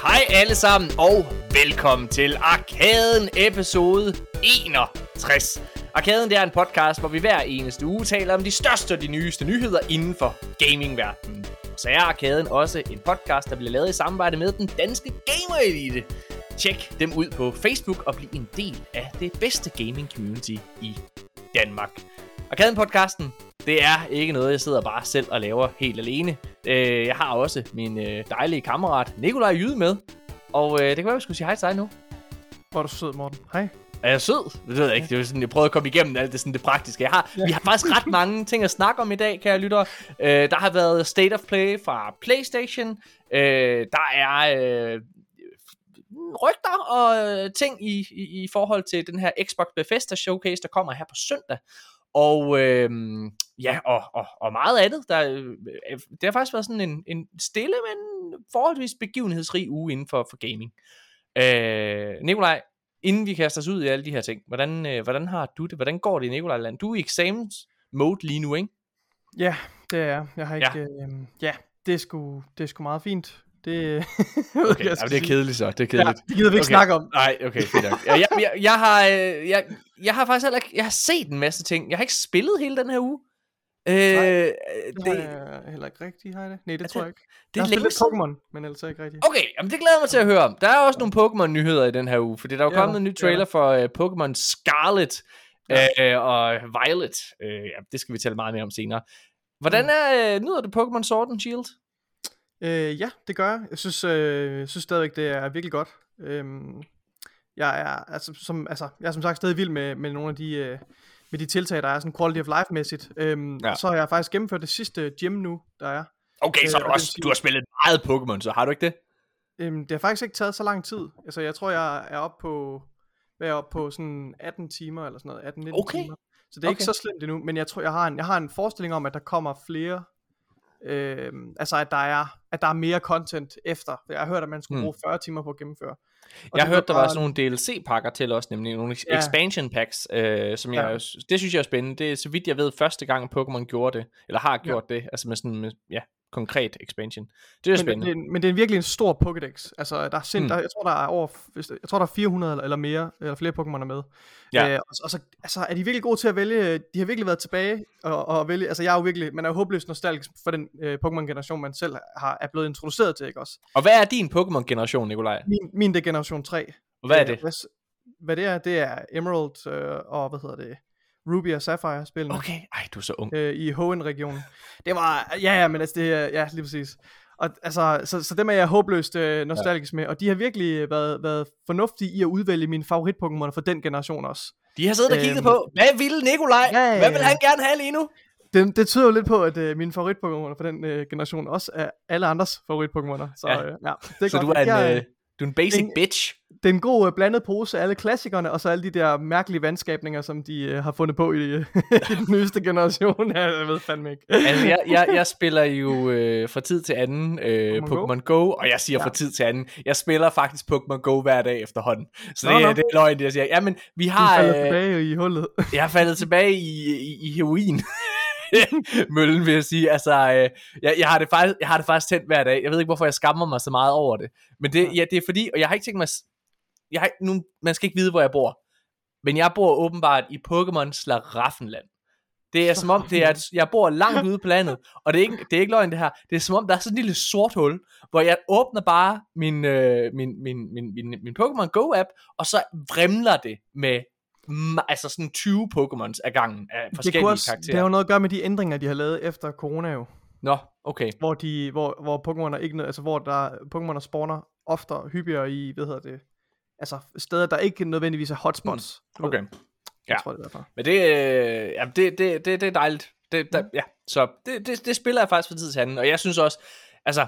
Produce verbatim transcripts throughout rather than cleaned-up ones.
Hej alle sammen, og velkommen til Arkaden episode enogtres. Arkaden, det er en podcast, hvor vi hver eneste uge taler om de største og de nyeste nyheder inden for gamingverdenen. Så er Arkaden også en podcast, der bliver lavet i samarbejde med den danske gamer-elite. Tjek dem ud på Facebook og bliv en del af det bedste gaming-community i Danmark. Arkaden-podcasten, det er ikke noget, jeg sidder bare selv og laver helt alene. Jeg har også min dejlige kammerat Nikolaj Jyde med. Og det kan være, vi skulle sige hej til dig nu. Hvor er du sød, Morten. Hej. Er jeg sød? Det ved jeg ikke. Det var sådan, jeg prøvede at komme igennem alt det, sådan det praktiske. Jeg har, ja. Vi har faktisk ret mange ting at snakke om i dag, kære lyttere. Uh, der har været State of Play fra PlayStation. Uh, der er uh, rygter og uh, ting i, i, i forhold til den her Xbox Bethesda Showcase, der kommer her på søndag. Og øh, ja, og, og, og meget andet. Der, øh, det har faktisk været sådan en, en stille, men forholdsvis begivenhedsrig uge inden for, for gaming. Øh, Nikolaj, inden vi kaster os ud i alle de her ting, hvordan, øh, hvordan har du det? Hvordan går det i Nikolajland? Du er i exams mode lige nu, ikke? Ja, det er jeg. Jeg har ikke... Ja, øh, ja det, er sgu, det er sgu meget fint. Det, okay, jeg det er kedeligt så. Det er kedeligt. Ja, det gider vi ikke okay. snakke om. Nej, okay, fedt nok. Jeg, jeg, jeg, jeg, har, jeg, jeg har faktisk heller ikke... Jeg har set en masse ting. Jeg har ikke spillet hele den her uge. Øh, Nej, det, det har jeg heller ikke rigtigt, har jeg det? Nej, det altså, tror jeg ikke. Det er jeg har spillet Pokémon, men ellers ikke rigtigt. Okay, jamen det glæder mig til at høre om. Der er også nogle Pokémon-nyheder i den her uge, fordi der er jo ja, kommet en ny trailer ja. for uh, Pokémon Scarlet ja. uh, og Violet. Uh, ja, det skal vi tale meget mere om senere. Hvordan er, uh, nyder du Pokémon Sword and Shield? Øh, ja, det gør jeg. Jeg synes, øh, jeg synes stadigvæk, det er virkelig godt. Øhm, jeg er altså som altså, jeg er som sagt stadig vild med med nogle af de øh, med de tiltag, der er sådan quality of life mæssigt. Øhm, ja. Så har jeg faktisk gennemført det sidste gym nu, der er. Okay, så øh, du også du har spillet meget Pokémon, så har du ikke det? Øhm, det har faktisk ikke taget så lang tid. Altså, jeg tror jeg er oppe på hvad er jeg oppe på sådan atten timer eller sådan noget, atten nitten okay. timer. Så det er okay. Ikke så slemt endnu, men jeg tror jeg har en jeg har en forestilling om, at der kommer flere. Øh, altså at der er at der er mere content efter. Jeg har hørt, at man skulle bruge fyrre timer på at gennemføre. Og jeg har hørt, der var sådan nogle D L C-pakker til os, nemlig nogle ja. expansion packs, øh, som jeg, ja. det synes jeg er spændende. Det er, så vidt jeg ved, første gang Pokémon gjorde det, eller har gjort ja. det, altså med sådan, med, ja, konkret expansion. Det er men, spændende. Men, men det er virkelig en stor Pokédex. Altså, der er sind, hmm. der, jeg tror, der er over, jeg tror, der er fire hundrede eller mere, eller flere Pokémoner med. Ja. Øh, og, og så altså, er de virkelig gode til at vælge, de har virkelig været tilbage, og, og vælge, altså jeg er jo virkelig, man er jo håbløst nostalgisk for den øh, Pokémon-generation, man selv har, er blevet introduceret til, ikke også? Og hvad er din Pokémon-generation, Nikolaj? Min, min det er generation tre. Og hvad er det? Hvad, hvad det er, det er Emerald, øh, og hvad hedder det? Ruby og Sapphire spillene. Okay, ej, du er så ung. Øh, I Hoenn-regionen. Det var, ja, ja, men altså det er, ja, lige præcis. Og altså, så, så dem er jeg håbløst øh, nostalgisk ja. med, og de har virkelig været, været fornuftige i at udvælge mine favorit-Pokémoner for den generation også. De har siddet og kigget øhm, på, hvad ville Nikolaj? Ja, ja, ja. Hvad vil han gerne have lige nu? Det, det tyder jo lidt på, at øh, mine favorit-Pokémoner for den øh, generation også er alle andres favorit-Pokémoner. Så, ja. øh, ja, det er så godt. du er en... Jeg, øh... Du er en basic en, bitch. Det er en god uh, blandet pose af alle klassikerne, og så alle de der mærkelige vandskabninger, som de uh, har fundet på i, uh, i den nyeste generation. Jeg ved fandme ikke. Altså, jeg, jeg, jeg spiller jo uh, fra tid til anden uh, Pokémon, Pokémon Go. Go, og jeg siger ja. fra tid til anden, jeg spiller faktisk Pokémon Go hver dag efterhånden. Så det, nå, nå. det er løgn, det jeg siger. Jamen, vi har... Du faldet uh, tilbage i hullet. Jeg har faldet tilbage i, i, i heroin. Møllen vil jeg sige. Altså, øh, jeg, jeg, har det faktisk, jeg har det faktisk tændt hver dag. Jeg ved ikke, hvorfor jeg skammer mig så meget over det. Men det, ja, det er fordi, og jeg har ikke tænkt mig, jeg har, nu, man skal ikke vide, hvor jeg bor. Men jeg bor åbenbart i Pokémon Slaraffenland. Det er som om, det er, at jeg bor langt ude på landet. Og det er, ikke, det er ikke løgn det her. Det er som om, der er sådan en lille sort hul, hvor jeg åbner bare min, øh, min, min, min, min, min Pokémon Go app, og så vrimler det med altså sådan tyve Pokémons af gangen af forskellige også, karakterer. Det har jo noget at gøre med de ændringer, de har lavet efter corona jo. Nå, okay. Hvor de, hvor, hvor Pokémoner ikke, altså hvor der Pokémoner spawner oftere, hyppigere i, hvad hedder det, altså steder, der ikke nødvendigvis er hotspots. Hmm. Okay. Ja. Jeg tror, det er derfor. Men det, øh, ja, det, det, det, det er dejligt. Det, der, ja, så det, det, det spiller jeg faktisk for tid til anden, og jeg synes også, altså,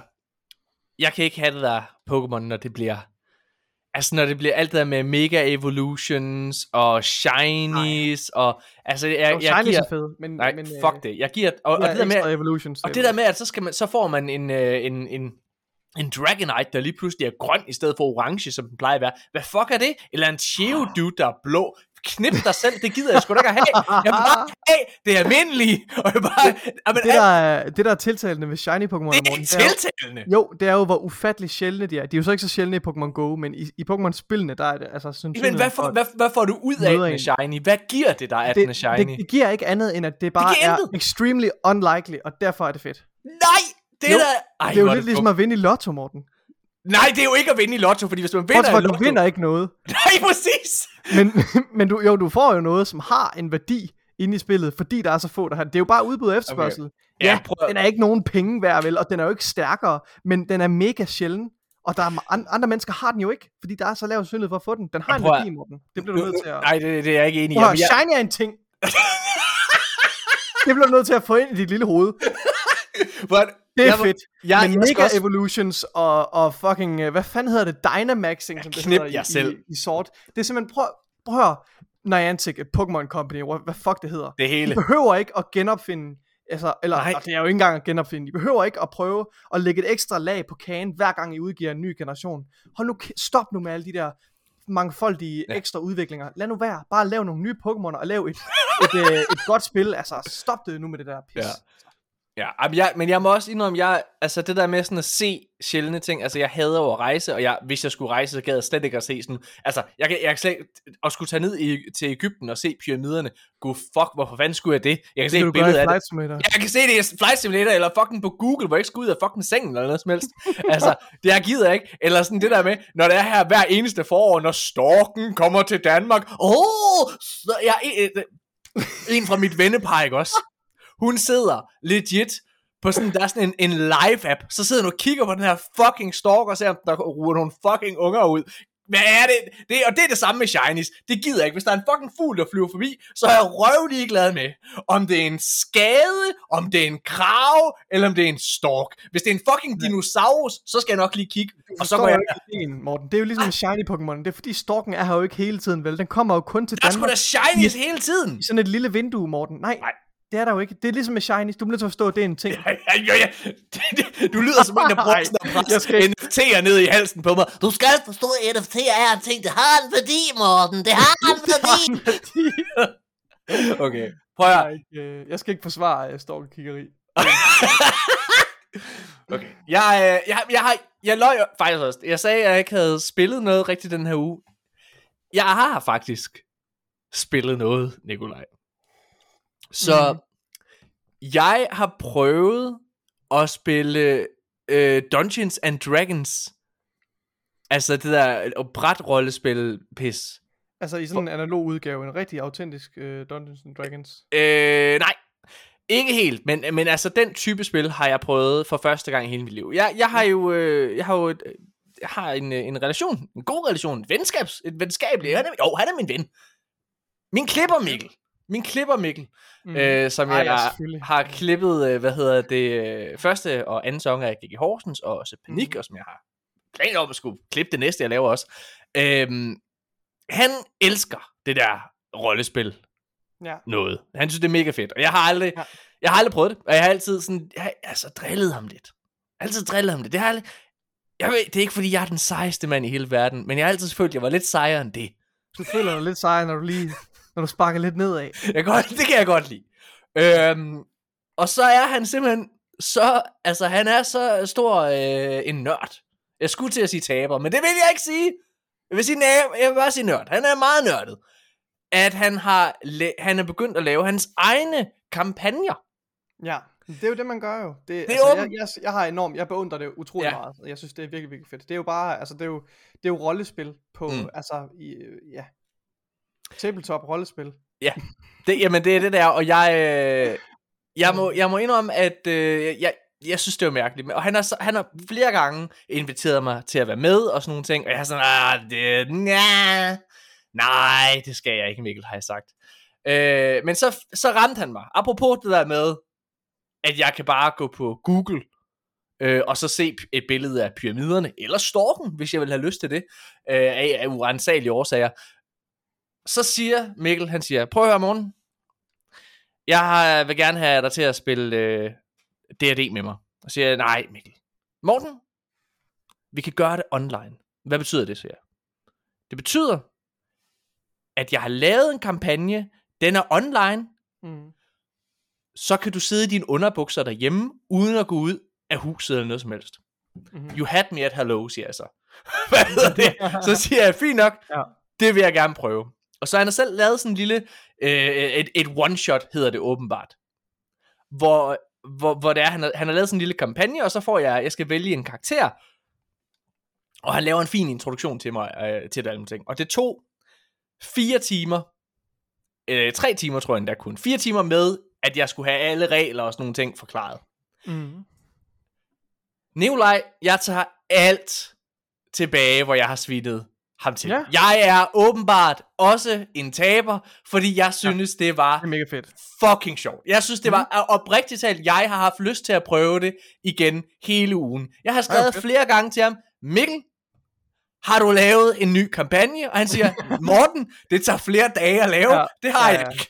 jeg kan ikke have det der Pokémon, når det bliver Altså når det bliver alt det der med Mega Evolutions og Shinies nej. og altså jeg, oh, jeg Shinies giver er fed, men nej men, fuck øh, det. Jeg giver og, og det der med Evolutions, og det der med at så skal man så får man en en en en Dragonite, der lige pludselig er grøn i stedet for orange, som den plejer at være. Hvad fuck er det? Eller en Geodude, der er blå. knip dig selv, det gider jeg sgu da ikke at have. Jeg vil bare have det almindelige. Og jeg bare, det, det, der er, det der er tiltalende ved shiny Pokémon, det er ikke tiltalende. Jo, det er jo, hvor ufattelig sjældne de er. De er jo så ikke så sjældne i Pokémon Go, men i, i Pokémon-spillene, der er det altså sådan. Men hvad, for, hvad, hvad får du ud af den er shiny? Hvad giver det dig, at det, den er shiny? Det, det giver ikke andet, end at det bare det er intet. Extremely unlikely, og derfor er det fedt. Nej, det er jo, der... Ej, det er jo lidt ligesom at vinde i Lotto, Morten. Nej, det er jo ikke at vinde i Lotto, fordi hvis man vinder Hvorfor, i Lotto... du vinder ikke noget. Nej, præcis. Men, men du, jo, du får jo noget, som har en værdi inde i spillet, fordi der er så få, der har det. Det er jo bare udbud og efterspørgsel. Okay. Ja, ja prøv... den er ikke nogen penge værd, vel, og den er jo ikke stærkere, men den er mega sjælden. Og der er andre mennesker har den jo ikke, fordi der er så lav synlighed for at få den. Den har en værdi, Morten. Det bliver du nødt til at... Nej, det, det er jeg ikke enig i. Prøv, jeg... Shiny er en ting. Det bliver du nødt til at få ind i dit lille hoved. But... Det er jeg, fedt. Jeg, men jeg Mega også... Evolutions og, og fucking, hvad fanden hedder det, Dynamaxing, som det Knip hedder jer i, selv. i, i sort. Det er simpelthen, prøv, prøv at høre, Niantic, Pokémon Company, hvad fuck det hedder. Det hele. De behøver ikke at genopfinde, altså, eller og det er jo ikke engang at genopfinde, de behøver ikke at prøve at lægge et ekstra lag på kagen, hver gang I udgiver en ny generation. Hold nu, stop nu med alle de der mangfoldige ja. ekstra udviklinger. Lad nu være, bare lav nogle nye Pokémoner og lav et, et, et, et godt spil. Altså, stop det nu med det der pis. Ja. Ja, jeg, men jeg må også indrømme, jeg, altså det der med sådan at se sjældne ting, altså jeg hader jo at rejse, og jeg, hvis jeg skulle rejse, så gad jeg slet ikke at se sådan, altså jeg kan, jeg kan slet at skulle tage ned i, til Egypten og se pyramiderne, god fuck, hvorfor fanden skulle jeg det? Jeg kan det se et billede af det. Jeg kan se det i Flight Simulator, eller fucking på Google, hvor jeg ikke skal ud af fucking sengen, eller noget som helst. Altså, det jeg gider ikke, eller sådan det der med, når det er her hver eneste forår, når storken kommer til Danmark, åh, oh, jeg en, en fra mit vennepar, ikke også? Hun sidder legit på sådan, der er sådan en, en live-app, så sidder hun og kigger på den her fucking stork, og ser, om der ruer nogle fucking unger ud. Hvad er det? det? Og det er det samme med shinies. Det gider jeg ikke. Hvis der er en fucking fugl, der flyver forbi, så er jeg røvlig glad med, om det er en skade, om det er en krage, eller om det er en stork. Hvis det er en fucking dinosaurus, så skal jeg nok lige kigge, og så går jeg... Ikke, Morten. Det er jo ligesom ah. shiny Pokémon. Det er fordi storken er her jo ikke hele tiden, vel? Den kommer jo kun til Danmark. Der er sgu da shinies hele tiden. I sådan et lille vindue, Morten. Nej. Nej. Det er der jo ikke. Det er ligesom med shinies. Du bliver nødt til at forstå, at det er en ting. Ja, ja, ja, ja. Du lyder som en, der bruger sådan en pres N F T'er ned i halsen på mig. Du skal forstå, at N F T'er er en ting. Det har en værdi, Morten. Det har en værdi. Okay, prøv at... Jeg, jeg skal ikke forsvare uh, storkekiggeri. Okay. Jeg, jeg, jeg, har, jeg løg faktisk også. Jeg sagde, at jeg ikke havde spillet noget rigtigt den her uge. Jeg har faktisk spillet noget, Nikolaj. Så mm. jeg har prøvet at spille øh, Dungeons and Dragons. Altså det der brætrollespil pis. Altså i sådan en analog udgave, en rigtig autentisk øh, Dungeons and Dragons. Øh, nej, ikke helt, men, men altså den type spil har jeg prøvet for første gang i hele mit liv. Jeg, jeg har jo, øh, jeg har jo et, jeg har en, en relation, en god relation, et venskabs, et venskabeligt. Han er, jo, han er min ven. Min klipper Mikkel. Min klipper Mikkel, mm. øh, som jeg Ej, ja, har klippet, øh, hvad hedder det, øh, første og anden sæson af G G Horsens, og også Panik, mm. og som jeg har planer om at skulle klippe det næste, jeg laver også. Øhm, han elsker det der rollespil. Ja. Noget. Han synes, det er mega fedt, og jeg har aldrig, ja. jeg har aldrig prøvet det, og jeg har altid sådan, jeg har altså drillet ham lidt. Altid drillet ham lidt. Det har aldrig, jeg ved, det er ikke fordi, jeg er den sejeste mand i hele verden, men jeg har altid følt, at jeg var lidt sejere end det. Du føler dig lidt sejere, når du lige... Når du sparker lidt nedad. Jeg godt, det kan jeg godt lide. Øhm, og så er han simpelthen så, altså han er så stor øh, en nørd. Jeg skulle til at sige taber, men det vil jeg ikke sige. Jeg vil sige, nej, jeg vil bare sige nørd. Han er meget nørdet. At han har, han er begyndt at lave hans egne kampagner. Ja, det er jo det, man gør jo. Det, det er altså, jeg, jeg, jeg har enormt, jeg beundrer det utrolig ja. meget. Jeg synes, det er virkelig, virkelig fedt. Det er jo bare, altså det er jo, det er jo rollespil på, mm. altså, i, ja. Tabletop rollespil. Ja, det, jamen det er det der, og jeg, øh, jeg, må, jeg må indrømme, at øh, jeg, jeg synes, det er mærkeligt. Og han har, han har flere gange inviteret mig til at være med, og sådan nogle ting, og jeg er sådan, ah, det, nah, nej, det skal jeg ikke, Mikkel, har jeg sagt. Øh, men så, så ramte han mig. Apropos det der med, at jeg kan bare gå på Google, øh, og så se et billede af pyramiderne, eller storken, hvis jeg vil have lyst til det, øh, af, af urensagelige årsager. Så siger Mikkel, han siger, prøv at høre morgen. Jeg vil gerne have dig til at spille øh, D og D med mig. Og siger, nej Mikkel. Morten, vi kan gøre det online. Hvad betyder det, siger jeg? Det betyder, at jeg har lavet en kampagne, den er online, mm. så kan du sidde i dine underbukser derhjemme, uden at gå ud af huset eller noget som helst. Mm-hmm. You had me at hello, siger jeg så. Hvad hedder det? Så siger jeg, fint nok, ja. Det vil jeg gerne prøve. Og så har han selv lavet sådan en lille, øh, et, et one-shot hedder det åbenbart, hvor, hvor, hvor det er, han har, han har lavet sådan en lille kampagne, og så får jeg, jeg skal vælge en karakter, og han laver en fin introduktion til mig, øh, til det alle ting. Og det tog fire timer, øh, tre timer tror jeg endda kun, fire timer med, at jeg skulle have alle regler og sådan nogle ting forklaret. Mm. Nikolaj, jeg tager alt tilbage, hvor jeg har svinet ham til. Ja. Jeg er åbenbart også en taber, fordi jeg synes, ja. det var det er mega fedt. Fucking sjovt. Jeg synes, det var mm. oprigtigt talt, jeg har haft lyst til at prøve det igen hele ugen. Jeg har skrevet ja, flere gange til ham, Mikkel, har du lavet en ny kampagne? Og han siger, Morten, det tager flere dage at lave. Ja. Det har ja, ja. jeg ikke.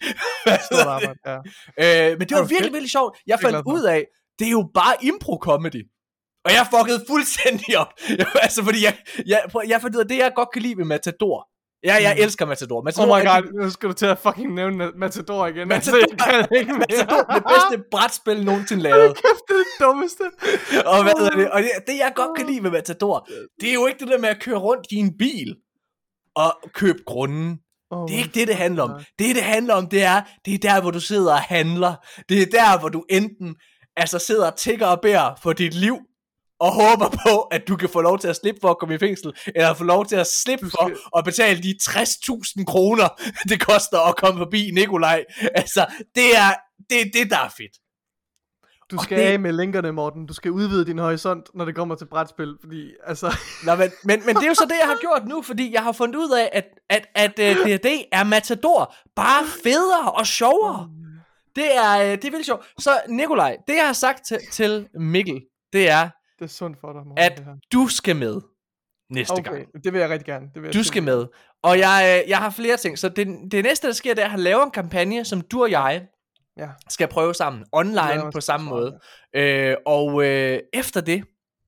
ja. øh, men det var virkelig, fedt. virkelig sjovt. Jeg fandt ud af, det er jo bare impro-comedy. Og jeg fuckede fuldstændig op. altså, fordi jeg, jeg, jeg fandt ud af, det jeg godt kan lide med Matador. Ja, jeg mm. elsker Matador. Matador. Oh my god, nu skal du til at fucking nævne Matador igen. Matador, altså, ikke Matador det bedste brætspil nogensinde lavet. Kæft, det er det dummeste. og hvad hedder det? Og det, det jeg godt kan lide med Matador, det er jo ikke det der med at køre rundt i en bil og købe grunden. Oh, det er ikke det, det handler om. Det, det handler om, det er, det er der, hvor du sidder og handler. Det er der, hvor du enten altså sidder og tigger og beder for dit liv, og håber på, at du kan få lov til at slippe for at komme i fængsel, eller få lov til at slippe for at betale de tres tusind kroner, det koster at komme forbi Nikolaj. Altså, det er det, er det der er fedt. Du skal det... af med linkerne, Morten. Du skal udvide din horisont, når det kommer til brætspil, fordi, altså... Nå, men, men, men det er jo så det, jeg har gjort nu, fordi jeg har fundet ud af, at, at, at, at D og D er Matador bare federe og sjovere. Det er, det er vildt sjovt. Så Nikolaj, det jeg har sagt til, til Mikkel, det er, det er sundt for dig, Morten, at du skal med næste okay, gang. Det vil jeg rigtig gerne. Det vil jeg du skal med. Og jeg, jeg har flere ting. Så det, det næste, der sker, det er, at han laver en kampagne, som du og jeg ja. skal prøve sammen. Online på samme måde. Øh, og øh, efter det,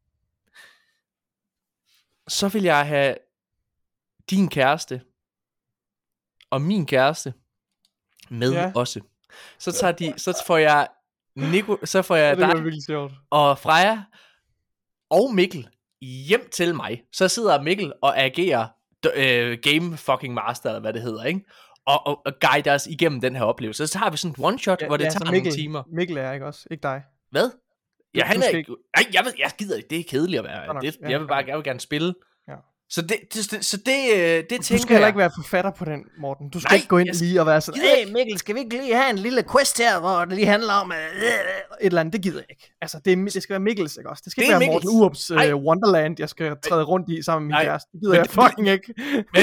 så vil jeg have din kæreste og min kæreste med ja. også. Så tager de, så får jeg Nico, så får jeg dig og Freja og Mikkel hjem til mig. Så sidder Mikkel og agerer øh, game fucking master, eller hvad det hedder, ikke? Og, og, og guider os igennem den her oplevelse. Så har vi sådan en one shot, ja, hvor det ja, tager Mikkel, nogle timer. Mikkel er ikke også, ikke dig. Hvad? Ja, han er ikke. Nej, jeg ved, jeg gider ikke. Det er kedeligt at være. Det, jeg vil bare, jeg vil gerne spille. Ja. Så det, det, så det, det, det du skal heller ikke være forfatter på den, Morten. Du skal Nej, ikke gå ind lige og være sådan, hey Mikkel, skal vi ikke lige have en lille quest her, hvor det lige handler om et eller andet. Det gider jeg ikke. Altså, det, er, det skal være Mikkels, ikke også? Det skal det ikke være Mikkels. Morten Urups uh, Wonderland, jeg skal træde rundt i sammen med min kæreste. Det gider jeg det, fucking ikke. Men,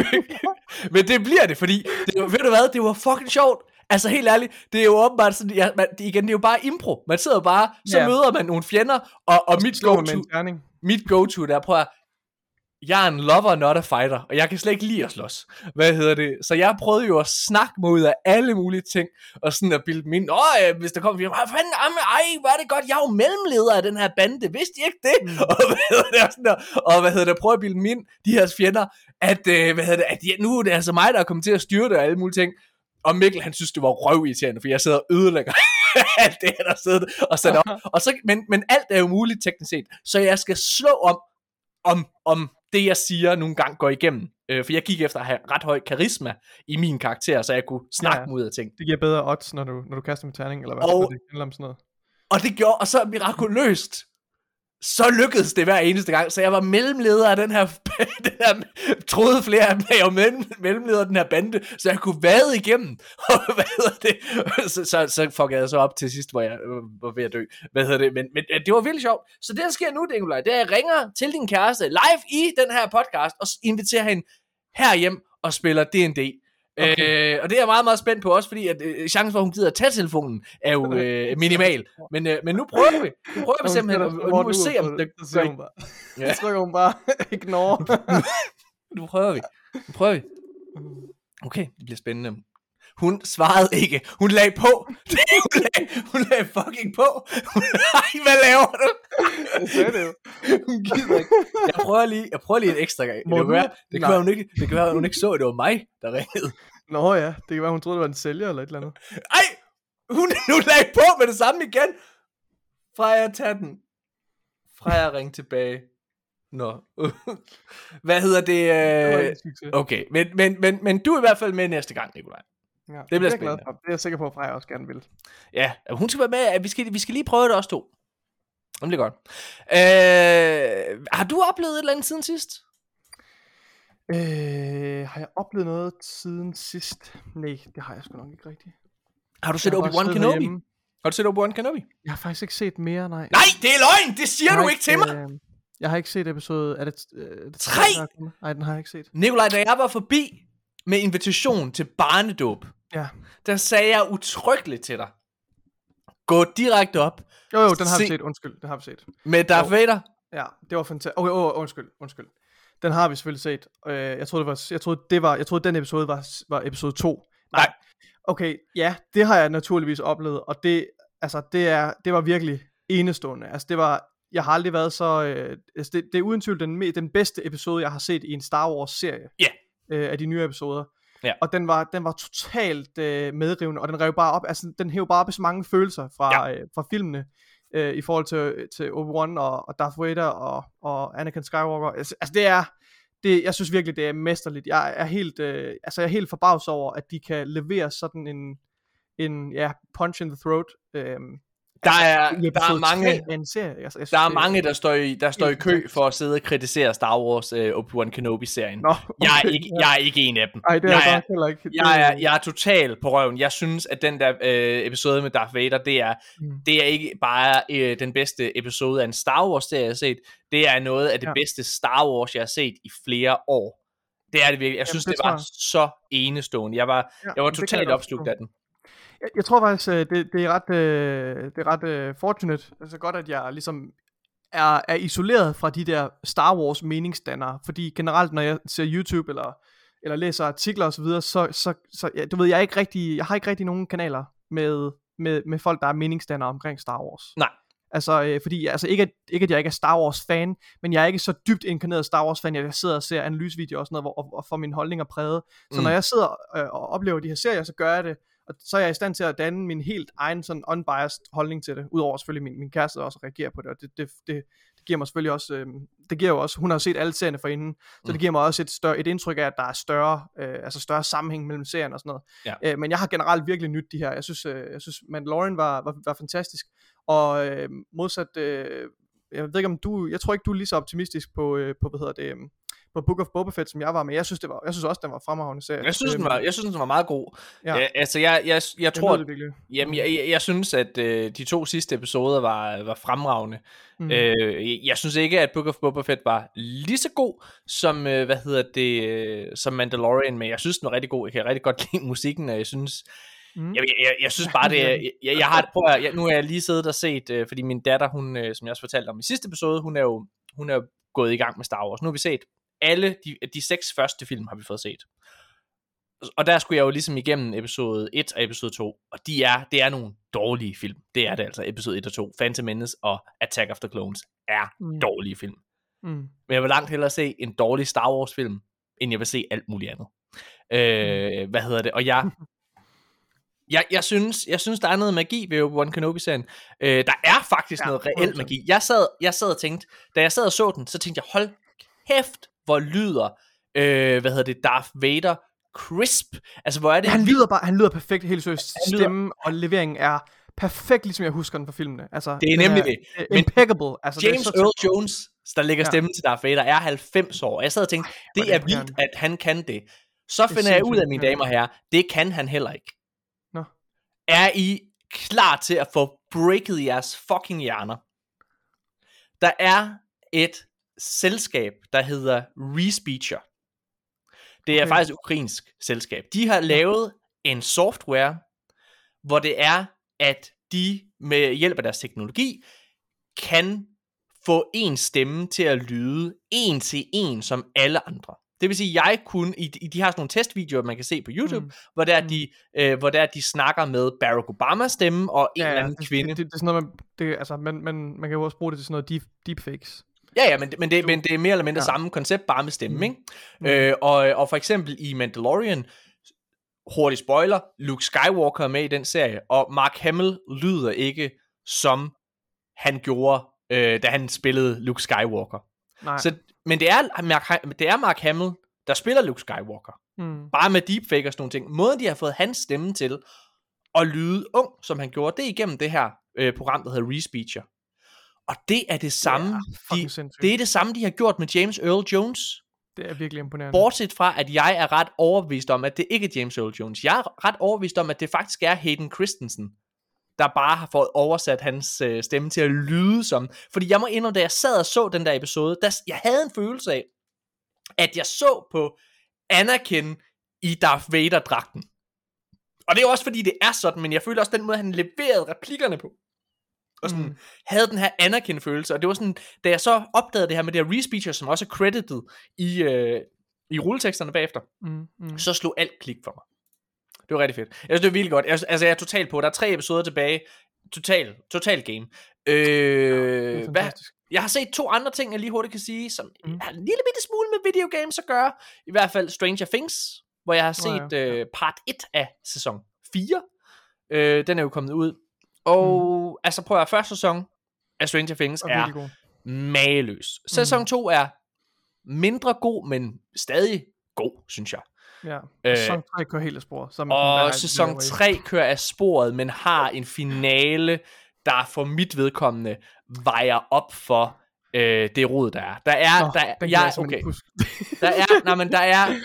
men det bliver det, fordi, det, ved du hvad, det var fucking sjovt. Altså helt ærligt, det er jo åbenbart sådan, ja, man, igen, det er jo bare impro. Man sidder bare, så yeah. møder man nogle fjender, og, og mit go-to, mit go-to der, prøv at, jeg er en lover, not a fighter, og jeg kan slet ikke lide at slås. Hvad hedder det? Så jeg prøvede jo at snakke mig ud af alle mulige ting, og sådan at bilde dem ind. Åh, hvis der kommer fjender, hvad fanden, ej, hvor er det godt, jeg er jo mellemleder af den her bande, vidste I ikke det? Mm. Og hvad hedder det, og, sådan der, og hvad hedder det, prøve at bilde dem ind, de her fjender, at, øh, hvad hedder det, at ja, nu er det altså mig, der er kommet til at styre det og alle mulige ting. Og Mikkel, han synes, det var røvirriterende, for jeg sidder og ødelægger alt det, der sidder og sætter op. Og så, men, men alt er jo muligt teknisk set. Så jeg skal slå om, om, om det, jeg siger, nogle gange går igennem. Øh, for jeg gik efter at have ret høj karisma i min karakter, så jeg kunne snakke ja, ud af ting. Det giver bedre odds, når du, når du kaster med terning, eller hvad og, det handler om sådan noget. Og det gjorde, og så mirakuløst, så lykkedes det hver eneste gang, så jeg var mellemleder af den her, den her troede flere af dem, jeg var mellem, mellemleder af den her bande, så jeg kunne vade igennem, og hvad hedder det, så, så, så fuckede jeg så op til sidst, hvor jeg var ved at dø, hvad hedder det, men, men det var virkelig sjovt, så det der sker nu, Nikolaj, det er, at jeg ringer til din kæreste live i den her podcast, og inviterer hende herhjem og spiller D and D. Okay. Øh, og det er jeg meget, meget spændt på også, fordi at øh, chancen for, at hun gider at tage telefonen, er jo øh, minimal. Men, øh, men nu prøver vi. Nu prøver vi simpelthen, og, og nu må vi se, om det gør. Jeg trykker hun bare ignore. Nu prøver vi. Nu prøver vi. Okay, det bliver spændende. Hun svarede ikke. Hun lagde på. hun, lagde, hun lagde fucking på. Ej, hvad laver du? Jeg sagde det jo. Hun gider ikke. Jeg prøver lige, jeg prøver lige en ekstra gang. Det kan være, det kan være, hun ikke, det kan være, hun ikke så, at det var mig, der ringede. Nå ja, det kan være, hun troede, det var en sælger eller et eller andet. Ej, hun, hun lagde på med det samme igen. Freja, tag den. Freja, ring tilbage. Nå. Hvad hedder det? Øh... Okay, men, men, men, men du er i hvert fald med næste gang, Nikolaj. Ja, det bliver spændende. Det er jeg sikker på, at Freja også gerne vil. Ja, hun skal være med. Vi skal, vi skal lige prøve det også to. Det bliver godt. Øh... Har du oplevet et eller andet siden sidst? Øh, har jeg oplevet noget siden sidst? Nej, det har jeg sgu nok ikke rigtigt. Har du set Obi-Wan Kenobi? Herhjemme. Har du set Obi-Wan Kenobi? Jeg har faktisk ikke set mere, nej. Nej, det er løgn! Det siger du ikke til mig! Øh, jeg har ikke set episode... Er det, øh, det tre? Nej, den har jeg ikke set. Nikolaj, da jeg var forbi med invitation til barnedåb, ja. der sagde jeg utryggeligt til dig. Gå direkte op. Jo, jo, den har se... vi set. Undskyld, den har vi set. Med Darth Vader? Ja, det var fantastisk. Okay, oh, undskyld, undskyld. Den har vi selvfølgelig set. Uh, jeg troede det var jeg troede det var jeg troede den episode var var episode to. Nej. Okay, ja, det har jeg naturligvis oplevet, og det altså det er det var virkelig enestående. Altså det var jeg har aldrig været så øh, altså det, det er uden tvivl den den bedste episode jeg har set i en Star Wars serie. Ja. Yeah. Øh, af de nye episoder. Ja. Og den var den var totalt øh, medrivende, og den rev bare op, altså den hæv bare op i så mange følelser fra ja. øh, fra filmene. Øh, i forhold til, til Obi-Wan og, og Darth Vader og, og Anakin Skywalker. Altså, altså det er, det, jeg synes virkelig, det er mesterligt. Jeg er helt, øh, altså jeg er helt forbavset over, at de kan levere sådan en, en ja, punch in the throat. Øh, der altså, er, der er mange, en serie. Altså, jeg synes, der er det, mange, der står i, der står i kø for at sidde og kritisere Star Wars uh, Obi-Wan Kenobi-serien. Nå, okay. jeg, er ikke, jeg er ikke en af dem. Ej, det er jeg, jeg, er, heller ikke. Jeg, er, jeg er total på røven. Jeg synes, at den der øh, episode med Darth Vader, det er, mm. det er ikke bare øh, den bedste episode af en Star Wars-serie, jeg har set. Det er noget af det ja. bedste Star Wars, jeg har set i flere år. Det er det virkelig. Jeg synes, Jamen, det, det var så enestående. Jeg var, ja, jeg var totalt opslugt af den. Jeg, jeg tror faktisk, det, det er ret, det er ret uh, fortunate, altså godt, at jeg ligesom er, er isoleret fra de der Star Wars meningsdannere, fordi generelt, når jeg ser YouTube eller, eller læser artikler osv., så, så, så, så ja, du ved, jeg er ikke rigtig, jeg har ikke rigtig nogen kanaler med, med, med folk, der er meningsdannere omkring Star Wars. Nej. Altså, øh, fordi, altså ikke at, ikke at jeg ikke er Star Wars fan, men jeg er ikke så dybt inkarneret Star Wars fan, jeg sidder og ser analysevideoer og sådan noget, hvor, og, og får mine holdninger præget. Så mm. når jeg sidder øh, og oplever de her serier, så gør jeg det, og så er jeg i stand til at danne min helt egen sådan unbiased holdning til det, udover selvfølgelig min, min kæreste også reagerer på det, og det, det, det, det giver mig selvfølgelig også, øh, det giver jo også, hun har set alle serierne forinden, så mm. det giver mig også et, større, et indtryk af, at der er større, øh, altså større sammenhæng mellem serien og sådan noget. Ja. Øh, men jeg har generelt virkelig nyt de her, jeg synes, øh, jeg synes Mandalorian var, var, var fantastisk, og øh, modsat, øh, jeg ved ikke om du, jeg tror ikke du er lige så optimistisk på, øh, på hvad hedder det, øh, på Book of Boba Fett, som jeg var, men jeg synes det var, jeg synes også den var fremragende serie. Jeg synes den var, jeg synes den var meget god. Ja. Ja, altså jeg jeg jeg tror, det jamen jeg, jeg jeg synes at øh, de to sidste episoder var var fremragende. Mm. Øh, jeg synes ikke at Book of Boba Fett var lige så god som øh, hvad hedder det, øh, som Mandalorian, men jeg synes den var rigtig god. Jeg kan rigtig godt lide musikken, og jeg synes Mm. Jeg, jeg, jeg synes bare det jeg, jeg, jeg har prøv at, jeg, nu er jeg lige siddet og set øh, fordi min datter, hun øh, som jeg også fortalte om i sidste episode, hun er jo hun er jo gået i gang med Star Wars. Nu har vi set alle de, de seks første film har vi fået set. Og der skulle jeg jo ligesom igennem episode et og episode to, og de er det er nogle dårlige film. Det er det altså, episode et og to. Phantom Menace og Attack of the Clones er mm. dårlige film. Mm. Men jeg vil langt hellere se en dårlig Star Wars film, end jeg vil se alt muligt andet. Øh, mm. Hvad hedder det? Og jeg Jeg, jeg, synes, jeg synes, der er noget magi ved Obi-Wan Kenobi-serien. Øh, der er faktisk ja, noget reelt magi. Jeg sad, jeg sad og tænkte, da jeg sad og så den, så tænkte jeg, hold kæft, hvor lyder, øh, hvad hedder det, Darth Vader crisp. Altså, hvor er det? Ja, han lyder bare, han lyder perfekt, helt seriøst. Stemme og leveringen er perfekt, ligesom jeg husker den fra filmene. Altså, det er nemlig det. Men impeccable. Altså, James det er Earl Jones, der lægger stemmen ja. til Darth Vader, er halvfems år. Jeg sad og tænkte, det er vildt, at han kan det. Så finder jeg ud af, mine damer og herrer, det kan han heller ikke. Er I klar til at få breaket jeres fucking hjerner? Der er et selskab, der hedder Respeecher. Det er okay. faktisk et ukrainsk selskab. De har lavet en software, hvor det er, at de med hjælp af deres teknologi kan få en stemme til at lyde en til en som alle andre. Det Det vil sige, jeg kunne, i, i de har sådan nogle testvideoer, man kan se på YouTube, mm. hvor, der, mm. de, øh, hvor der de snakker med Barack Obamas stemme og en ja, eller anden det, kvinde. Det, det, det er sådan noget, man, det, altså, man, man, man kan jo også bruge det til sådan noget deep, deepfakes. Ja, ja, men, men, det, men det er mere eller mindre ja. samme koncept, bare med stemme, mm. ikke? Mm. Øh, og, og for eksempel i Mandalorian, hurtig spoiler, Luke Skywalker er med i den serie, og Mark Hamill lyder ikke som han gjorde, øh, da han spillede Luke Skywalker. Nej. Så, men det er, Mark, det er Mark Hamill, der spiller Luke Skywalker. Mm. Bare med deepfake og sådan nogle ting. Måden de har fået hans stemme til at lyde ung, som han gjorde, det er igennem det her øh, program, der hedder Respeecher. Og det er det samme, yeah, de, det er det samme, de har gjort med James Earl Jones. Det er virkelig imponerende. Bortset fra, at jeg er ret overbevist om, at det ikke er James Earl Jones. Jeg er ret overbevist om, at det faktisk er Hayden Christensen, der bare har fået oversat hans øh, stemme til at lyde som. Fordi jeg må indrømme, da jeg sad og så den der episode, der, jeg havde en følelse af, at jeg så på Anakin i Darth Vader-dragten. Og det er jo også fordi, det er sådan, men jeg føler også den måde, han leverede replikkerne på. Og sådan, mm. havde den her Anakin-følelse. Og det var sådan, da jeg så opdagede det her med det her Respeecher, som også er credited i, øh, i rulleteksterne bagefter, mm. Mm. så slog alt klik for mig. Det var rigtig fedt. Jeg synes, det er virkelig godt. Jeg, altså, jeg er totalt på. Der er tre episoder tilbage. Total, total game. Øh, ja, hvad? Jeg har set to andre ting, jeg lige hurtigt kan sige, som mm. har en lille bitte smule med videogames at gøre. I hvert fald Stranger Things, hvor jeg har set oh, ja. øh, part et af sæson fire. Øh, den er jo kommet ud. Og mm. altså prøv at første sæson af Stranger Things er mageløs. Sæson mm. to er mindre god, men stadig god, synes jeg. Ja, sæson tre kører helt af sporet. Og sæson tre kører af sporet, men har en finale, der for mit vedkommende vejer op for øh, det rod, der er. Der er, oh, der er, jeg, okay. der er, nej, men der er,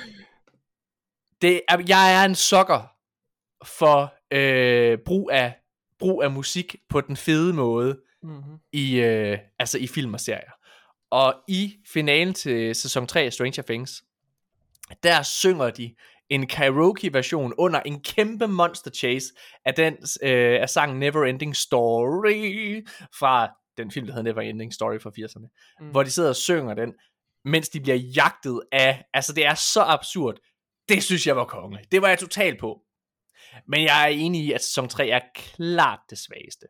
det er, jeg er en sukker for øh, brug af brug af musik på den fede måde mm-hmm. i øh, altså i film og serier. Og i finalen til sæson tre af Stranger Things, der synger de en karaoke version under en kæmpe monster chase af den øh, af sangen Never Ending Story fra den film der hedder Never Ending Story fra firserne, mm. hvor de sidder og synger den, mens de bliver jagtet af, altså det er så absurd. Det synes jeg var konge. Det var jeg totalt på. Men jeg er enig i, at sæson tre er klart det svageste.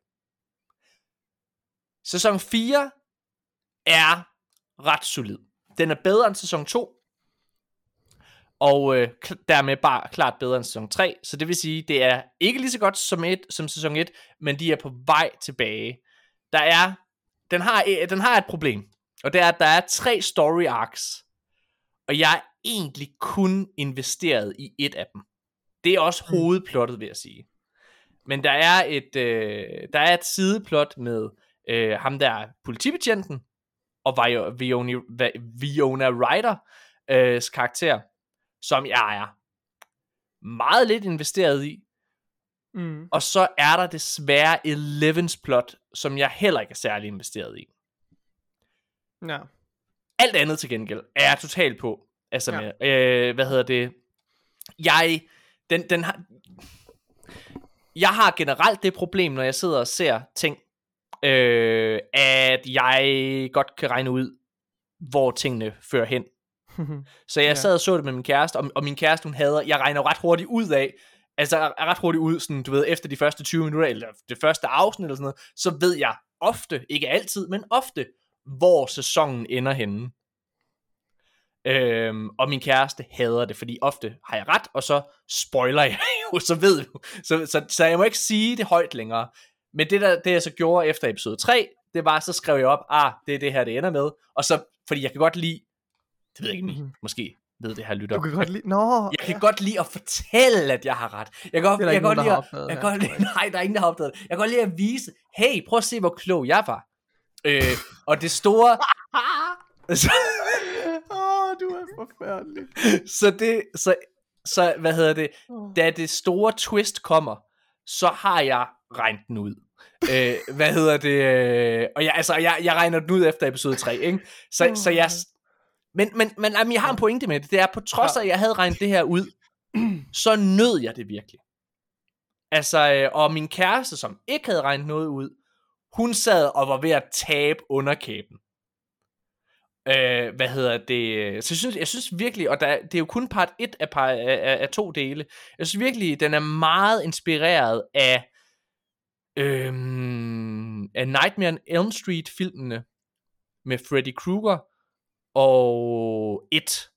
Sæson fire er ret solid. Den er bedre end sæson to, og øh, dermed bare klart bedre end sæson tre. Så det vil sige, det er ikke lige så godt som, et, som sæson et, men de er på vej tilbage. Der er, den har, den har et problem, og det er, at der er tre story arcs, og jeg er egentlig kun investeret i et af dem. Det er også hovedplottet, vil jeg sige. Men der er et, øh, der er et sideplot med øh, ham der politibetjenten og Viona, Viona Ryder's karakter, som jeg er meget lidt investeret i. Mm. Og så er der desværre Elevens plot, som jeg heller ikke er særlig investeret i. Ja. Alt andet til gengæld er jeg totalt på. Altså ja. med, øh, hvad hedder det? Jeg... Den, den har, jeg har generelt det problem, når jeg sidder og ser ting, øh, at jeg godt kan regne ud, hvor tingene fører hen. Så jeg sad og så det med min kæreste, og, og min kæreste, hun hader, jeg regner ret hurtigt ud af, altså ret hurtigt ud, sådan, du ved, efter de første tyve minutter, eller det første afsnit, eller sådan noget, så ved jeg ofte, ikke altid, men ofte, hvor sæsonen ender henne. Øhm, og min kæreste hader det, fordi ofte har jeg ret, og så spoiler jeg jo, så ved du. Så, så, så jeg må ikke sige det højt længere. Men det, der, det jeg så gjorde efter episode tre, det var, så skrev jeg op, ah, det er det her, det ender med. Og så, fordi jeg kan godt lide, det ved jeg ikke, mm-hmm. måske ved det her lytter. Du kan godt lide, no, jeg kan ja. godt lide at fortælle, at jeg har ret. Jeg kan godt, det er jeg nogen, godt lide, at, opdaget, jeg kan godt lide, nej, der er ingen, der har opdaget det. Jeg kan godt lide at vise, hey, prøv at se, hvor klog jeg var. Øh, og det store... så, Åh, oh, du er forfærdelig. Så det, så, så hvad hedder det, da det store twist kommer, så har jeg regnet den ud. øh, hvad hedder det, øh, og jeg, altså, jeg, jeg regner den ud efter episode tre, ikke? Så, oh. så jeg, men, men, men jamen, jeg har en pointe med det, det er, på trods af, at jeg havde regnet det her ud, så nød jeg det virkelig. Altså, øh, og min kæreste, som ikke havde regnet noget ud, hun sad og var ved at tabe underkæben. Øh, hvad hedder det? Så jeg synes, jeg synes virkelig, og der, det er jo kun part et af, par, af, af to dele. Jeg synes virkelig, den er meget inspireret af, øhm, af Nightmare on Elm Street-filmene med Freddy Krueger og It.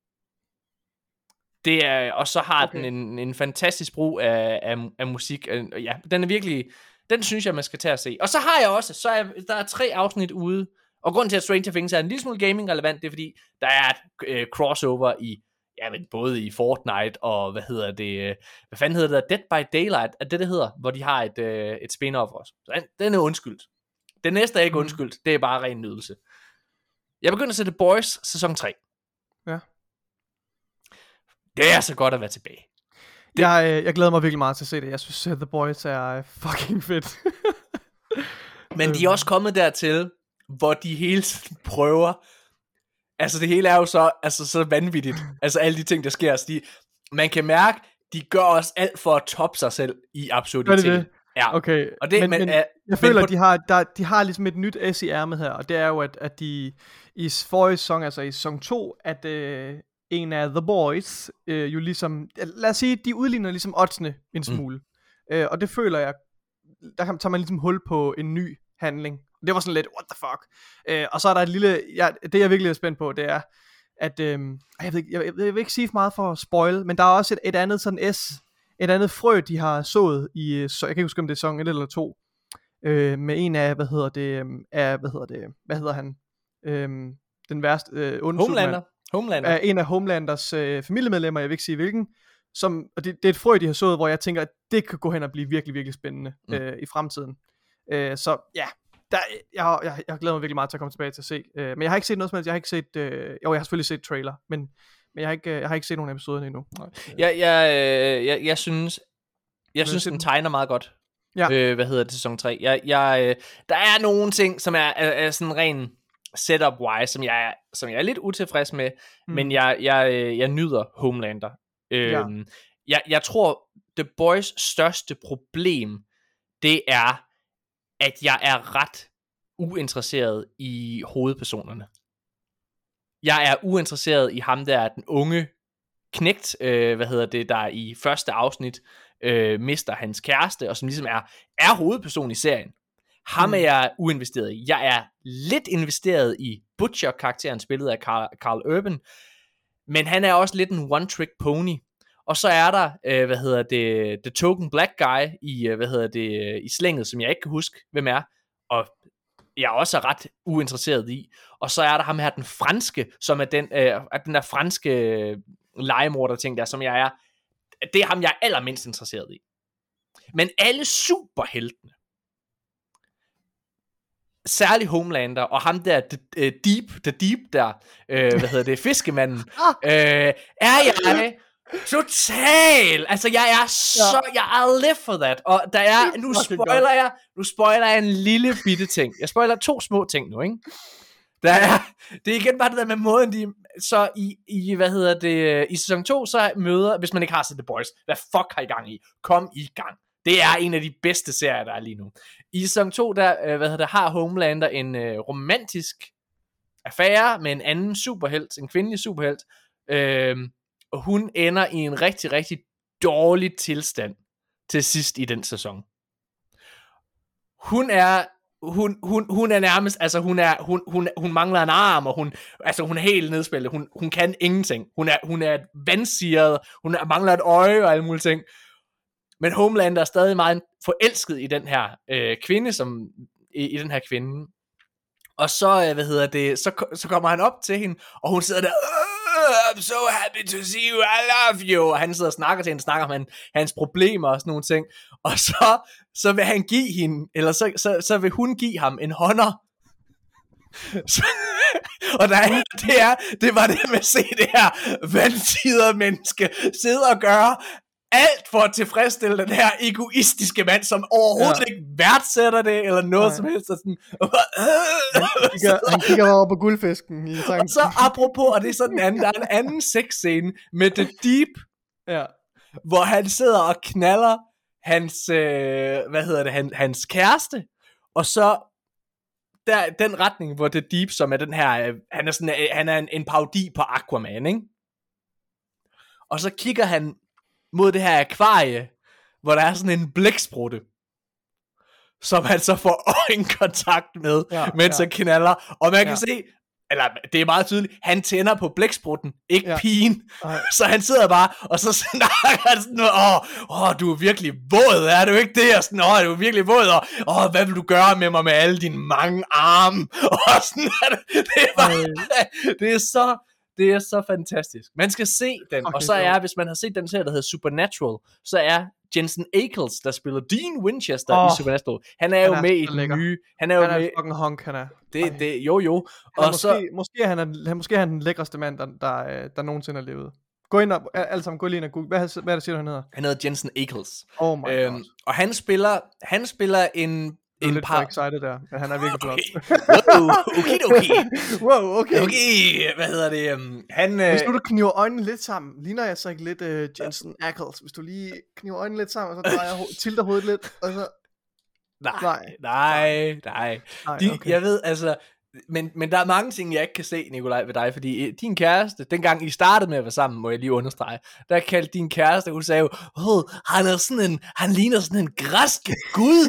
Det er, og så har okay. den en, en fantastisk brug af, af, af musik. Ja, den er virkelig, den synes jeg, man skal tage at se. Og så har jeg også, så er, der er tre afsnit ude. Og grunden til, at Stranger Things er en lille smule gaming-relevant, det er fordi, der er et øh, crossover i, ja, men både i Fortnite og, hvad hedder det, øh, hvad fanden hedder det, Dead by Daylight, er det, det hedder, hvor de har et, øh, et spin-off også. Så den, den er undskyldt. Det næste er ikke mm. undskyldt, det er bare ren nydelse. Jeg begynder at se The Boys sæson tre. Ja. Det er så godt at være tilbage. Det... Jeg, jeg glæder mig virkelig meget til at se det. Jeg synes, at The Boys er fucking fedt. Men de er også kommet dertil, hvor de hele tiden prøver, altså det hele er jo så, altså så vanvittigt, altså alle de ting, der sker, altså de, man kan mærke, de gør også alt for at toppe sig selv i absurditet. Det det? Ja, okay, og det, men, men, men uh, jeg men føler, på... at de har, der, de har ligesom et nyt S i ærmet her, og det er jo, at, at de i forrige sæson, altså i sæson to, at øh, en af The Boys, øh, jo ligesom, lad os sige, de udligner ligesom oddsene en smule, mm. øh, og det føler jeg, der tager man ligesom hul på en ny handling. Det var sådan lidt, what the fuck. Øh, og så er der et lille, ja, det jeg virkelig er spændt på, det er, at, øh, jeg, ved, jeg, jeg, jeg vil ikke sige for meget for at spoil, men der er også et, et andet sådan S, et andet frø, de har sået i, så jeg kan ikke huske om det er sæson et eller to, øh, med en af, hvad hedder det, af, hvad hedder det, hvad hedder han, øh, den værste, øh, onde Homelander. Homelander. Af en af Homelanders øh, familiemedlemmer, jeg vil ikke sige hvilken, som, og det, det er et frø, de har sået, hvor jeg tænker, at det kan gå hen og blive virkelig, virkelig spændende mm. øh, i fremtiden. Øh, så ja, der, jeg, jeg, jeg glæder mig virkelig meget til at komme tilbage til at se. Øh, men jeg har ikke set noget som helst. Jeg har ikke set, øh, jo, jeg har selvfølgelig set trailer, men, men jeg har ikke, jeg har ikke set nogen episoder endnu. Jeg, jeg, øh, jeg, jeg synes, jeg synes den tegner meget godt. Ja. Øh, hvad hedder det, sæson tre. Jeg, jeg, øh, der er nogle ting, som er, er, er sådan ren setup-wise, som jeg, er, som jeg er lidt utilfreds med, mm. men jeg, jeg, jeg nyder Homelander. Øh, ja. jeg, jeg tror, The Boys største problem, det er, at jeg er ret uinteresseret i hovedpersonerne. Jeg er uinteresseret i ham der, den unge knægt, øh, hvad hedder det, der i første afsnit øh, mister hans kæreste, og som ligesom er, er hovedperson i serien. Ham mm. er jeg uinvesteret i. Jeg er lidt investeret i Butcher-karakteren, spillet af Carl, Carl Urban, men han er også lidt en one-trick pony. Og så er der, øh, hvad hedder det, The Token Black Guy i, øh, hvad hedder det, i slænget, som jeg ikke kan huske, hvem er, og jeg er også ret uinteresseret i. Og så er der ham her, den franske, som er den, øh, den der franske legemorder ting der, som jeg er, det er ham, jeg er allermindst interesseret i. Men alle superheltene, særlig Homelander, og ham der, the, uh, Deep, the Deep der, øh, hvad hedder det, fiskemanden, øh, er jeg total, altså jeg er så, ja. jeg er live for that, og der er, nu spoiler jeg, nu spoiler jeg en lille bitte ting, jeg spoiler to små ting nu, ikke? Der er, det er igen bare det der med måden, de, så i, i hvad hedder det, i sæson to, så møder, hvis man ikke har set The Boys, hvad fuck har I gang i? Kom i gang. Det er en af de bedste serier, der er lige nu. I sæson to, der, hvad hedder det, har Homelander en øh, romantisk affære med en anden superhelt, en kvindelig superhelt, øh, og hun ender i en rigtig, rigtig dårlig tilstand til sidst i den sæson. Hun er, hun, hun, hun er nærmest, altså hun er, hun, hun, hun mangler en arm, og hun, altså hun er helt nedspillet, hun, hun kan ingenting. Hun er, hun er vandsiret, hun er, mangler et øje og alle mulige ting. Men Homelander er stadig meget forelsket i den her øh, kvinde, som i, i den her kvinde. Og så, øh, hvad hedder det, så, så kommer han op til hende, og hun sidder der, I'm so happy to see you, I love you. Og han sidder og snakker til hende, snakker om han, hans problemer og sådan nogle ting. Og så, så vil han give hende, eller så, så, så vil hun give ham en hånder. Så, og der er, det, er, det var det med at se det her vansidige menneske sidde og gøre alt for at tilfredsstille den her egoistiske mand, som overhovedet ja. ikke værdsætter det, eller noget Nej. som helst. Sådan, han, kigger, han kigger over på guldfisken i tanken. Og så apropos, og det er sådan anden, der er en anden sexscene med The Deep, ja. hvor han sidder og knaller hans, øh, hvad hedder det, han, hans kæreste, og så der, den retning, hvor The Deep, som er den her, øh, han er, sådan, øh, han er en, en parodi på Aquaman, ikke? Og så kigger han mod det her akvarie, hvor der er sådan en blæksprutte, som han så får øjenkontakt med, ja, mens ja. han knaller. Og man kan ja. se, eller det er meget tydeligt, han tænder på blæksprutten, ikke ja. pigen. Ej. Så han sidder bare, og så snakker han sådan, åh, åh, du er virkelig våd, er du ikke det? Og sådan, åh, du er virkelig våd, og åh, hvad vil du gøre med mig med alle dine mange arme? Og sådan, det er, bare, det er så... Det er så fantastisk. Man skal se den, okay, og så er, hvis man har set den serie, der hedder Supernatural, så er Jensen Ackles, der spiller Dean Winchester oh, i Supernatural. Han er han jo er med i den lækker. nye. Han er jo han er med. Fucking hunk, han er. Det, det, jo jo. Og måske, så måske er han er, måske er han den lækreste mand, der der, der nogensinde har levet. Gå ind og alle sammen gå lige ind og google. Hvad hvad er det siger du han hedder? Han hedder Jensen Ackles. Oh my øhm, god. Og han spiller han spiller en Jeg er lidt par... for excited der, men han er virkelig flot. Wow, okay, okay. Wow, okay. Okay, hvad hedder det? Um, han, hvis nu du kniver øjnene lidt sammen, ligner jeg så ikke lidt uh, Jensen Ackles? Hvis du lige kniver øjnene lidt sammen, og så drejer jeg tilter hovedet lidt, og så... Nej, nej, nej. nej. nej De, okay. Jeg ved, altså... Men, men der er mange ting, jeg ikke kan se, Nikolaj, ved dig, fordi din kæreste, dengang I startede med at være sammen, må jeg lige understrege, der kaldte din kæreste, hun sagde jo, oh, han er sådan en, han ligner sådan en græsk gud.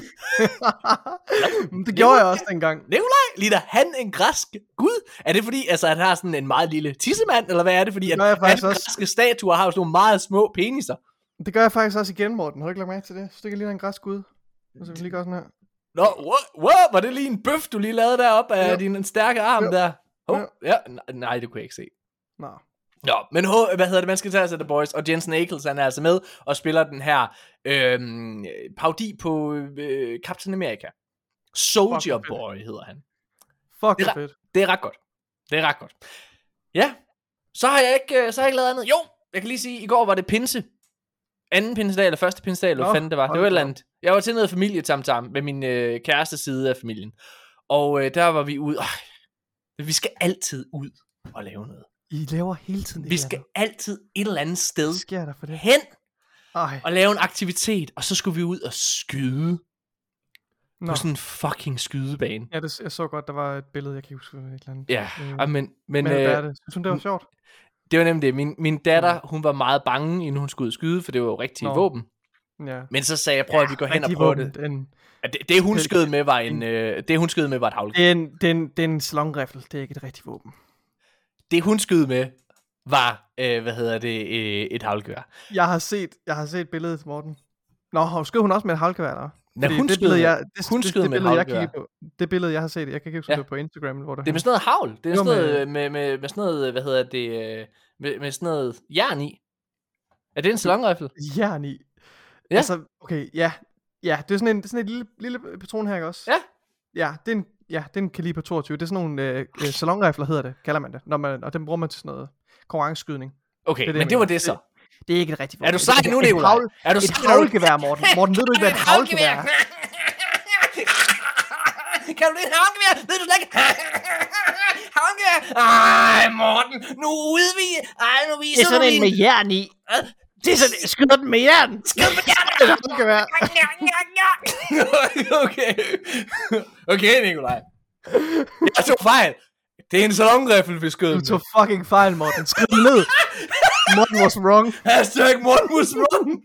Det gjorde jeg også dengang. Nikolaj, ligner han en græsk gud? Er det fordi, altså han har sådan en meget lille tissemand, eller hvad er det, fordi det at hans græske statuer har jo sådan nogle meget små peniser? Det gør jeg faktisk også igen, Morten. Har du ikke lagt mærke til det? Så det kan ligner en græsk gud. Og så kan vi lige gøre sådan her. Nå, what, what? Var det lige en bøf, du lige lavede deroppe af ja. din stærke arm ja. der? Oh, ja. ja. Nej, det kunne jeg ikke se. Nå. Nå, men hvad hedder det, man skal tage sig The Boys, og Jensen Ackles, han er altså med og spiller den her øhm, parodi på øh, Captain America. Soldier Fuck Boy hedder han. Fuck det er, fedt. Det er ret godt. Det er ret godt. Ja, så har jeg ikke, så har jeg ikke lavet andet. Jo, jeg kan lige sige, i går var det pinse. Anden pinsedag eller første pinsedag, eller hvad fanden det var. Det var et eller andet. Jeg var til noget familietamtam med min øh, kæreste side af familien. Og øh, der var vi ude. Øh, vi skal altid ud og lave noget. I laver hele tiden. Vi skal altid et eller andet sted sker der for det? hen Ej. og lave en aktivitet. Og så skulle vi ud og skyde. Nå. På sådan en fucking skydebane. Ja, det, jeg så godt, der var et billede, jeg kan ikke huske et eller andet. Ja, øh, men... men øh, øh, det. Synes hun, det var sjovt? Det var nemlig det. Min, min datter, hun var meget bange, inden hun skulle ud skyde, for det var jo rigtige våben. Ja. Men så sagde jeg, prøv at vi går hen og prøver det. Den, det. Det hun skød med var en, øh, det hun skød med var et havlgevær. Det er en, det er en, det er en slongrifle, det er ikke et rigtigt våben. Det hun skød med var, øh, hvad hedder det, øh, et havlgevær. Jeg har set, jeg har set billedet, Morten. Nå, skød hun også med et havlgevær der? Nej, hun skød med, jeg, det, hun det, skød det, med det, et havlgevær. Det billede, jeg har set, jeg kan ikke huske ja. det på Instagram. Hvor det, det er med sådan noget havl. Det er sådan noget med, med, med sådan noget, hvad hedder det, med, med sådan noget jern i. Er det en salonrifle? Jern i? Ja. Altså, okay, ja. Ja, det er sådan en, det er sådan et lille, lille patron her, ikke også? Ja. Ja, det er en, ja, det er en kaliber toogtyve. Det er sådan nogle øh, salonrifler, hedder det, kalder man det. Når man, og dem bruger man til sådan noget konkurrenceskydning. det Okay, det, men det var det så. Det, det er ikke et rigtigt våben. Er du sej nu, Nicolaj? Er du et havlgevær, Morten? Morten, ved du ikke, hvad et havlgevær er? Kan du det et havlgevær? Ved du slet ikke? Havlgevær? Ej, Morten, nu udviger. Ej, nu viser du. Det er sådan en med jern i. Det er sådan, skyder den med jern. Skyd med jern. Okay. Okay, Nicolaj. Jeg tog fejl. Det er en salongrifle, vi skød. Du tog fucking fejl, Morten. Skyd den ned. Morten was wrong. Hashtag Morten was wrong.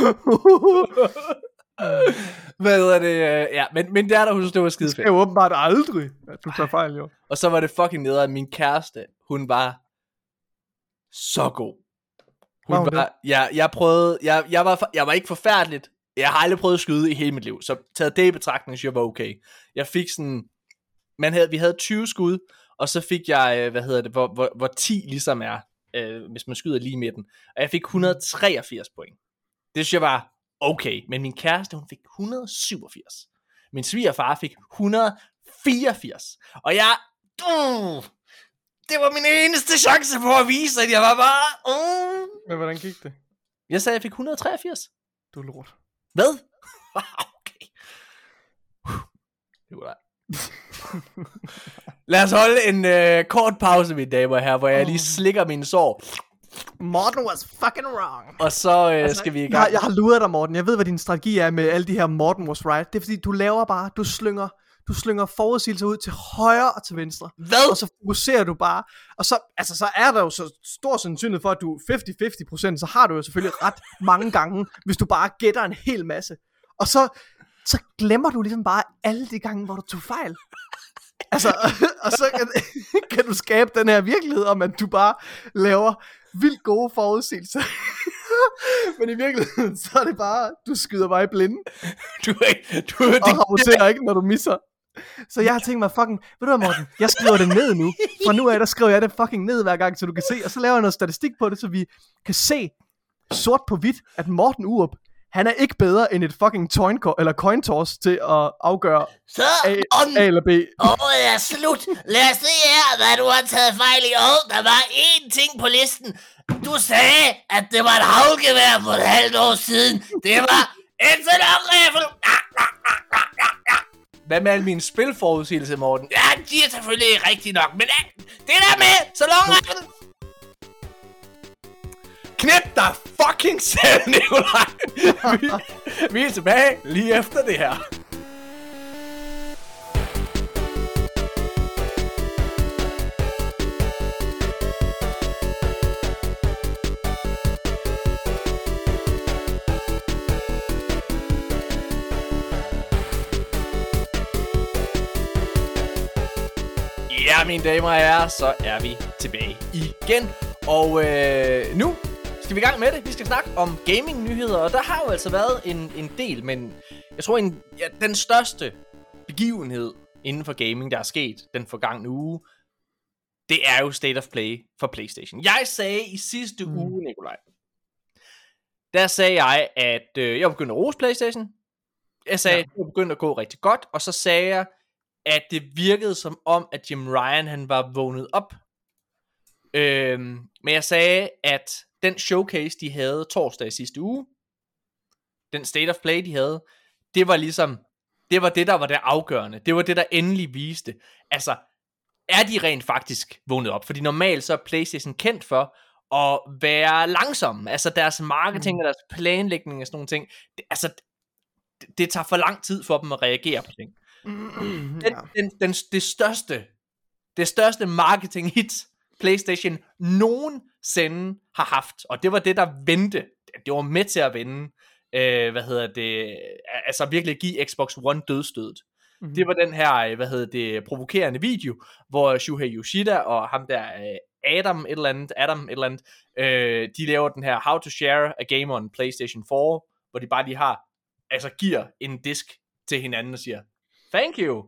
Hvad hedder det? Ja, men, men der, der hun synes, det var skide fedt. Det er jo åbenbart aldrig, at du tager fejl, jo. Og så var det fucking nede, at min kæreste, hun var så god. Hun var, var ja, jeg prøvede, jeg, jeg, var, jeg var ikke forfærdeligt. Jeg har aldrig prøvet at skyde i hele mit liv, så taget det i betragtning, så jeg var okay. Jeg fik sådan, man havde, vi havde tyve skud, og så fik jeg, hvad hedder det, hvor, hvor, hvor ti ligesom er, øh, hvis man skyder lige i midten. Og jeg fik et hundrede og treogfirs point. Det synes jeg var okay, men min kæreste, hun fik et hundrede og syvogfirs. Min svigerfar fik et hundrede og fireogfirs. Og jeg, uh, det var min eneste chance for at vise, at jeg var bare, uh. Men hvordan gik det? Jeg sagde, at jeg fik et hundrede og treogfirs. Du er lort. Hvad? Okay. Det var der. Lad os holde en øh, kort pause, mine damer her, hvor jeg lige slikker mine sår. Morten was fucking wrong. Og så øh, altså, skal vi i gang. Jeg har, jeg har luret dig, Morten. Jeg ved, hvad din strategi er med alle de her Morten was right. Det er fordi, du laver bare, du slynger, du slynger forudsigelser ud til højre og til venstre. Hvad? Og så fokuserer du bare, og så, altså, så er der jo så stor sandsynlighed for, at du halvtreds halvtreds procent, så har du jo selvfølgelig ret mange gange, hvis du bare gætter en hel masse. Og så, så glemmer du ligesom bare alle de gange, hvor du tog fejl. Altså, og så kan, kan du skabe den her virkelighed om, at du bare laver vildt gode forudsigelser. Men i virkeligheden, så er det bare, du skyder bare i blinde. Du, du, og harmonerer ikke, når du misser. Så jeg har tænkt mig fucking, ved du hvad, Morten, jeg skriver det ned nu. Fra nu af, der skriver jeg det fucking ned hver gang, så du kan se. Og så laver jeg noget statistik på det, så vi kan se sort på hvidt, at Morten Urup, han er ikke bedre end et fucking coin, eller coin toss til at afgøre så, A, om, A eller B. Året er slut. Lad os se her, hvad du har taget fejl i. Åh, der var én ting på listen. Du sagde, at det var et havlgevær for et halvt år siden. Det var en salongrifle. Hvad med alle mine spilforudsigelser, Morten? Ja, de er selvfølgelig rigtigt nok, men det der med salongrifle. Knip dig fucking selv, Nikolaj. vi, vi er tilbage lige efter det her. Ja, mine damer og herrer, så er vi tilbage igen. Og øh, nu skal vi i gang med det. Vi skal snakke om gaming-nyheder, og der har jo altså været en, en del, men jeg tror, en, ja, den største begivenhed inden for gaming, der er sket den forgangne uge, det er jo State of Play for PlayStation. Jeg sagde i sidste mm. uge, Nikolaj, der sagde jeg, at øh, jeg var begyndt at rose PlayStation. Jeg sagde, ja. at det var begyndt at gå rigtig godt, og så sagde jeg, at det virkede som om, at Jim Ryan, han var vågnet op. Øhm, men jeg sagde, at den showcase, de havde torsdag i sidste uge, den State of Play, de havde, det var ligesom, det var det, der var det afgørende. Det var det, der endelig viste. Altså, er de rent faktisk vågnet op? Fordi normalt så er PlayStation kendt for at være langsomme. Altså deres marketing og deres planlægning og sådan nogle ting. Det, altså, det, det tager for lang tid for dem at reagere på ting. Den, den, den, det største det største marketing hit PlayStation nogensinde har haft, og det var det der vendte, det var med til at vende øh, hvad hedder det, altså virkelig give Xbox One dødstødet. Mm-hmm. Det var den her, hvad hedder det, provokerende video, hvor Shuhei Yoshida og ham der Adam et eller andet, Adam et eller andet, øh, de laver den her How to Share a Game on PlayStation four, hvor de bare lige har, altså giver en disk til hinanden og siger thank you.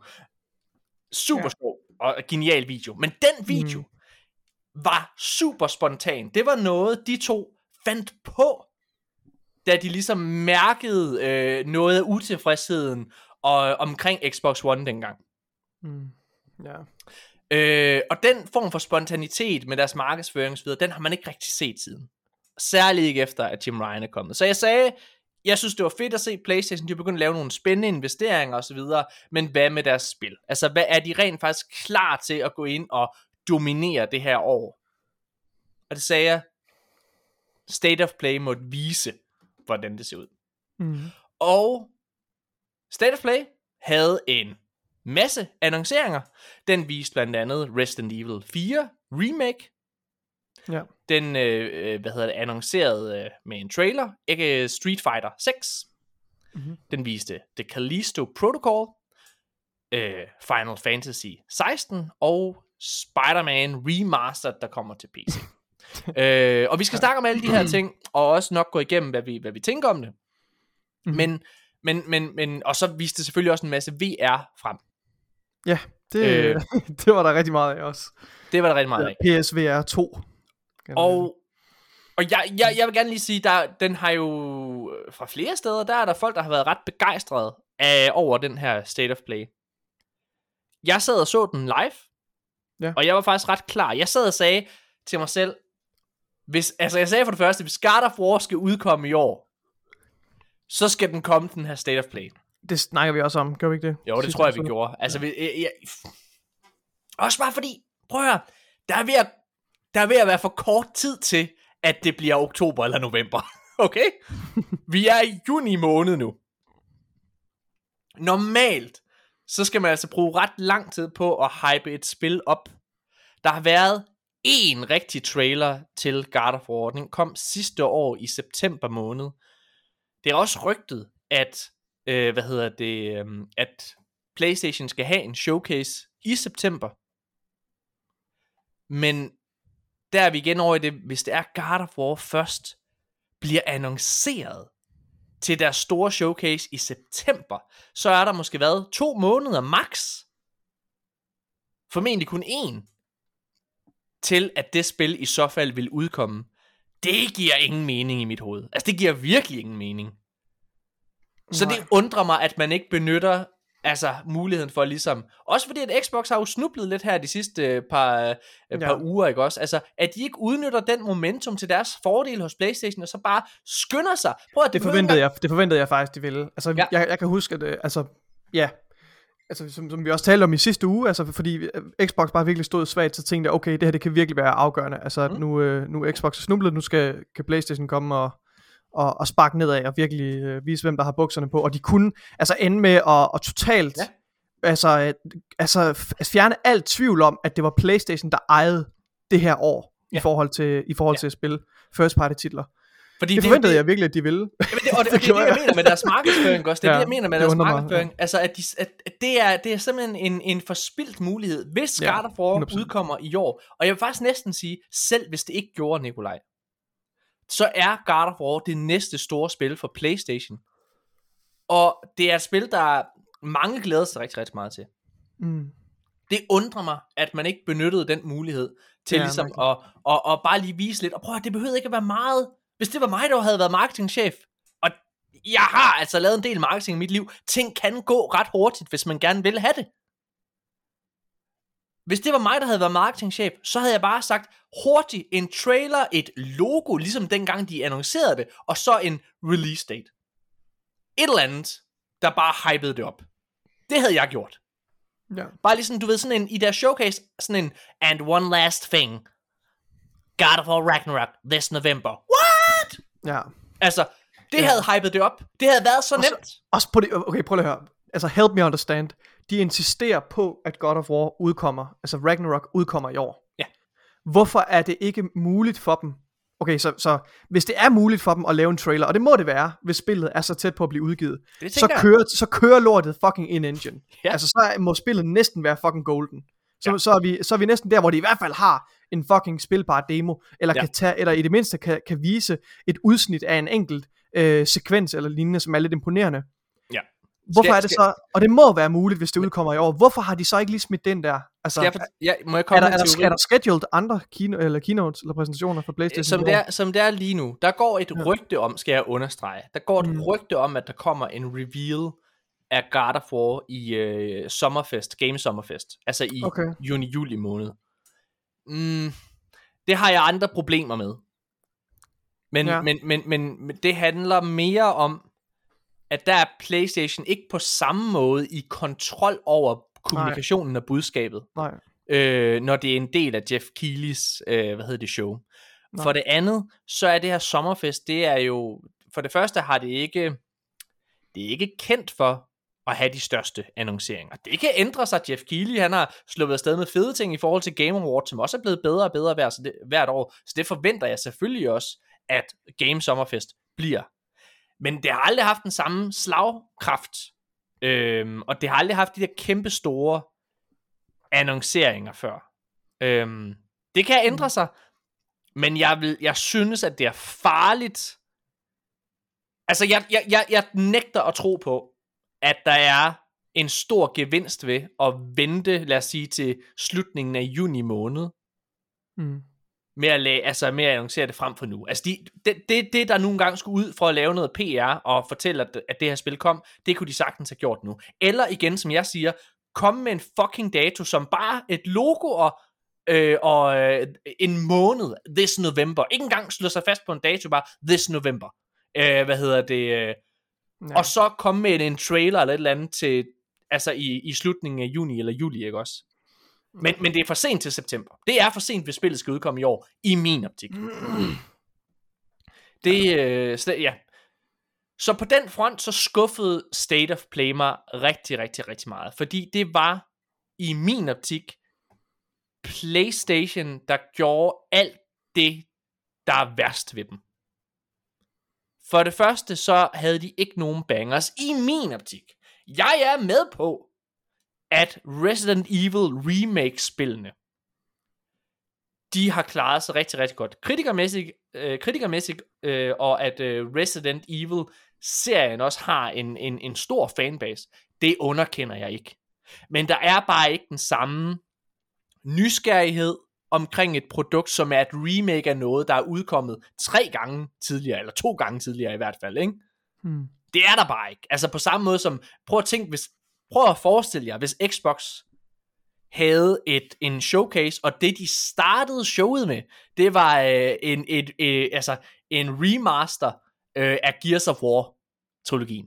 Super sjov og genial video. Men den video mm. var super spontan. Det var noget, de to fandt på, da de ligesom mærkede øh, noget af utilfredsheden og, omkring Xbox One dengang. Mm. Ja. Øh, og den form for spontanitet med deres markedsføring og så videre, den har man ikke rigtig set siden. Særligt ikke efter, at Jim Ryan er kommet. Så jeg sagde, jeg synes, det var fedt at se PlayStation, de begyndte at lave nogle spændende investeringer og så videre, men hvad med deres spil? Altså, hvad er de rent faktisk klar til at gå ind og dominere det her år? Og det sagde jeg, State of Play måtte vise, hvordan det ser ud. Mm. Og State of Play havde en masse annonceringer. Den viste blandt andet Resident Evil four Remake. Ja. Den øh, hvad hedder det, annoncerede øh, med en trailer, ikke Street Fighter six. Mm-hmm. Den viste The Callisto Protocol, øh, Final Fantasy sixteen og Spider-Man Remastered, der kommer til P C. øh, og vi skal snakke om alle de her ting, og også nok gå igennem, hvad vi, hvad vi tænker om det. Mm-hmm. Men, men, men, men, og så viste det selvfølgelig også en masse V R frem. Ja, det, øh, det var der rigtig meget af også. Det var der rigtig meget af. P S V R to. Og, og jeg, jeg, jeg vil gerne lige sige, der, den har jo fra flere steder, der er der folk, der har været ret begejstrede af, over den her State of Play. Jeg sad og så den live, ja. Og jeg var faktisk ret klar. Jeg sad og sagde til mig selv, hvis, altså jeg sagde for det første, hvis God of War skal udkomme i år, så skal den komme, den her State of Play. Det snakker vi også om, gør vi ikke det? Jo, det Sidste tror jeg, vi gjorde. Altså, ja. vi, jeg, jeg, også bare fordi, prøv at høre, der er ved at Der er ved at være for kort tid til, at det bliver oktober eller november. Okay? Vi er i juni måned nu. Normalt, så skal man altså bruge ret lang tid på at hype et spil op. Der har været en rigtig trailer til God of War. Den kom sidste år i september måned. Det er også rygtet, at, øh, hvad hedder det, øh, at PlayStation skal have en showcase i september. Men der er vi igen over i det, hvis det er God of War først bliver annonceret til deres store showcase i september, så er der måske været to måneder max, formentlig kun én, til at det spil i så fald vil udkomme. Det giver ingen mening i mit hoved. Altså det giver virkelig ingen mening. Så Nej. Det undrer mig, at man ikke benytter altså muligheden for ligesom, også fordi at Xbox har jo snublet lidt her de sidste par, ja. par uger, ikke også? Altså, at de ikke udnytter den momentum til deres fordel hos PlayStation, og så bare skynder sig. Prøv at det, forventede jeg, det forventede jeg faktisk, de ville. Altså, ja. jeg, jeg kan huske, at det, altså, ja, altså, som, som vi også talte om i sidste uge, altså, fordi Xbox bare virkelig stod svagt, så tænkte jeg, okay, det her, det kan virkelig være afgørende. Altså, at mm. nu, øh, nu er Xbox snublet, nu skal, kan PlayStation komme og Og, og sparke nedad og virkelig øh, vise, hvem der har bukserne på. Og de kunne altså ende med at, at totalt ja. altså, altså fjerne alt tvivl om, at det var PlayStation, der ejede det her år ja. i forhold til i forhold ja. til at spille first party titler. Fordi det, det forventede det, jeg virkelig, at de ville. Jamen det, og det, og det er det, jeg mener med deres markedsføring også. Det er ja, det, jeg mener med deres markedsføring. Mig, ja. Altså, at, de, at, at det, er, det er simpelthen en, en forspildt mulighed, hvis ja, God of War udkommer i år. Og jeg vil faktisk næsten sige, selv hvis det ikke gjorde, Nikolaj, så er God of War det næste store spil for PlayStation. Og det er et spil, der mange glæder sig rigtig, rigtig meget til. Mm. Det undrer mig, at man ikke benyttede den mulighed til ja, ligesom at, at, at bare lige vise lidt. Og prøv at det behøvede ikke at være meget. Hvis det var mig, der havde været marketingchef, og jeg har altså lavet en del marketing i mit liv, ting kan gå ret hurtigt, hvis man gerne vil have det. Hvis det var mig, der havde været marketingchef, så havde jeg bare sagt hurtigt en trailer, et logo, ligesom dengang de annoncerede det, og så en release date. Et eller andet, der bare hypede det op. Det havde jeg gjort. Ja. Bare ligesom, du ved, sådan en, i deres showcase, sådan en, and one last thing, God of War Ragnarok this November. What? Ja. Altså, det ja. havde hypet det op. Det havde været så også, nemt. Også på det, okay, prøv lige at høre. Altså, help me understand. De insisterer på, at God of War udkommer, altså Ragnarok udkommer i år. Ja. Hvorfor er det ikke muligt for dem? Okay, så, så hvis det er muligt for dem at lave en trailer, og det må det være, hvis spillet er så tæt på at blive udgivet, så kører, så kører lortet fucking in-engine. Ja. Altså, så må spillet næsten være fucking golden. Så, ja. så, er vi, så er vi næsten der, hvor de i hvert fald har en fucking spilbar demo, eller, ja. kan tage, eller i det mindste kan, kan vise et udsnit af en enkelt øh, sekvens eller lignende, som er lidt imponerende. Ja. Hvorfor skal, er det så, og det må være muligt, hvis det udkommer i år, hvorfor har de så ikke lige smidt den der? Altså, jeg for, ja, må jeg komme er, der, er, der, er der scheduled andre keyno- eller keynotes eller præsentationer for PlayStation? Som det, er, som det er lige nu, der går et ja. rygte om, skal jeg understrege, der går et mm. rygte om, at der kommer en reveal af God of War i øh, Sommerfest, Game Sommerfest, altså i okay. juni-juli måned. Mm, det har jeg andre problemer med. Men, ja. men, men, men, men det handler mere om, at der er PlayStation ikke på samme måde i kontrol over kommunikationen Nej. af budskabet. Nej. Øh, når det er en del af Jeff Keighlys, øh, hvad hedder det, show. Nej. For det andet, så er det her Sommerfest, det er jo, for det første har det ikke, det er ikke kendt for at have de største annonceringer. Det kan ændre sig. Jeff Keighley, han har sluppet afsted med fede ting i forhold til Game Awards, som også er blevet bedre og bedre hvert, hvert år. Så det forventer jeg selvfølgelig også, at Game Sommerfest bliver. Men det har aldrig haft den samme slagkraft, øhm, og det har aldrig haft de der kæmpe store annonceringer før. Øhm, det kan ændre sig, men jeg, vil, jeg synes, at det er farligt. Altså, jeg, jeg, jeg, jeg nægter at tro på, at der er en stor gevinst ved at vente, lad os sige, til slutningen af juni måned, mm. med at, lave, altså med at annoncere det frem for nu. Altså de, det, det, det, der nogle gange skulle ud for at lave noget P R og fortælle, at, at det her spil kom, det kunne de sagtens have gjort nu. Eller igen, som jeg siger, komme med en fucking dato, som bare et logo og, øh, og øh, en måned, this November. Ikke engang slå sig fast på en dato, bare this November. Øh, hvad hedder det? Øh, og så komme med en trailer eller et eller andet til, altså i, i slutningen af juni eller juli, ikke også? Men, men det er for sent til september. Det er for sent, hvis spillet skal udkomme i år, i min optik. Det, øh, slet, ja. Så på den front, så skuffede State of Play mig rigtig, rigtig, rigtig meget. Fordi det var, i min optik, PlayStation, der gjorde alt det, der er værst ved dem. For det første, så havde de ikke nogen bangers, i min optik. Jeg er med på, at Resident Evil remake-spillene, de har klaret sig rigtig, rigtig godt. Kritikermæssigt, øh, kritikermæssigt øh, og at øh, Resident Evil-serien også har en, en, en stor fanbase, det underkender jeg ikke. Men der er bare ikke den samme nysgerrighed omkring et produkt, som er et remake af noget, der er udkommet tre gange tidligere, eller to gange tidligere i hvert fald, ikke? Hmm. Det er der bare ikke. Altså på samme måde som, prøv at tænke, hvis, prøv at forestille jer, hvis Xbox havde et, en showcase, og det de startede showet med, det var øh, en, et, øh, altså, en remaster øh, af Gears of War-trilogien.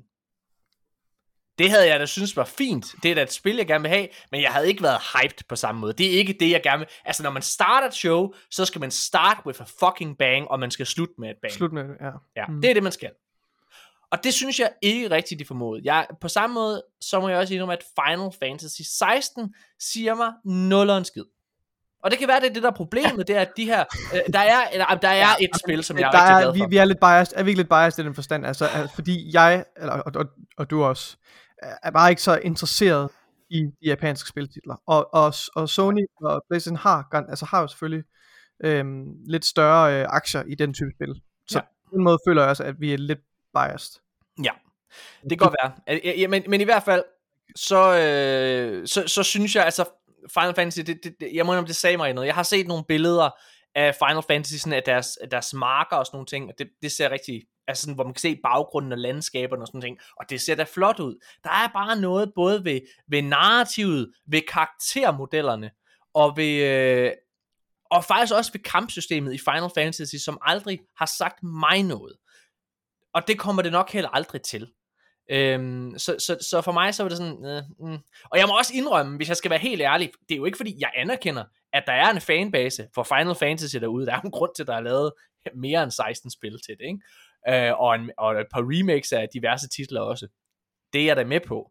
Det havde jeg da synes var fint. Det er da et spil, jeg gerne vil have, men jeg havde ikke været hyped på samme måde. Det er ikke det, jeg gerne vil. Altså, når man starter et show, så skal man start with a fucking bang, og man skal slutte med et bang. Slut med det, ja. Ja, mm. det er det, man skal. Og det synes jeg ikke rigtigt, de formåede. Jeg, på samme måde, så må jeg også indrømme, at Final Fantasy seksten siger mig nul og en skid. Og det kan være, det er det, der er problemet, det er, at de her, øh, der er, eller, der er et spil, som jeg er der rigtig er, glad for. Vi, vi er lidt biased, er vi ikke lidt biased i den forstand, altså, altså fordi jeg, eller, og, og, og du også, er bare ikke så interesseret i de japanske spiltitler. Og, og, og Sony og PlayStation har, altså har jo selvfølgelig øhm, lidt større øh, aktier i den type spil. Så ja. På den måde føler jeg også, at vi er lidt biased. Ja, det kan godt være. Ja, men, men i hvert fald, så, øh, så, så synes jeg, altså Final Fantasy, det, det, det, jeg må det sagde mig noget. Jeg har set nogle billeder af Final Fantasy, sådan af deres, deres marker og sådan nogle ting, og det, det ser rigtig, altså sådan, hvor man kan se baggrunden og landskaberne og sådan nogle ting, og det ser da flot ud. Der er bare noget både ved, ved narrativet, ved karaktermodellerne, og ved, øh, og faktisk også ved kampsystemet i Final Fantasy, som aldrig har sagt mig noget. Og det kommer det nok heller aldrig til. Øhm, så, så, så for mig så var det sådan øh, mm. Og jeg må også indrømme, hvis jeg skal være helt ærlig, det er jo ikke fordi jeg anerkender, at der er en fanbase for Final Fantasy derude. Der er en grund til, at der er lavet mere end seksten spil til det, ikke? Øh, og, en, og et par remakes af diverse titler også. Det er jeg da med på.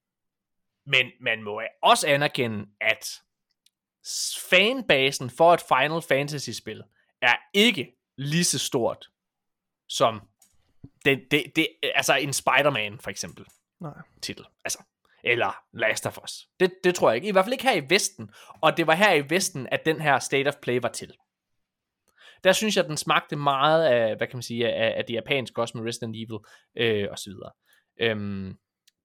Men man må også anerkende, at fanbasen for et Final Fantasy spil er ikke lige så stort som Det, det, det, altså en Spider-Man for eksempel. Nej. Titel, altså. Eller Last of Us. Det, det tror jeg ikke. I hvert fald ikke her i Vesten. Og det var her i Vesten, at den her State of Play var til. Der synes jeg, at den smagte meget af, hvad kan man sige, af, af det japanske også med Resident Evil øh, og så videre. Øhm.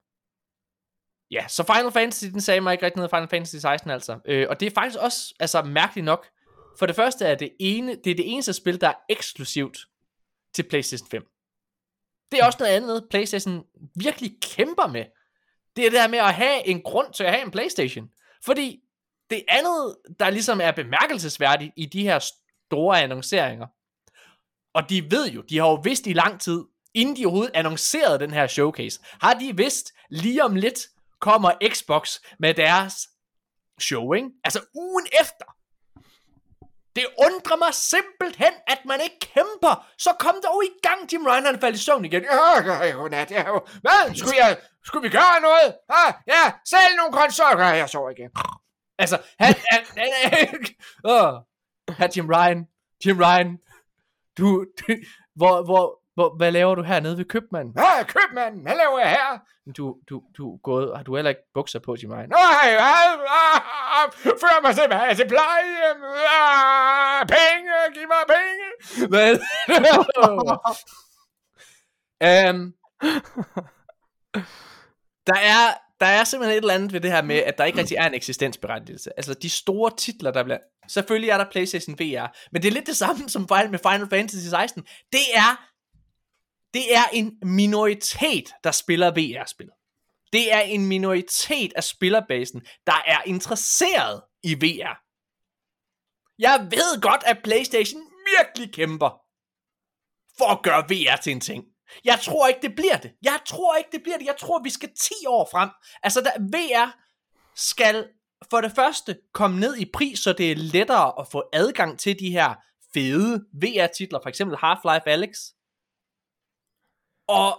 Ja, så Final Fantasy, den sagde mig ikke rigtig noget Final Fantasy seksten altså. Øh, og det er faktisk også, altså mærkeligt nok. For det første er det ene, det er det eneste spil, der er eksklusivt til PlayStation fem. Det er også noget andet, PlayStation virkelig kæmper med. Det er det her med at have en grund til at have en PlayStation. Fordi det andet, der ligesom er bemærkelsesværdigt i de her store annonceringer, og de ved jo, de har jo vidst i lang tid, inden de overhovedet annoncerede den her showcase, har de vidst, lige om lidt kommer Xbox med deres show, ikke? Altså ugen efter. Det undrer mig simpelthen, at man ikke kæmper. Så kom dog i gang, Jim Ryan, han faldt i søvn igen. Ja, godnat, ja. Hvad? Skulle, jeg, skulle vi gøre noget? Ah, ja, sælg nogle konsoller. Jeg sover igen. Altså, han... han, han, han åh, her Jim Ryan. Jim Ryan. Du... du hvor, hvor, hvor, hvad laver du hernede ved købmanden? Ja, købmanden. Hvad laver jeg her? Du, du, du gået... Har du heller ikke bukser på, Jim Ryan? Nej, før mig simpelthen til plejehjem. Penge, giv mig penge. Hvad? um, der er der er simpelthen et eller andet ved det her med, at der ikke rigtig er en eksistensberettigelse. Altså de store titler, der bliver... Selvfølgelig er der PlayStation V R, men det er lidt det samme som med Final Fantasy seksten. Det er, det er en minoritet, der spiller V R-spil. Det er en minoritet af spillerbasen, der er interesseret i V R. Jeg ved godt, at PlayStation virkelig kæmper for at gøre V R til en ting. Jeg tror ikke, det bliver det. Jeg tror ikke, det bliver det. Jeg tror, vi skal ti år frem. Altså, der, V R skal for det første komme ned i pris, så det er lettere at få adgang til de her fede V R-titler, for eksempel Half-Life Alyx. Og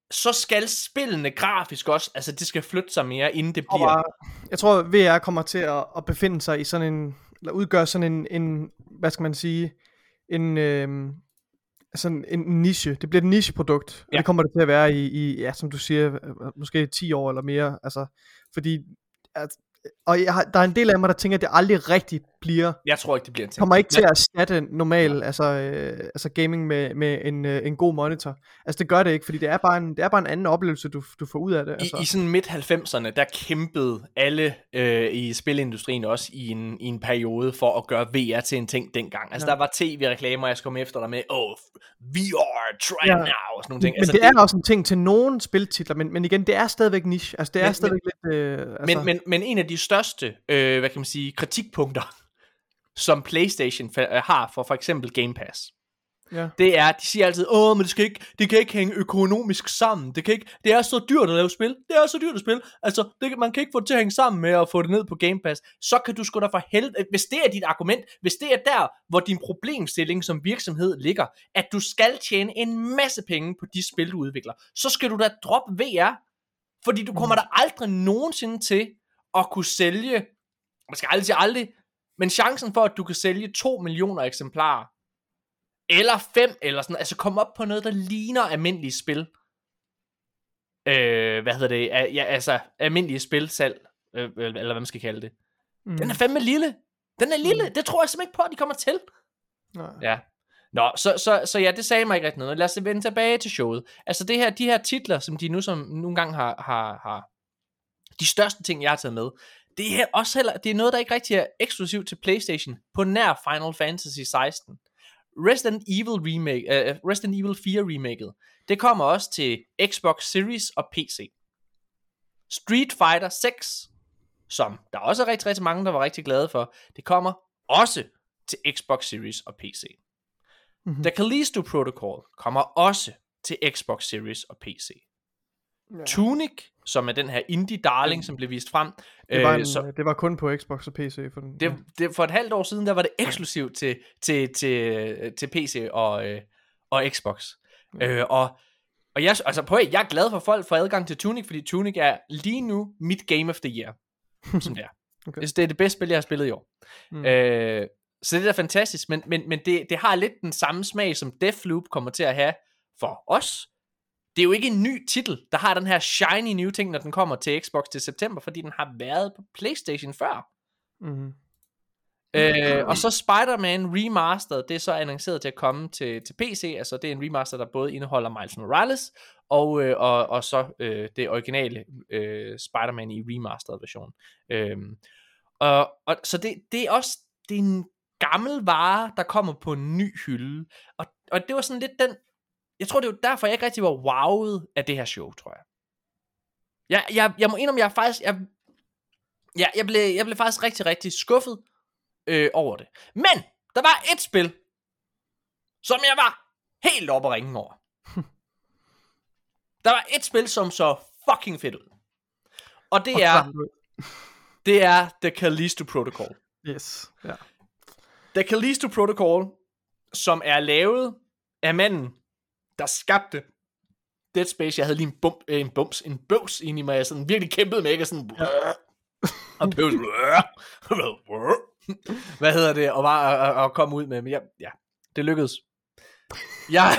så skal spillene grafisk også, altså det skal flytte sig mere, inden det bliver... Og, jeg tror, V R kommer til at, at befinde sig i sådan en, eller udgøre sådan en, en hvad skal man sige, en, øh, sådan en niche. Det bliver et nicheprodukt, ja. Og det kommer det til at være i, i, ja, som du siger, måske ti år eller mere, altså, fordi... At, og jeg har, der er en del af mig, der tænker, at det aldrig rigtig bliver... Jeg tror ikke, det bliver en ting. Kommer ikke til at erstatte normal, altså, øh, altså gaming med, med en, øh, en god monitor. Altså det gør det ikke, fordi det er bare en, det er bare en anden oplevelse, du, du får ud af det. Altså. I, i sådan midt halvfemserne, der kæmpede alle øh, i spilindustrien også i en, i en periode for at gøre V R til en ting dengang. Altså ja. Der var tv-reklamer, jeg skulle komme efter dig med, oh, V R, try ja. now, og sådan nogle ting. Men altså, det, det er også en ting til nogle spiltitler, men, men igen, det er stadigvæk niche. Altså det er men, stadigvæk men, lidt... Øh, altså. men, men, men en af de største, øh, hvad kan man sige, kritikpunkter, som PlayStation har for for eksempel Game Pass, ja. Det er, de siger altid, åh, men det skal ikke, det kan ikke hænge økonomisk sammen, det kan ikke, det er så dyrt at lave spil, det er så dyrt at spille, altså, det, man kan ikke få det til at hænge sammen med at få det ned på Game Pass, så kan du sgu da for helvede, hvis det er dit argument, hvis det er der, hvor din problemstilling som virksomhed ligger, at du skal tjene en masse penge på de spil, du udvikler, så skal du da droppe V R, fordi du kommer mm. der aldrig nogensinde til at kunne sælge, man skal aldrig sige aldrig, men chancen for, at du kan sælge to millioner eksemplarer, eller fem, eller sådan, altså komme op på noget, der ligner almindelige spil. Øh, hvad hedder det? Ja, altså, almindelige spilsalg, øh, eller hvad man skal kalde det. Mm. Den er fandme lille. Den er lille. Mm. Det tror jeg simpelthen ikke på, at de kommer til. Nej. Ja. Nå, så, så, så ja, det sagde mig ikke rigtig noget. Lad os vende tilbage til showet. Altså, det her, de her titler, som de nu som nogle gange har, har, har, de største ting, jeg har taget med, det er også heller, det er noget, der ikke rigtig er eksklusivt til PlayStation, på nær Final Fantasy seksten. Resident Evil remake, uh, Resident Evil fire remaket, det kommer også til Xbox Series og P C. Street Fighter seks, som der også er rigtig, rigtig mange, der var rigtig glade for, det kommer også til Xbox Series og P C. Mm-hmm. The Callisto Protocol kommer også til Xbox Series og P C. Ja. Tunic, som er den her indie darling, som blev vist frem. Det var, en, øh, så, det var kun på Xbox og P C. For, den, det, ja. det, for et halvt år siden, der var det eksklusivt til, til, til, til P C og, øh, og Xbox. Ja. Øh, og og jeg, altså, på, jeg er glad for, folk får adgang til Tunic, fordi Tunic er lige nu mit Game of the Year. Som det er. Okay. Det er det bedste spil, jeg har spillet i år. Mm. Øh, så det er fantastisk, men, men, men det, det har lidt den samme smag, som Deathloop kommer til at have for os. Det er jo ikke en ny titel, der har den her shiny new ting, når den kommer til Xbox til september, fordi den har været på PlayStation før. Mm-hmm. Øh, og så Spider-Man Remastered, det er så annonceret til at komme til, til P C, altså det er en remaster, der både indeholder Miles Morales, og, øh, og, og så øh, det originale øh, Spider-Man i remastered version. Øh, og, og så det, det er også, det er en gammel vare, der kommer på en ny hylde, og, og det var sådan lidt den, jeg tror det var derfor, jeg ikke rigtig var wowet af det her show, tror jeg. Jeg, jeg, jeg må indrømme, jeg er faktisk, jeg, jeg, jeg, blev, jeg blev faktisk rigtig, rigtig skuffet øh, over det. Men, der var et spil, som jeg var helt oppe at ringe over. Der var et spil, som så fucking fedt ud. Og det er, det er The Callisto Protocol. Yes, ja. Yeah. The Callisto Protocol, som er lavet af manden, der skabte Dead Space. Jeg havde lige en, bump, en bums, en bøvs ind i mig, jeg sådan virkelig kæmpede med, ikke sådan, ja. Og bøvs, hvad hedder det, og bare at, at komme ud med, men ja, ja, det lykkedes. Ja.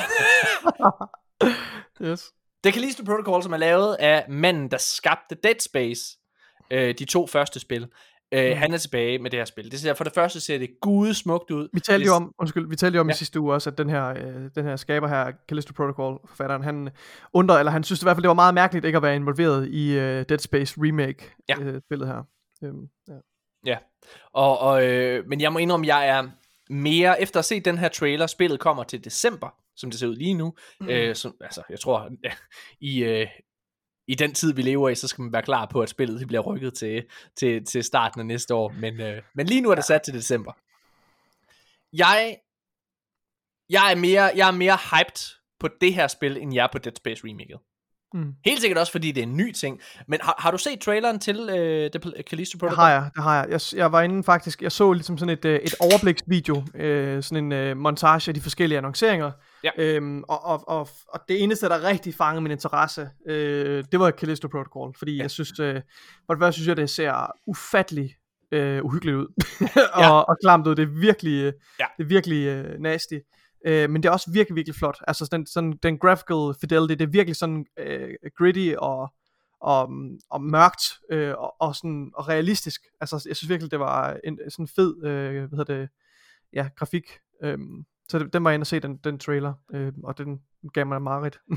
Yes. The Callisto Protocol, som er lavet af manden, der skabte Dead Space, øh, de to første spil. Øh, mm. Han er tilbage med det her spil. Det ser, for det første ser det gudesmukt ud. Vi talte jo om, undskyld, vi talte jo om ja. i sidste uge også, at den her, øh, den her skaber her, Callisto Protocol, forfatteren, han undrede, eller han synes i hvert fald, det var meget mærkeligt ikke at være involveret i øh, Dead Space remake ja. øh, spillet her. Øhm, ja. ja, og, og øh, men jeg må indrømme, jeg er mere, efter at se den her trailer, spillet kommer til december, som det ser ud lige nu, mm. øh, som, altså, jeg tror, ja, i... Øh, I den tid, vi lever i, så skal man være klar på, at spillet bliver rykket til, til, til starten af næste år. Men, øh, men lige nu er det sat til december. Jeg, jeg, er mere, jeg er mere hyped på det her spil, end jeg er på Dead Space Remaket. Mm. Helt sikkert også, fordi det er en ny ting. Men har, har du set traileren til øh, The Callisto Protocol? Det har jeg, det har jeg. jeg. Jeg var inde faktisk, jeg så ligesom sådan et, et overbliksvideo, øh, sådan en øh, montage af de forskellige annonceringer. Ja. Øhm, og, og, og, og det eneste, der rigtig fangede min interesse, øh, det var Callisto Protocol. Fordi ja. jeg synes, øh, for det første synes jeg, det ser ufattelig øh, uhyggeligt ud. og, ja. og klamt ud. Det er virkelig, øh, ja. det er virkelig øh, nasty. Øh, men det er også virkelig, virkelig flot. Altså den, sådan, den graphical fidelity, det er virkelig sådan øh, gritty og, og, og mørkt øh, og, og, sådan, og realistisk. Altså jeg synes virkelig, det var en sådan fed øh, hvad hedder det, ja, grafik. Øh, så det, den var jeg inde og se, den, den trailer, øh, og den gav mig meget ja,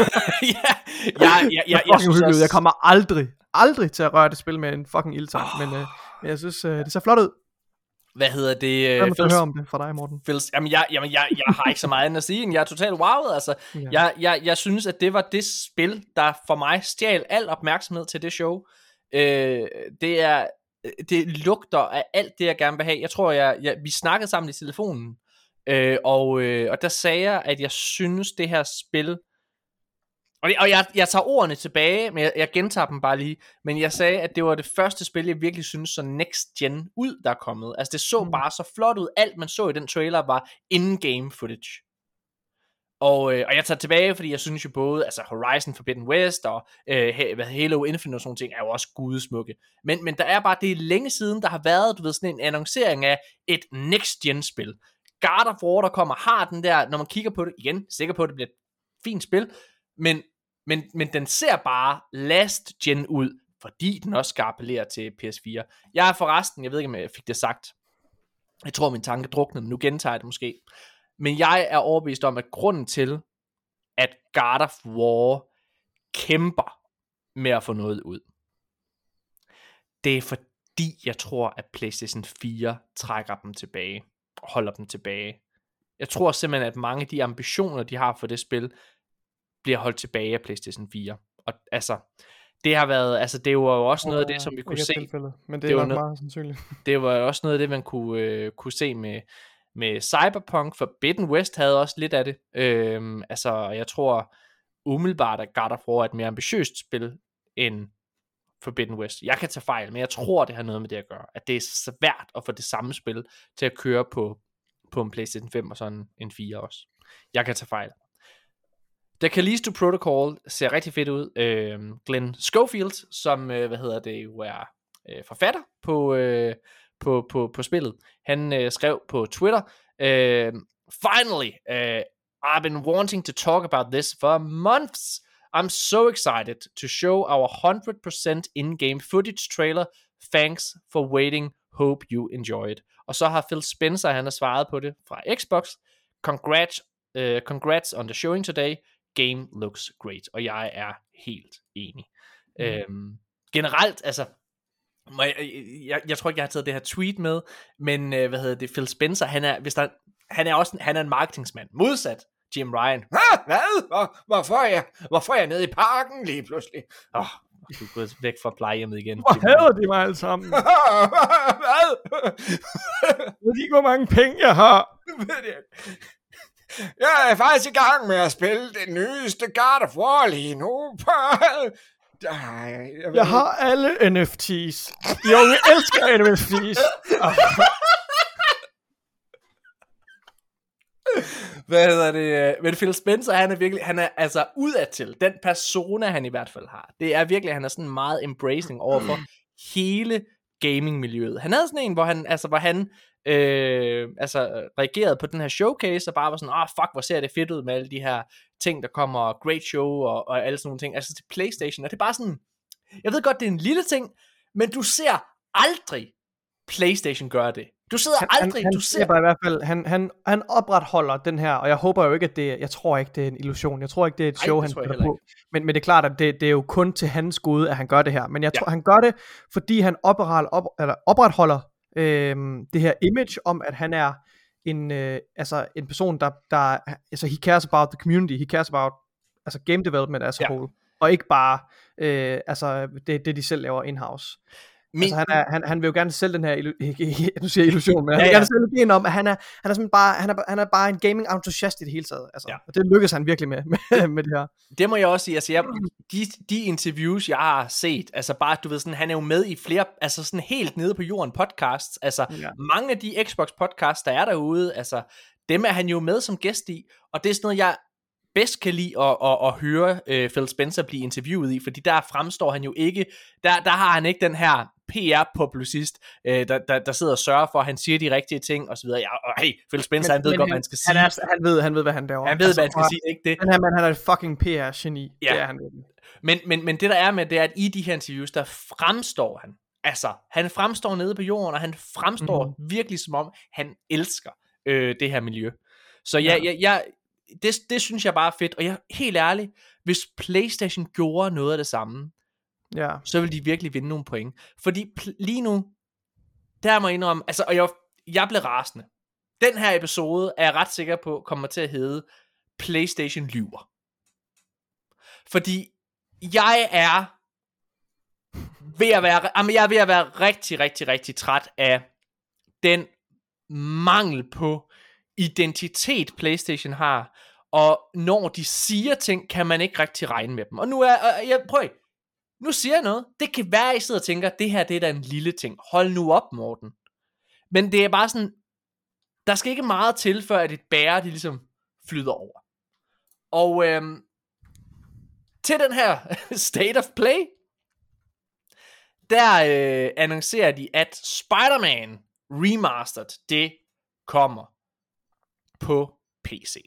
ja, ja, ja, jeg, synes også... jeg kommer aldrig, aldrig til at røre det spil med en fucking ildtang, oh. men, øh, men jeg synes, øh, det ser flot ud. Hvad hedder det? Hvad må du høre om det fra dig, Morten? Phils, jamen, jeg, jamen jeg, jeg har ikke så meget end at sige, jeg er totalt wowet, altså. Ja. Jeg, jeg, jeg synes, at det var det spil, der for mig stjal al opmærksomhed til det show. Øh, det er, det lugter af alt det, jeg gerne vil have. Jeg tror, jeg, jeg, vi snakkede sammen i telefonen, øh, og, øh, og der sagde jeg, at jeg synes, det her spil... Og, det, og jeg, jeg tager ordene tilbage, men jeg, jeg gentager dem bare lige. Men jeg sagde, at det var det første spil, jeg virkelig synes så next gen ud, der er kommet. Altså det så mm. bare så flot ud. Alt man så i den trailer var in-game footage. Og, øh, og jeg tager tilbage, fordi jeg synes jo både, altså Horizon Forbidden West og øh, Halo Infinite og sådan ting, er jo også gudesmukke. Men, men der er bare, det er længe siden, der har været, du ved, sådan en annoncering af et next gen spil. God of War, der kommer, har den der, når man kigger på det, igen, sikker på, at det bliver et fint spil, men Men, men den ser bare last gen ud, fordi den også skal appellere til P S fire. Jeg er forresten, jeg ved ikke om jeg fik det sagt, jeg tror min tanke druknede, men nu gentager jeg det måske. Men jeg er overbevist om, at grunden til, at God of War kæmper med at få noget ud, det er fordi, jeg tror, at PlayStation fire trækker dem tilbage, holder dem tilbage. Jeg tror simpelthen, at mange af de ambitioner, de har for det spil, bliver holdt tilbage af PlayStation fire. Og altså, det har været, altså det var jo også noget af det, som vi kunne se. Tilfældet, men det, det er nok noget, meget sandsynligt. Det var også noget af det, man kunne, øh, kunne se med, med Cyberpunk. Forbidden West havde også lidt af det. Øhm, altså, jeg tror umiddelbart, at God of War er et mere ambitiøst spil end Forbidden West. Jeg kan tage fejl, men jeg tror, det har noget med det at gøre. At det er svært at få det samme spil til at køre på, på en PlayStation fem og sådan en fire også. Jeg kan tage fejl. The Callisto Protocol ser rigtig fedt ud. Øh, Glenn Schofield, som øh, hvad hedder det, jo er øh, forfatter på, øh, på, på, på spillet, han øh, skrev på Twitter, øh, Finally, uh, I've been wanting to talk about this for months. I'm so excited to show our one hundred percent in-game footage trailer. Thanks for waiting. Hope you enjoy it. Og så har Phil Spencer, han har svaret på det fra Xbox. Congrats, uh, congrats on the showing today. Game looks great. Og jeg er helt enig. Mm. Øhm, generelt, altså, jeg, jeg, jeg tror ikke, jeg har taget det her tweet med, men øh, hvad hedder det, Phil Spencer, han er, hvis der, han er også han er en marketingsmand, modsat Jim Ryan. Ah, hvad? Hvor, hvorfor, er jeg, hvorfor er jeg nede i parken lige pludselig? Åh, oh, du er gået væk fra plejehjemmet igen. Hvor hader de mig alle sammen? Hvad? Ved de ikke, hvor mange penge jeg har? Jeg er faktisk i gang med at spille det nyeste God of War lige nu. Jeg, jeg har alle N F T's. Jeg elsker N F T's. Hvad hedder det? Men Phil Spencer, han er virkelig, han er altså udadtil, den persona, han i hvert fald har. Det er virkelig, han er sådan meget embracing overfor hele gaming-miljøet. Han havde sådan en, hvor han, altså, hvor han øh, altså, reagerede på den her showcase, og bare var sådan, ah, oh, fuck, hvor ser det fedt ud med alle de her ting, der kommer, great show, og, og alle sådan nogle ting, altså til PlayStation, og det er bare sådan, jeg ved godt, det er en lille ting, men du ser aldrig PlayStation gøre det. Du sidder han, aldrig, han, du han ser... Bare i hvert fald, han, han, han opretholder den her, og jeg håber jo ikke, at det, jeg tror ikke, det er en illusion, jeg tror ikke, det er et show, Ej, han spiller på, men, men det er klart, at det, det er jo kun til hans gode, at han gør det her, men jeg tror, ja. han gør det, fordi han opretholder, op, eller opretholder øh, det her image om, at han er en, øh, altså en person, der, der, altså he cares about the community, he cares about, altså game development as a ja. whole, og ikke bare, øh, altså det, det de selv laver in-house. Min... Altså, han, er, han, han vil jo gerne sælge den her illu- nu siger jeg illusion, men han ja, vil ja. gerne sælge ideen om, at han er, han er simpelthen bare, han er, han er bare en gaming-entusiast i det hele taget. Altså, ja. Og det lykkes han virkelig med, med, med det her. Det må jeg også sige, altså jeg, de, de interviews, jeg har set, altså bare, du ved sådan, han er jo med i flere, altså sådan helt nede på jorden podcasts, altså ja. mange af de Xbox podcasts, der er derude, altså dem er han jo med som gæst i, og det er sådan noget, jeg bedst kan lide at, at, at høre uh, Phil Spencer blive interviewet i, fordi der fremstår han jo ikke, der, der har han ikke den her P R-publicist, øh, der, der, der sidder og sørger for, at han siger de rigtige ting, og så videre. Ja, og hey, Phil Spencer, men, han ved godt, hvad han skal sige. Han, er, han, ved, han ved, hvad han laver. Han ved, altså, hvad han skal sige, ikke det? Den her mand, han er et fucking P R-geni. Ja. Det er han virkelig. Men, men, men det der er med, det er, at i de her interviews, der fremstår han, altså, han fremstår nede på jorden, og han fremstår mm. virkelig som om, han elsker øh, det her miljø. Så ja, ja. jeg, jeg, det, det synes jeg bare er fedt, og jeg helt ærlig, hvis PlayStation gjorde noget af det samme, ja. så vil de virkelig vinde nogle point. Fordi pl- lige nu, der må jeg indrømme, altså, og jeg, jeg blev rasende. Den her episode er jeg ret sikker på, kommer til at hedde PlayStation lyver. Fordi jeg er ved at være, jamen jeg er ved at være rigtig, rigtig, rigtig træt af den mangel på identitet PlayStation har, og når de siger ting, kan man ikke rigtig regne med dem. Og nu er, og jeg prøv, nu siger jeg noget, det kan være, at I sidder og tænker, det her det er da en lille ting, hold nu op, Morten. Men det er bare sådan, der skal ikke meget til, før at et bære, de ligesom flyder over. Og øhm, til den her State of Play, der øh, annoncerer de, at Spider-Man Remastered, det kommer på P C.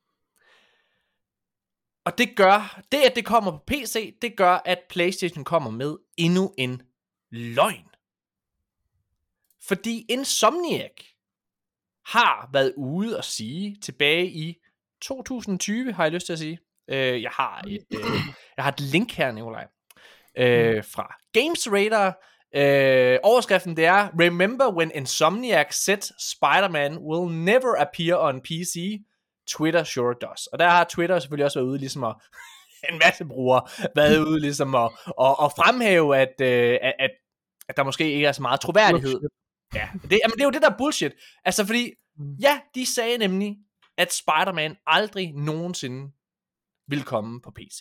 Og det gør, det at det kommer på P C, det gør, at PlayStation kommer med endnu en løgn. Fordi Insomniac har været ude og sige, tilbage i to tusind og tyve, har jeg lyst til at sige. Øh, jeg, har et, øh, jeg har et link her, Nikolaj, øh, fra Games Radar. Øh, overskriften det er, Remember when Insomniac said Spider-Man will never appear on P C? Twitter sure does. Og der har Twitter selvfølgelig også været ude ligesom at en masse brugere været ude ligesom at, at, at fremhæve at, øh, at, at der måske ikke er så meget troværdighed. Ja, det, jamen, det er jo det der bullshit. Altså fordi, ja, de sagde nemlig, at Spider-Man aldrig nogensinde vil komme på P C.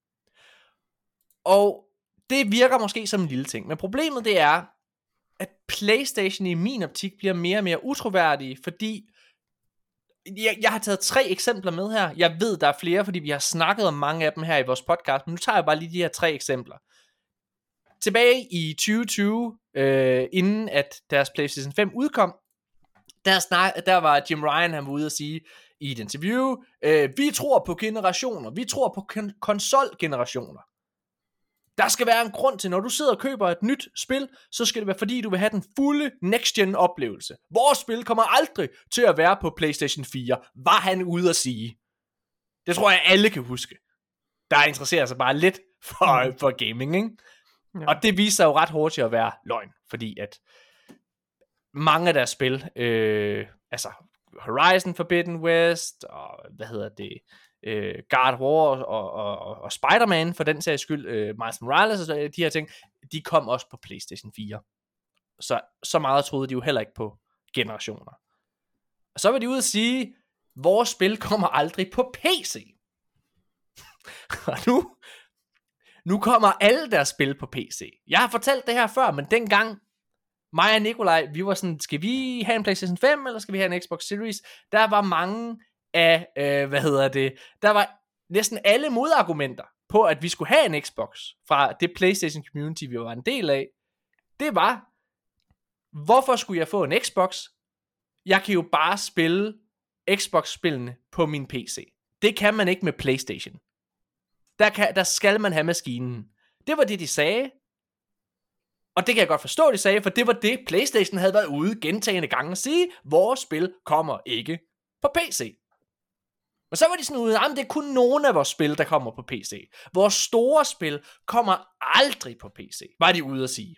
Og det virker måske som en lille ting, men problemet det er, at PlayStation i min optik bliver mere og mere utroværdige, fordi jeg, jeg har taget tre eksempler med her. Jeg ved, der er flere, fordi vi har snakket om mange af dem her i vores podcast, men nu tager jeg bare lige de her tre eksempler. Tilbage i tyve tyve, øh, inden at deres PlayStation fem udkom, der, snak, der var Jim Ryan, han var ude at sige i et interview, øh, vi tror på generationer, vi tror på kon- konsolgenerationer. Der skal være en grund til, når du sidder og køber et nyt spil, så skal det være fordi, du vil have den fulde next-gen oplevelse. Vores spil kommer aldrig til at være på PlayStation fire, var han ude at sige. Det tror jeg, alle kan huske. Der interesserer sig bare lidt for, mm. for gaming, ikke? Ja. Og det viser sig jo ret hurtigt at være løgn, fordi at mange af deres spil, øh, altså Horizon Forbidden West, og hvad hedder det, øh, God of War og, og, og, og Spider-Man for den sags skyld, øh, Miles Morales og de her ting, de kom også på PlayStation fire. Så, så meget troede de jo heller ikke på generationer. Og så var de ude at sige, vores spil kommer aldrig på P C. Og nu, nu kommer alle deres spil på P C. Jeg har fortalt det her før, men dengang mig og Nikolaj, vi var sådan, skal vi have en PlayStation fem, eller skal vi have en Xbox Series? Der var mange af, øh, hvad hedder det, der var næsten alle modargumenter på, at vi skulle have en Xbox fra det PlayStation community, vi var en del af. Det var, hvorfor skulle jeg få en Xbox? Jeg kan jo bare spille Xbox-spillene på min P C. Det kan man ikke med PlayStation. Der, kan, der skal man have maskinen. Det var det, de sagde. Og det kan jeg godt forstå, de sagde, for det var det, PlayStation havde været ude gentagende gange at sige, vores spil kommer ikke på P C. Og så var de sådan ude, at det er kun nogle af vores spil, der kommer på P C. Vores store spil kommer aldrig på P C, var de ude at sige.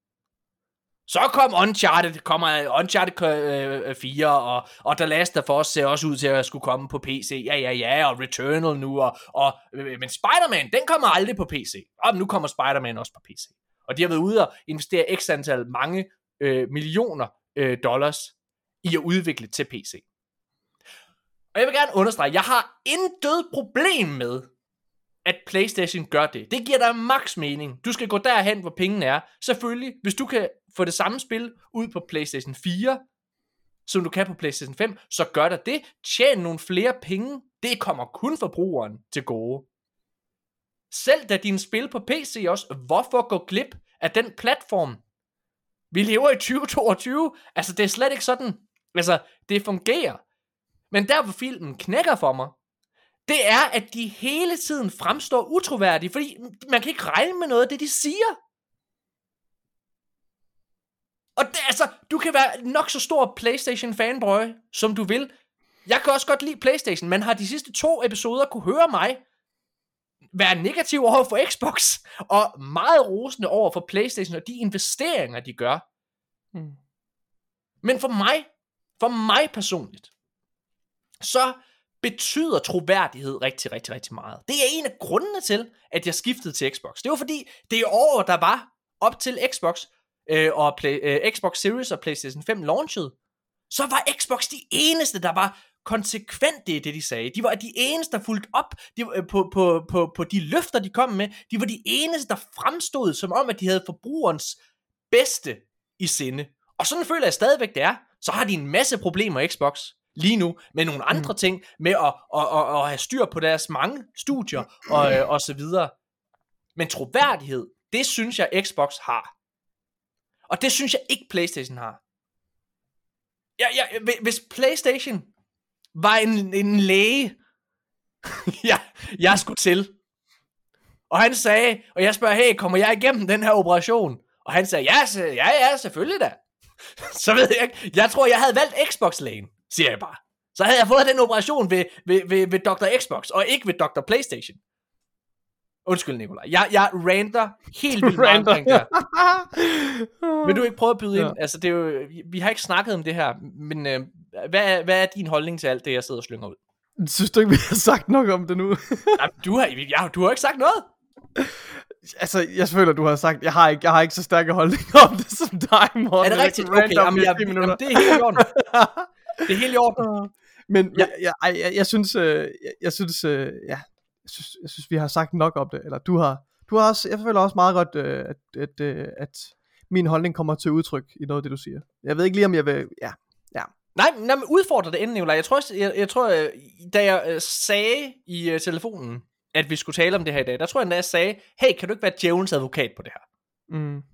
Så kom Uncharted, kommer Uncharted fire, og, og The Last of Us ser også ud til at skulle komme på P C. Ja, ja, ja, og Returnal nu, og, og, men Spider-Man, den kommer aldrig på P C. Og nu kommer Spider-Man også på P C. Og de har været ude og investere x antal mange øh, millioner øh, dollars i at udvikle til P C. Og jeg vil gerne understrege, jeg har intet problem med, at PlayStation gør det. Det giver dig max mening. Du skal gå derhen, hvor pengene er. Selvfølgelig, hvis du kan få det samme spil ud på PlayStation fire, som du kan på PlayStation fem, så gør der det. Tjen nogle flere penge. Det kommer kun forbrugeren til gode. Selv da dine spil på P C også, hvorfor gå glip af den platform? Vi lever i tyve toogtyve. Altså, det er slet ikke sådan. Altså, det fungerer. Men der, hvor filmen knækker for mig, det er, at de hele tiden fremstår utroværdige, fordi man kan ikke regne med noget af det, de siger. Og det, altså, du kan være nok så stor PlayStation fanboy, som du vil. Jeg kan også godt lide PlayStation, men har de sidste to episoder kunne høre mig være negativ over for Xbox, og meget rosende over for PlayStation, og de investeringer, de gør. Mm. Men for mig, for mig personligt, så betyder troværdighed rigtig, rigtig, rigtig meget. Det er en af grundene til, at jeg skiftede til Xbox. Det var fordi, det år, der var op til Xbox, øh, og Play, øh, Xbox Series og PlayStation fem launchede, så var Xbox de eneste, der var konsekvente i det, de sagde. De var de eneste, der fulgte op de, øh, på, på, på, på de løfter, de kom med. De var de eneste, der fremstod som om, at de havde forbrugerens bedste i sinde. Og sådan føler jeg stadigvæk, det er. Så har de en masse problemer, Xbox, lige nu, med nogle andre mm. ting, med at, at, at, at have styr på deres mange studier, og, og så videre. Men troværdighed, det synes jeg Xbox har. Og det synes jeg ikke PlayStation har. Jeg, jeg, hvis PlayStation var en, en læge, jeg, jeg skulle til, og han sagde, og jeg spørger, hey, kommer jeg igennem den her operation? Og han sagde, ja, ja, ja, selvfølgelig da. Så ved jeg ikke, jeg tror, jeg havde valgt Xbox-lægen, siger jeg bare. Så havde jeg fået den operation ved, ved, ved, ved doktor Xbox, og ikke ved doktor PlayStation. Undskyld, Nikolaj. Jeg, jeg ranter helt vildt meget omkring det her. Vil du ikke prøve at byde ja. ind? Altså, det er jo, vi har ikke snakket om det her, men øh, hvad, er, hvad er din holdning til alt det, jeg sidder og slynger ud? Synes du ikke, vi har sagt nok om det nu? Nej, du, har, ja, du har ikke sagt noget. Altså, jeg føler, du har sagt, jeg har ikke, jeg har ikke så stærke holdninger om det som dig, Morten. Er det rigtigt? Okay, jamen, jeg, jamen, det er helt i orden. Det er helt i orden. Men ja. jeg, jeg, jeg, jeg synes, øh, jeg, jeg synes, øh, ja, jeg synes, jeg synes, vi har sagt nok om det. Eller du har, du har også, jeg føler også meget godt, øh, at, at, øh, at min holdning kommer til udtryk i noget af det, du siger. Jeg ved ikke lige, om jeg vil, ja, ja. Nej, nej, men udfordrer det endelig, Nikolaj. Jeg tror, jeg, jeg tror, da jeg sagde i uh, telefonen, at vi skulle tale om det her i dag, der tror jeg, at jeg sagde, hey, kan du ikke være djævelens advokat på det her? Mm.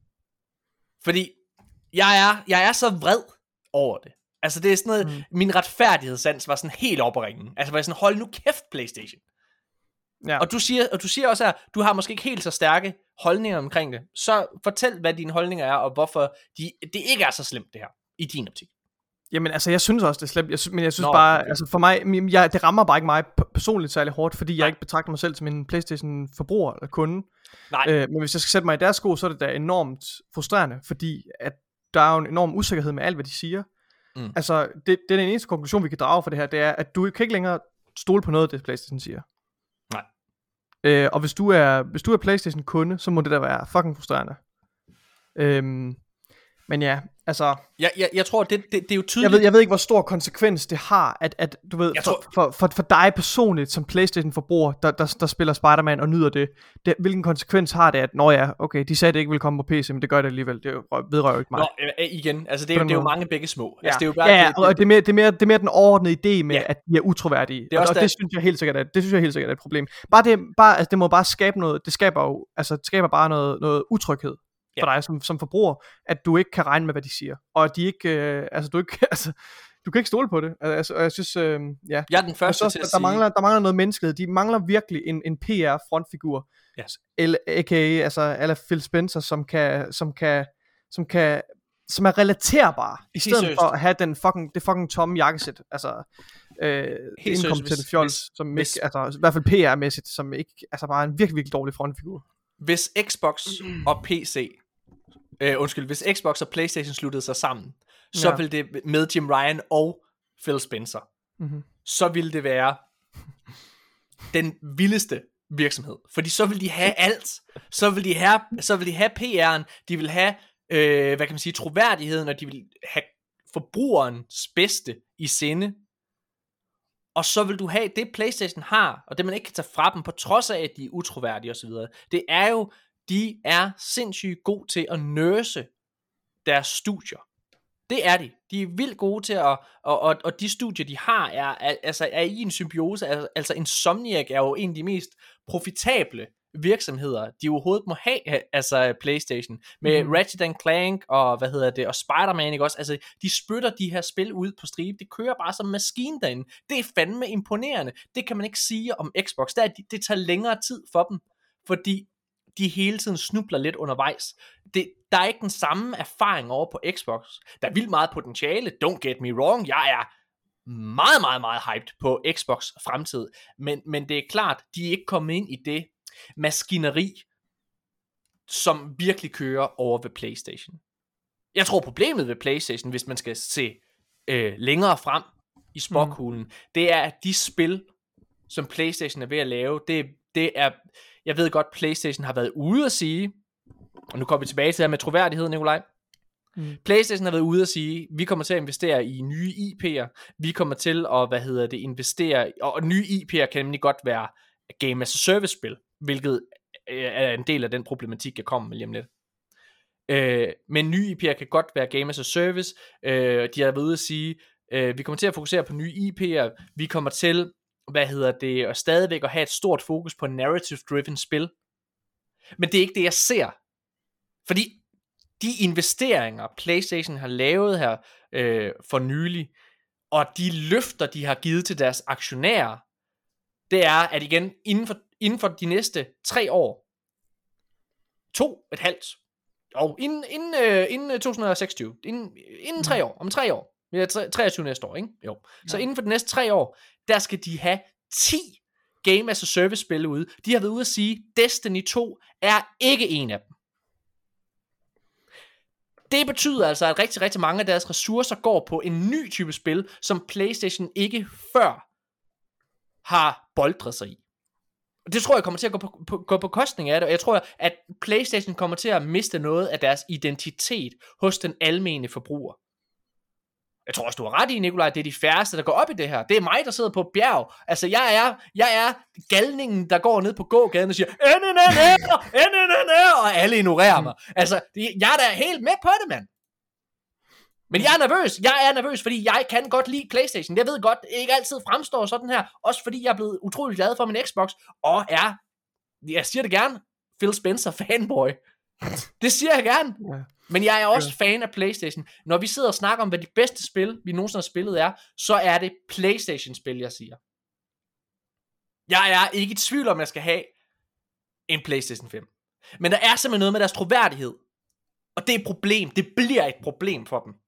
Fordi jeg er, jeg er så vred over det. Altså det er sådan noget, mm. min retfærdighedssans var sådan helt op at ringe. Altså var jeg sådan, hold nu kæft, PlayStation. Ja. Og du siger, og du siger også her, du har måske ikke helt så stærke holdninger omkring det. Så fortæl, hvad dine holdninger er, og hvorfor de, det ikke er så slemt det her, i din optik. Jamen altså, jeg synes også, det er slemt, jeg synes, men jeg synes Nå, bare, okay. altså for mig, jeg, det rammer bare ikke mig personligt særlig hårdt, fordi Nej. jeg ikke betragter mig selv som en PlayStation-forbruger eller kunde. Nej. Øh, men hvis jeg skal sætte mig i deres sko, så er det da enormt frustrerende, fordi at der er jo en enorm usikkerhed med alt, hvad de siger. Mm. Altså, det, det er den eneste konklusion, vi kan drage for det her, det er, at du kan ikke længere stole på noget af det, PlayStation siger. Nej. Øh, og hvis du er, hvis du er PlayStation-kunde, så må det da være fucking frustrerende. Øhm, men ja, altså... Jeg, jeg, jeg tror, det, det, det er jo tydeligt... Jeg ved, jeg ved ikke, hvor stor konsekvens det har, at, at du ved, for, tror... for, for, for dig personligt som PlayStation-forbruger, der, der, der spiller Spider-Man og nyder det, det, hvilken konsekvens har det, at, nå ja, okay, de sagde, det ikke ville komme på P C, men det gør det alligevel, det vedrører jo ikke mig. Nå, øh, igen, altså det er, jo, det er jo mange begge små. Ja, altså, det er jo bare, ja, ja, og det er, mere, det, er mere, det er mere den overordnede idé med, ja. at de er utroværdige, det er og, og det synes jeg helt sikkert, at, det synes jeg helt sikkert er et problem. Bare det, bare, altså, det må bare skabe noget, det skaber jo, altså det skaber bare noget, noget utryghed for dig som, som forbruger, at du ikke kan regne med, hvad de siger, og at de ikke, øh, altså du ikke, altså, du kan ikke stole på det, altså, og jeg synes, øh, ja. Jeg er den første så, til at der sige... mangler, der mangler noget menneskelighed, de mangler virkelig en, en P R-frontfigur, yes. a k a, altså, eller Phil Spencer, som kan, som kan, som kan, som er relaterbar, i stedet seriøst. For at have den fucking, det fucking tomme jakkesæt, altså, øh, inkompetente fjols, som hvis, ikke, altså, i hvert fald P R-mæssigt, som ikke, altså bare en virkelig, virkelig dårlig frontfigur. Hvis Xbox og P C Øh, undskyld, hvis Xbox og PlayStation sluttede sig sammen, så ja. ville det med Jim Ryan og Phil Spencer, mm-hmm. så ville det være den vildeste virksomhed, fordi så vil de have alt, så vil de have, så vil de have P R'en, de vil have, øh, hvad kan man sige, troværdigheden, og de vil have forbrugerens bedste i sinde, og så vil du have det PlayStation har, og det man ikke kan tage fra dem, på trods af at de er utroværdige osv., det er jo, de er sindssygt gode til at nurse deres studier. Det er de. De er vildt gode til at, og, og, og de studier de har er, er, altså er i en symbiose. Altså, altså Insomniac er jo en af de mest profitable virksomheder de overhovedet må have, altså PlayStation, med mm. Ratchet and Clank og hvad hedder det, og Spider-Man, ikke også? Altså de spytter de her spil ud på stribe. Det kører bare som maskine derinde. Det er fandme imponerende. Det kan man ikke sige om Xbox. Der, det, det tager længere tid for dem, fordi de hele tiden snubler lidt undervejs. Det, der er ikke den samme erfaring over på Xbox. Der er vildt meget potentiale, don't get me wrong. Jeg er meget, meget, meget hyped på Xbox fremtid. Men, men det er klart, de er ikke kommet ind i det maskineri, som virkelig kører over ved PlayStation. Jeg tror problemet ved PlayStation, hvis man skal se øh, længere frem i spåkuglen, mm. det er, at de spil, som PlayStation er ved at lave, det, det er... Jeg ved godt, PlayStation har været ude at sige, og nu kommer vi tilbage til det her med troværdighed, Nikolaj. Mm. PlayStation har været ude at sige, vi kommer til at investere i nye I P'er, vi kommer til at, hvad hedder det, investere, og nye I P'er kan nemlig godt være Game as a Service spil, hvilket er en del af den problematik, jeg kommer med lige om lidt. Øh, men nye I P'er kan godt være Game as a Service, øh, de har været ude at sige, øh, vi kommer til at fokusere på nye I P'er, vi kommer til hvad hedder det, og stadigvæk at have et stort fokus på narrative-driven spil. Men det er ikke det, jeg ser. Fordi de investeringer, PlayStation har lavet her øh, for nylig, og de løfter, de har givet til deres aktionærer, det er, at igen, inden for, inden for de næste tre år, to et halvt, og inden, inden, øh, inden to tusind og seksogtyve, inden, inden tre år, om tre år, vi er treogtyve næste år, ikke? Jo. Ja. Så inden for de næste tre år, der skal de have ti Game as a Service spil ude. De har været ude at sige, Destiny to er ikke en af dem. Det betyder altså, at rigtig, rigtig mange af deres ressourcer går på en ny type spil, som PlayStation ikke før har boldret sig i. Og det tror jeg kommer til at gå på, på, gå på kostning af det, og jeg tror, at PlayStation kommer til at miste noget af deres identitet hos den almene forbruger. Jeg tror også, du har ret i, Nikolaj, det er de færreste, der går op i det her. Det er mig, der sidder på bjerg. Altså, jeg er, jeg er galningen, der går ned på gågaden og siger, N N N R, N N N R, og alle ignorerer mig. Altså, jeg er da helt med på det, mand. Men jeg er nervøs. Jeg er nervøs, fordi jeg kan godt lide PlayStation. Jeg ved godt, det ikke altid fremstår sådan her. Også fordi jeg er blevet utrolig glad for min Xbox. Og er, jeg siger det gerne, Phil Spencer fanboy. Det siger jeg gerne. Men jeg er også fan af PlayStation. Når vi sidder og snakker om, hvad de bedste spil, vi nogensinde har spillet er, så er det PlayStation-spil, jeg siger. Jeg er ikke i tvivl om, jeg skal have en PlayStation fem. Men der er simpelthen noget med deres troværdighed. Og det er et problem. Det bliver et problem for dem.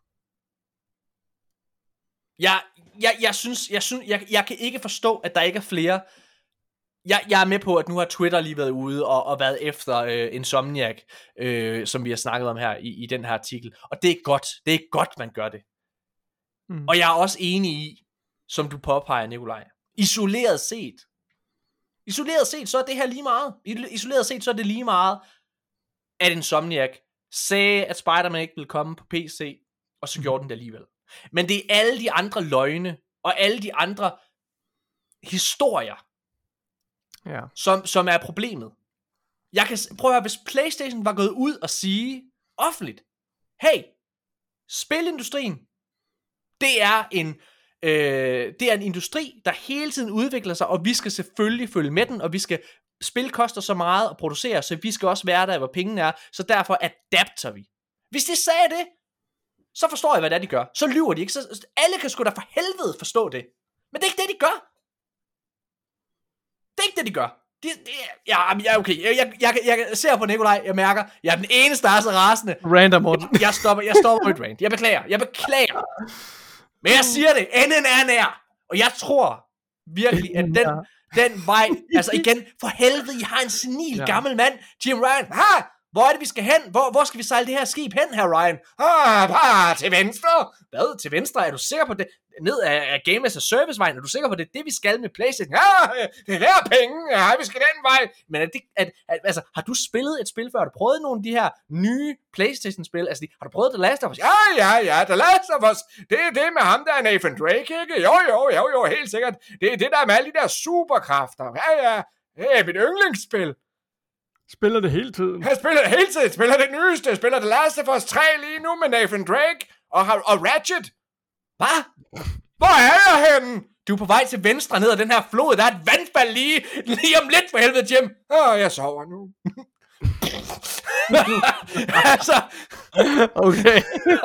Jeg, jeg, jeg synes, jeg, synes jeg, jeg kan ikke forstå, at der ikke er flere. Jeg, jeg er med på, at nu har Twitter lige været ude og, og været efter øh, Insomniac, øh, som vi har snakket om her i, i den her artikel. Og det er godt. Det er godt, man gør det. Mm. Og jeg er også enig i, som du påpeger, Nikolaj, isoleret set. Isoleret set, så er det her lige meget. Isoleret set, så er det lige meget, at Insomniac sagde, at Spider-Man ikke ville komme på P C, og så gjorde den det alligevel. Men det er alle de andre løgne, og alle de andre historier, ja. som, som er problemet. Jeg kan prøve at høre, hvis PlayStation var gået ud og sige offentligt, hey, spilindustrien, det er en øh, det er en industri, der hele tiden udvikler sig, og vi skal selvfølgelig følge med den, og vi skal, spil koster så meget at producere, så vi skal også være der, hvor pengene er, så derfor adapter vi. Hvis de sagde det, så forstår jeg, hvad det er, de gør. Så lyver de ikke. Så, alle kan sgu da for helvede forstå det. Men det er ikke det, de gør. Det er ikke det, de gør. De, de, ja, men ja, okay. Jeg, jeg, jeg, jeg ser på Nikolaj, jeg mærker, jeg er den eneste, der er så rasende. Random jeg, jeg stopper, jeg stopper med et rant. Jeg beklager, jeg beklager. Men jeg siger det, N N R N R. Og jeg tror virkelig, at den, den vej, altså igen, for helvede, I har en senil ja. gammel mand, Jim Ryan. Ha! hvor er det, vi skal hen? Hvor, hvor skal vi sejle det her skib hen, her Ryan? Ah, bare til venstre. Hvad? Til venstre? Er du sikker på det? Ned af, af Game as a Service-vejen, er du sikker på det? Det vi skal med PlayStation? Ja, det er der penge. Ja, vi skal den vej. Men er det, at, at, altså, har du spillet et spil før? Har du prøvet nogle af de her nye PlayStation-spil? Altså, de, har du prøvet The Last of Us? Ja, ja, ja, The Last of Us. Det er det med ham, der er Nathan Drake, ikke? Jo, jo, jo, jo, helt sikkert. Det er det der med alle de der superkræfter. Ja, ja. Det er mit yndlingsspil. Spiller det hele tiden. Jeg spiller det hele tiden. Jeg spiller det nyeste. Jeg spiller The Last of Us tre lige nu med Nathan Drake og, og Ratchet. Hvad? Hvor er jeg henne? Du er på vej til venstre ned ad den her flod. Der er et vandfald lige, lige om lidt for helvede, Jim. Åh, jeg sover nu. altså. Okay.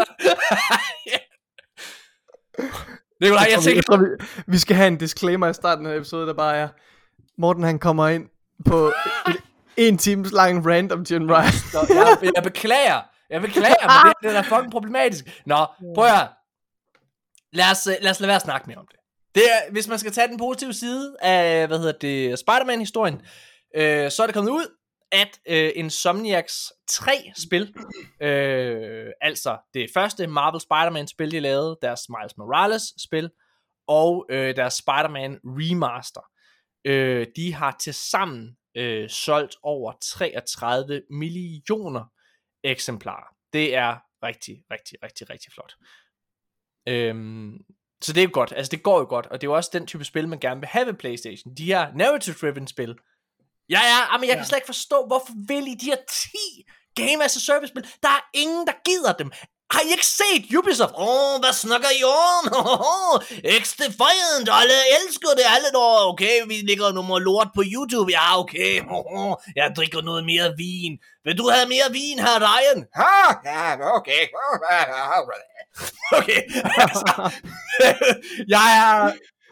Det er jo, jeg, jeg tænker... jeg tror, vi, vi skal have en disclaimer i starten af episode, der bare er, Morten han kommer ind på en, en times lang rant om Jim Ryan. jeg, jeg beklager. Jeg beklager, men det, det er fucking problematisk. Nå, prøv at lad os, lad os lade være at snakke mere om det. Det er, hvis man skal tage den positive side af, hvad hedder det, Spider-Man-historien, øh, så er det kommet ud, at øh, Insomniacs tre spil, øh, altså det første Marvel Spider-Man-spil, de lavede, deres Miles Morales-spil, og øh, deres Spider-Man Remaster, øh, de har tilsammen øh, solgt over treogtredive millioner eksemplarer. Det er rigtig, rigtig, rigtig, rigtig flot. Øhm, så det er jo godt, altså det går jo godt, og det er jo også den type spil, man gerne vil have ved PlayStation. De her narrative-driven spil. Ja, ja, men jeg ja. kan slet ikke forstå, hvorfor vil I de her ti Game as a Service spil? Der er ingen, der gider dem. Har I ikke set Ubisoft? Åh, oh, hvad snakker I om? X-Defiant, alle elsker det, alle der. Okay, vi ligger nummer lort på YouTube. Ja, okay. Jeg drikker noget mere vin. Vil du have mere vin, her Ryan? Ha, ja, okay. Okay, altså. Jeg er...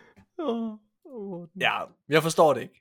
Ja, jeg forstår det ikke.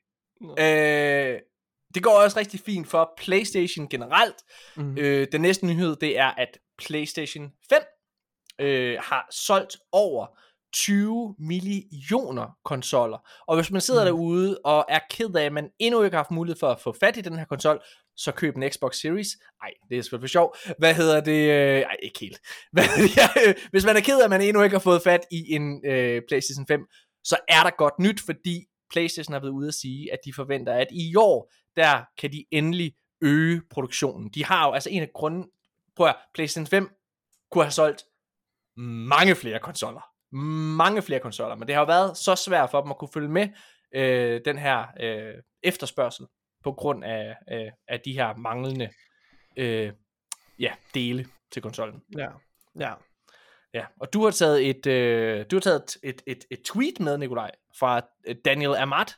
Øh, det går også rigtig fint for PlayStation generelt. Mm. Øh, den næste nyhed, det er, at PlayStation fem øh, har solgt over tyve millioner konsoller. Og hvis man sidder mm. derude og er ked af, at man endnu ikke har haft mulighed for at få fat i den her konsol, så køb en Xbox Series. Ej, det er selvfølgelig for sjov. Hvad hedder det? Ej, ikke helt. Hvad, ja, hvis man er ked af, at man endnu ikke har fået fat i en øh, PlayStation fem, så er der godt nyt, fordi PlayStation har været ude at sige, at de forventer, at i år, der kan de endelig øge produktionen. De har jo altså en af grunden, prøv at PlayStation fem kunne have solgt mange flere konsoller. Mange flere konsoller, men det har jo været så svært for dem at kunne følge med øh, den her øh, efterspørgsel, på grund af, øh, af de her manglende øh, ja, dele til konsollen. Ja, ja. Ja, og du har taget et øh, du har taget et, et, et, et tweet med, Nikolaj, fra Daniel Amat.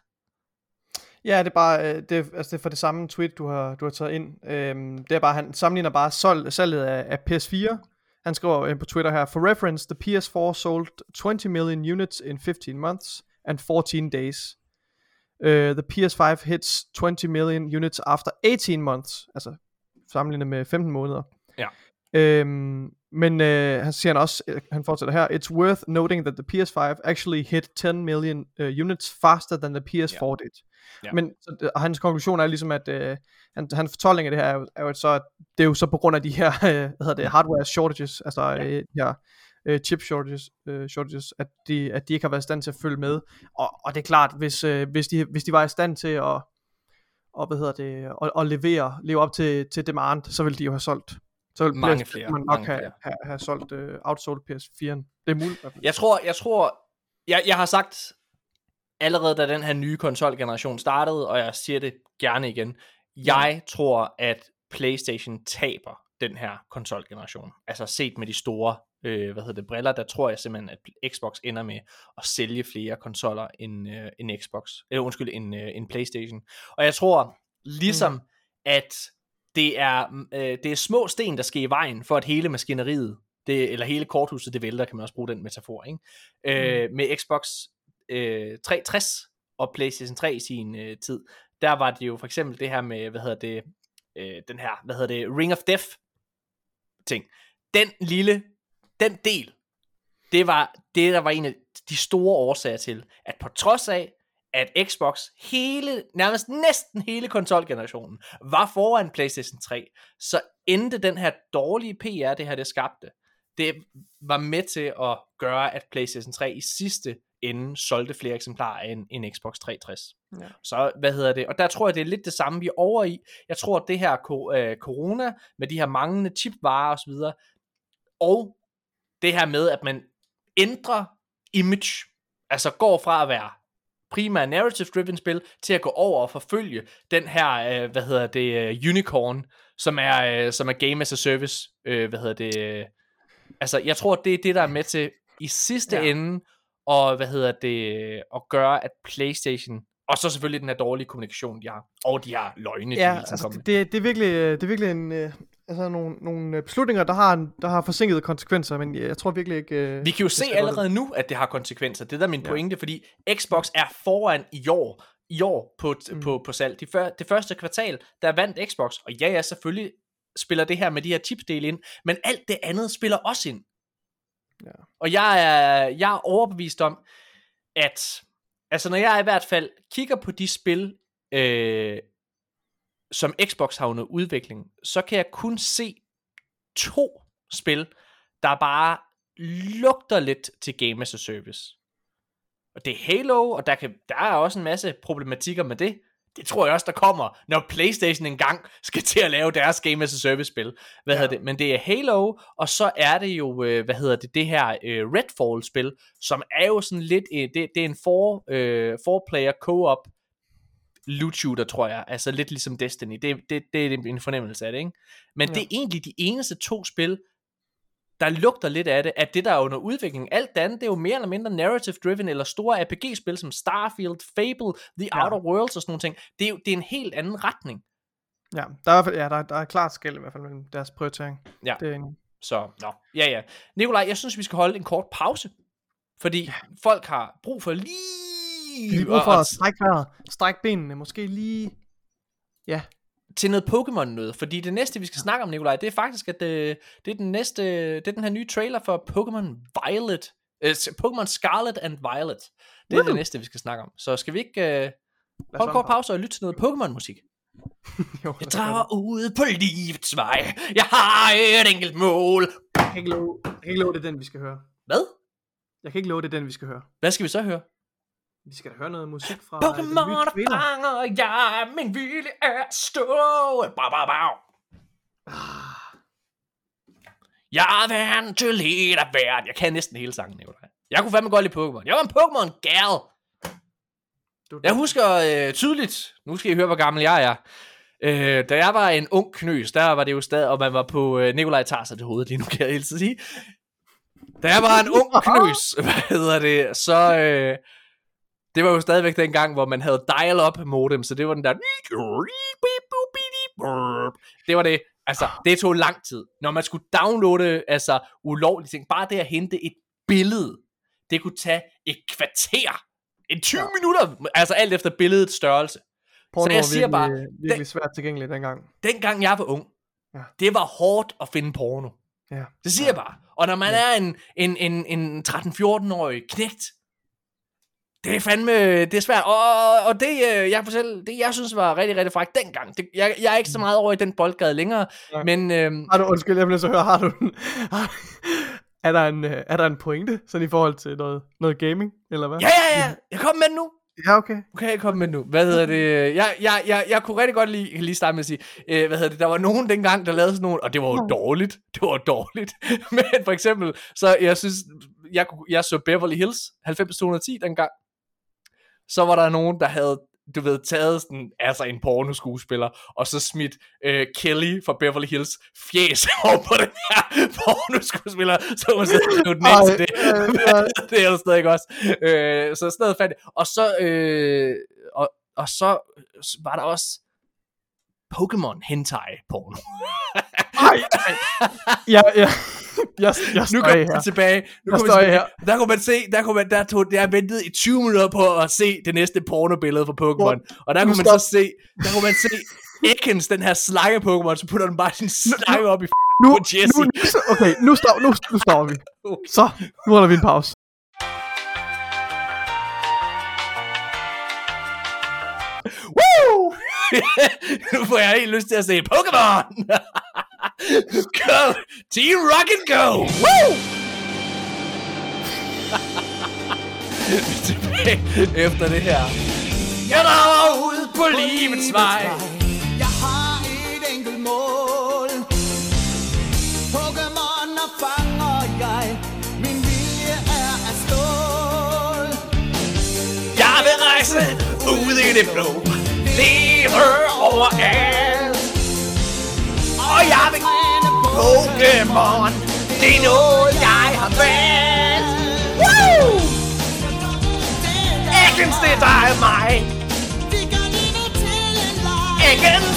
Ja, det er bare det er, altså det er for det samme tweet du har du har taget ind. Øhm, det er bare han sammenligner bare solg, salget af, af P S fire. Han skriver ind på Twitter her: For reference, the P S four sold twenty million units in fifteen months and fourteen days. Uh, the P S five hits twenty million units after eighteen months, altså sammenlignet med femten måneder. Ja. Øhm, men øh, han siger han også, han fortsætter her: It's worth noting that the P S five actually hit ten million uh, units faster than the P S four yeah. did. Yeah. Men så, og hans konklusion er ligesom, at øh, han, hans fortolkning af det her er jo, er jo så, at det er jo så på grund af de her øh, hvad hedder det, hardware shortages, altså yeah. øh, de her øh, chip shortages, øh, shortages at, de, at de ikke har været i stand til at følge med. Og, og det er klart, hvis, øh, hvis, de, hvis de var i stand til at, og, hvad hedder det, at, at levere, leve op til, til demand, så ville de jo have solgt. Så vil mange flere, man nok have, have, have solgt uh, outsold P S fire. Det er muligt. Jeg tror, jeg tror, jeg, jeg har sagt allerede, da den her nye konsolgeneration startede, og jeg siger det gerne igen, jeg ja. tror, at PlayStation taber den her konsolgeneration. Altså set med de store, øh, hvad hedder det, briller, der tror jeg simpelthen, at Xbox ender med at sælge flere konsoller end, øh, end Xbox, eller undskyld, end, øh, end PlayStation. Og jeg tror, ligesom mm. at Det er, øh, det er små sten, der skal i vejen, for at hele maskineriet, det, eller hele korthuset, det vælter, kan man også bruge den metafor, ikke? Øh, mm. Med Xbox øh, tre tres og PlayStation tre i sin øh, tid, der var det jo for eksempel det her med, hvad hedder det, øh, den her, hvad hedder det, Ring of Death ting. Den lille, den del, det var det, der var en af de store årsager til, at på trods af, at Xbox hele, nærmest næsten hele konsolgenerationen var foran PlayStation tre, så endte den her dårlige P R, det her det skabte, det var med til at gøre, at PlayStation tre i sidste ende solgte flere eksemplarer end en Xbox tre tres. Ja. Så hvad hedder det? Og der tror jeg, det er lidt det samme, vi er over i. Jeg tror, at det her corona, med de her manglende chipvarer og så videre, og det her med, at man ændrer image, altså går fra at være primært narrative-driven spil, til at gå over og forfølge den her, øh, hvad hedder det, uh, unicorn, som er, øh, som er game as a service, øh, hvad hedder det, øh, altså jeg tror, det er det, der er med til i sidste ja. ende, og hvad hedder det, at gøre, at PlayStation, og så selvfølgelig den her dårlige kommunikation, de har, og de har løgne, ja, de altså, det, det er virkelig, det er virkelig en, øh, altså nogle, nogle beslutninger, der har, der har forsinkede konsekvenser, men jeg tror virkelig ikke... Øh, Vi kan jo se allerede nu, at det har konsekvenser, det er der min ja. pointe, fordi Xbox er foran i år, i år på, mm. på, på salg. De før, det første kvartal, der vandt Xbox, og ja, ja, selvfølgelig spiller det her med de her chipsdele ind, men alt det andet spiller også ind. Ja. Og jeg er, jeg er overbevist om, at altså når jeg i hvert fald kigger på de spil, øh, som Xbox har under udvikling, så kan jeg kun se to spil, der bare lugter lidt til Game as a Service. Og det er Halo, og der, kan, der er også en masse problematikker med det. Det tror jeg også, der kommer, når PlayStation engang skal til at lave deres Game as a Service spil. Hvad ja. hedder det? Men det er Halo, og så er det jo, øh, hvad hedder det, det her øh, Redfall spil, som er jo sådan lidt, øh, det, det er en four, øh, four player co-op loot shooter, tror jeg. Altså lidt ligesom Destiny. Det, det, det er en fornemmelse af det, ikke? Men ja. det er egentlig de eneste to spil, der lugter lidt af det, at det der er under udvikling. Alt det andet, det er jo mere eller mindre narrative driven, eller store R P G-spil som Starfield, Fable, The ja. Outer Worlds og sådan nogle ting. Det er jo det er en helt anden retning. Ja, der er, ja, der, der er klart skel i hvert fald mellem deres prioritering. Ja, det er en... så, nå, ja, ja. Nikolaj, jeg synes, vi skal holde en kort pause, fordi ja. folk har brug for lige... De har brug for at strække vejret, strække benene, måske lige... Ja... til noget Pokémon noget, fordi det næste vi skal snakke om, Nikolaj, det er faktisk at det, det er den næste, det er den her nye trailer for Pokémon Violet, uh, Pokémon Scarlet and Violet. Det er uh. det næste vi skal snakke om. Så skal vi ikke uh, holde kort pause og lytte til noget Pokémon musik? Jo, jeg drager ud på livets vej. Jeg har et enkelt mål. Jeg kan ikke love, jeg kan ikke love det er den vi skal høre. Hvad? Jeg kan ikke love det er den vi skal høre. Hvad skal vi så høre? Vi skal da høre noget musik fra Pokémon fanger jeg, min vilje er stå. Bow, bow, bow. Ah. Jeg er vant til lidt af verden. Jeg kan næsten hele sangen, Nikolaj. Jeg kunne fandme godt lide Pokémon. Jeg var en Pokémon-gal. Jeg husker øh, tydeligt, nu skal I høre, hvor gammel jeg er. Øh, da jeg var en ung knøs, der var det jo stadig, og man var på øh, Nikolaj tager sig til hovedet lige nu, kan jeg helt sige. Da jeg var en ung knøs, hvad hedder det, så... Øh, det var jo stadigvæk den gang, hvor man havde dial-up modem, så det var den der... Det var det. Altså, det tog lang tid. Når man skulle downloade, altså, ulovlige ting, bare det at hente et billede, det kunne tage et kvarter. En tyve ja. minutter, altså alt efter billedets størrelse. Porno så jeg siger virkelig, bare... virkelig den, svært tilgængeligt dengang. Dengang jeg var ung, ja. det var hårdt at finde porno. Ja. Det siger ja. jeg bare. Og når man ja. er en, en, en, en tretten-fjorten-årig knægt, det er fandme, det er svært, og, og det, jeg kan fortælle, det jeg synes var rigtig, rigtig frækt dengang, det, jeg, jeg er ikke så meget over i den boldgade længere, ja. men... Øhm, har du, undskyld, jeg bliver så høre, har du den, har, er, der en, er der en pointe, sådan i forhold til noget, noget gaming, eller hvad? Ja, ja, ja, jeg kommer med den nu. Ja, okay. Okay, jeg kommer med nu. Hvad hedder det? Jeg, jeg, jeg, jeg kunne rigtig godt lige, lige starte med at sige, øh, hvad hedder det? Der var nogen dengang, der lavede sådan nogle, og det var jo dårligt. Det var dårligt. Men for eksempel, så jeg synes, jeg, jeg så Beverly Hills halvfems to ti dengang. Så var der nogen, der havde, du ved, taget sådan, altså en pornoskuespiller, og så smidt øh, Kelly fra Beverly Hills fjæs over på den her pornoskuespiller, så man så blev den næste det. Det er jo stadig også. Øh, så stadig fandt og så, øh, og, og så var der også Pokémon hentai porno. Ej, ja, ja. Jeg, jeg nu kommer vi tilbage. Nu jeg kommer vi her. Der kunne man se, der kunne man, der tog, der ventet i tyve minutter på at se det næste pornobillede fra Pokémon. Og der kunne man så se, der kunne man se Ekans, den her slange Pokémon, så putter den bare sin slange op i f***en på Jessie. Nu, okay, nu, stop, nu, nu stopper vi. Så, nu holder vi en pause. Woo! Nu får jeg helt lyst til at se Pokémon. Go! Team Rocket Go! Woo! Vi er tilbage efter det her. Jeg drager ud på livets vej. Jeg har et enkelt mål. Pokémon og fanger jeg. Min vilje er at stål. Jeg vil rejse ud i det blå. Leve overalt. Og jeg vil Pokémon. Det er noget jeg har valgt. Woo! Ekens, det er dig og mig. Ekens.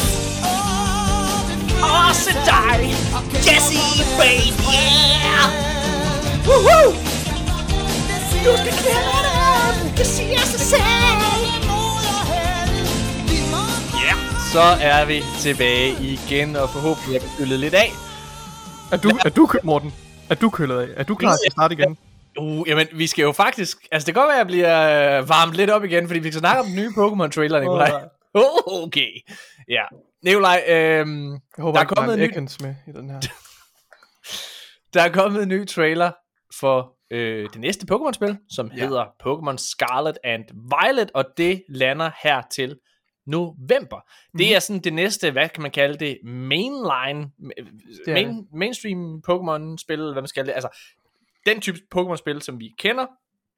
Også dig. Jesse, baby, yeah. Woohoo! Du skal klare dig. Det siger sig selv. Ja, så er vi tilbage igen, og forhåbentlig har vi køllet lidt af. Er du, er du, Morten? Er du kølet af? Er du klar til at starte igen? Uh, jamen, vi skal jo faktisk... Altså, det kan godt være, at jeg bliver øh, varmet lidt op igen, fordi vi skal snakke om den nye Pokémon-trailer, Nikolaj. Oh, okay. Ja. Nikolaj, øhm, jeg håber, der er kommet en ny... med i den her. Der er kommet en ny trailer for øh, det næste Pokémon-spil, som ja. hedder Pokémon Scarlet and Violet, og det lander her til november. Mm. Det er sådan det næste, hvad kan man kalde det, mainline, det main, mainstream Pokémon-spil, hvad man skal kalde det, altså den type Pokémon-spil, som vi kender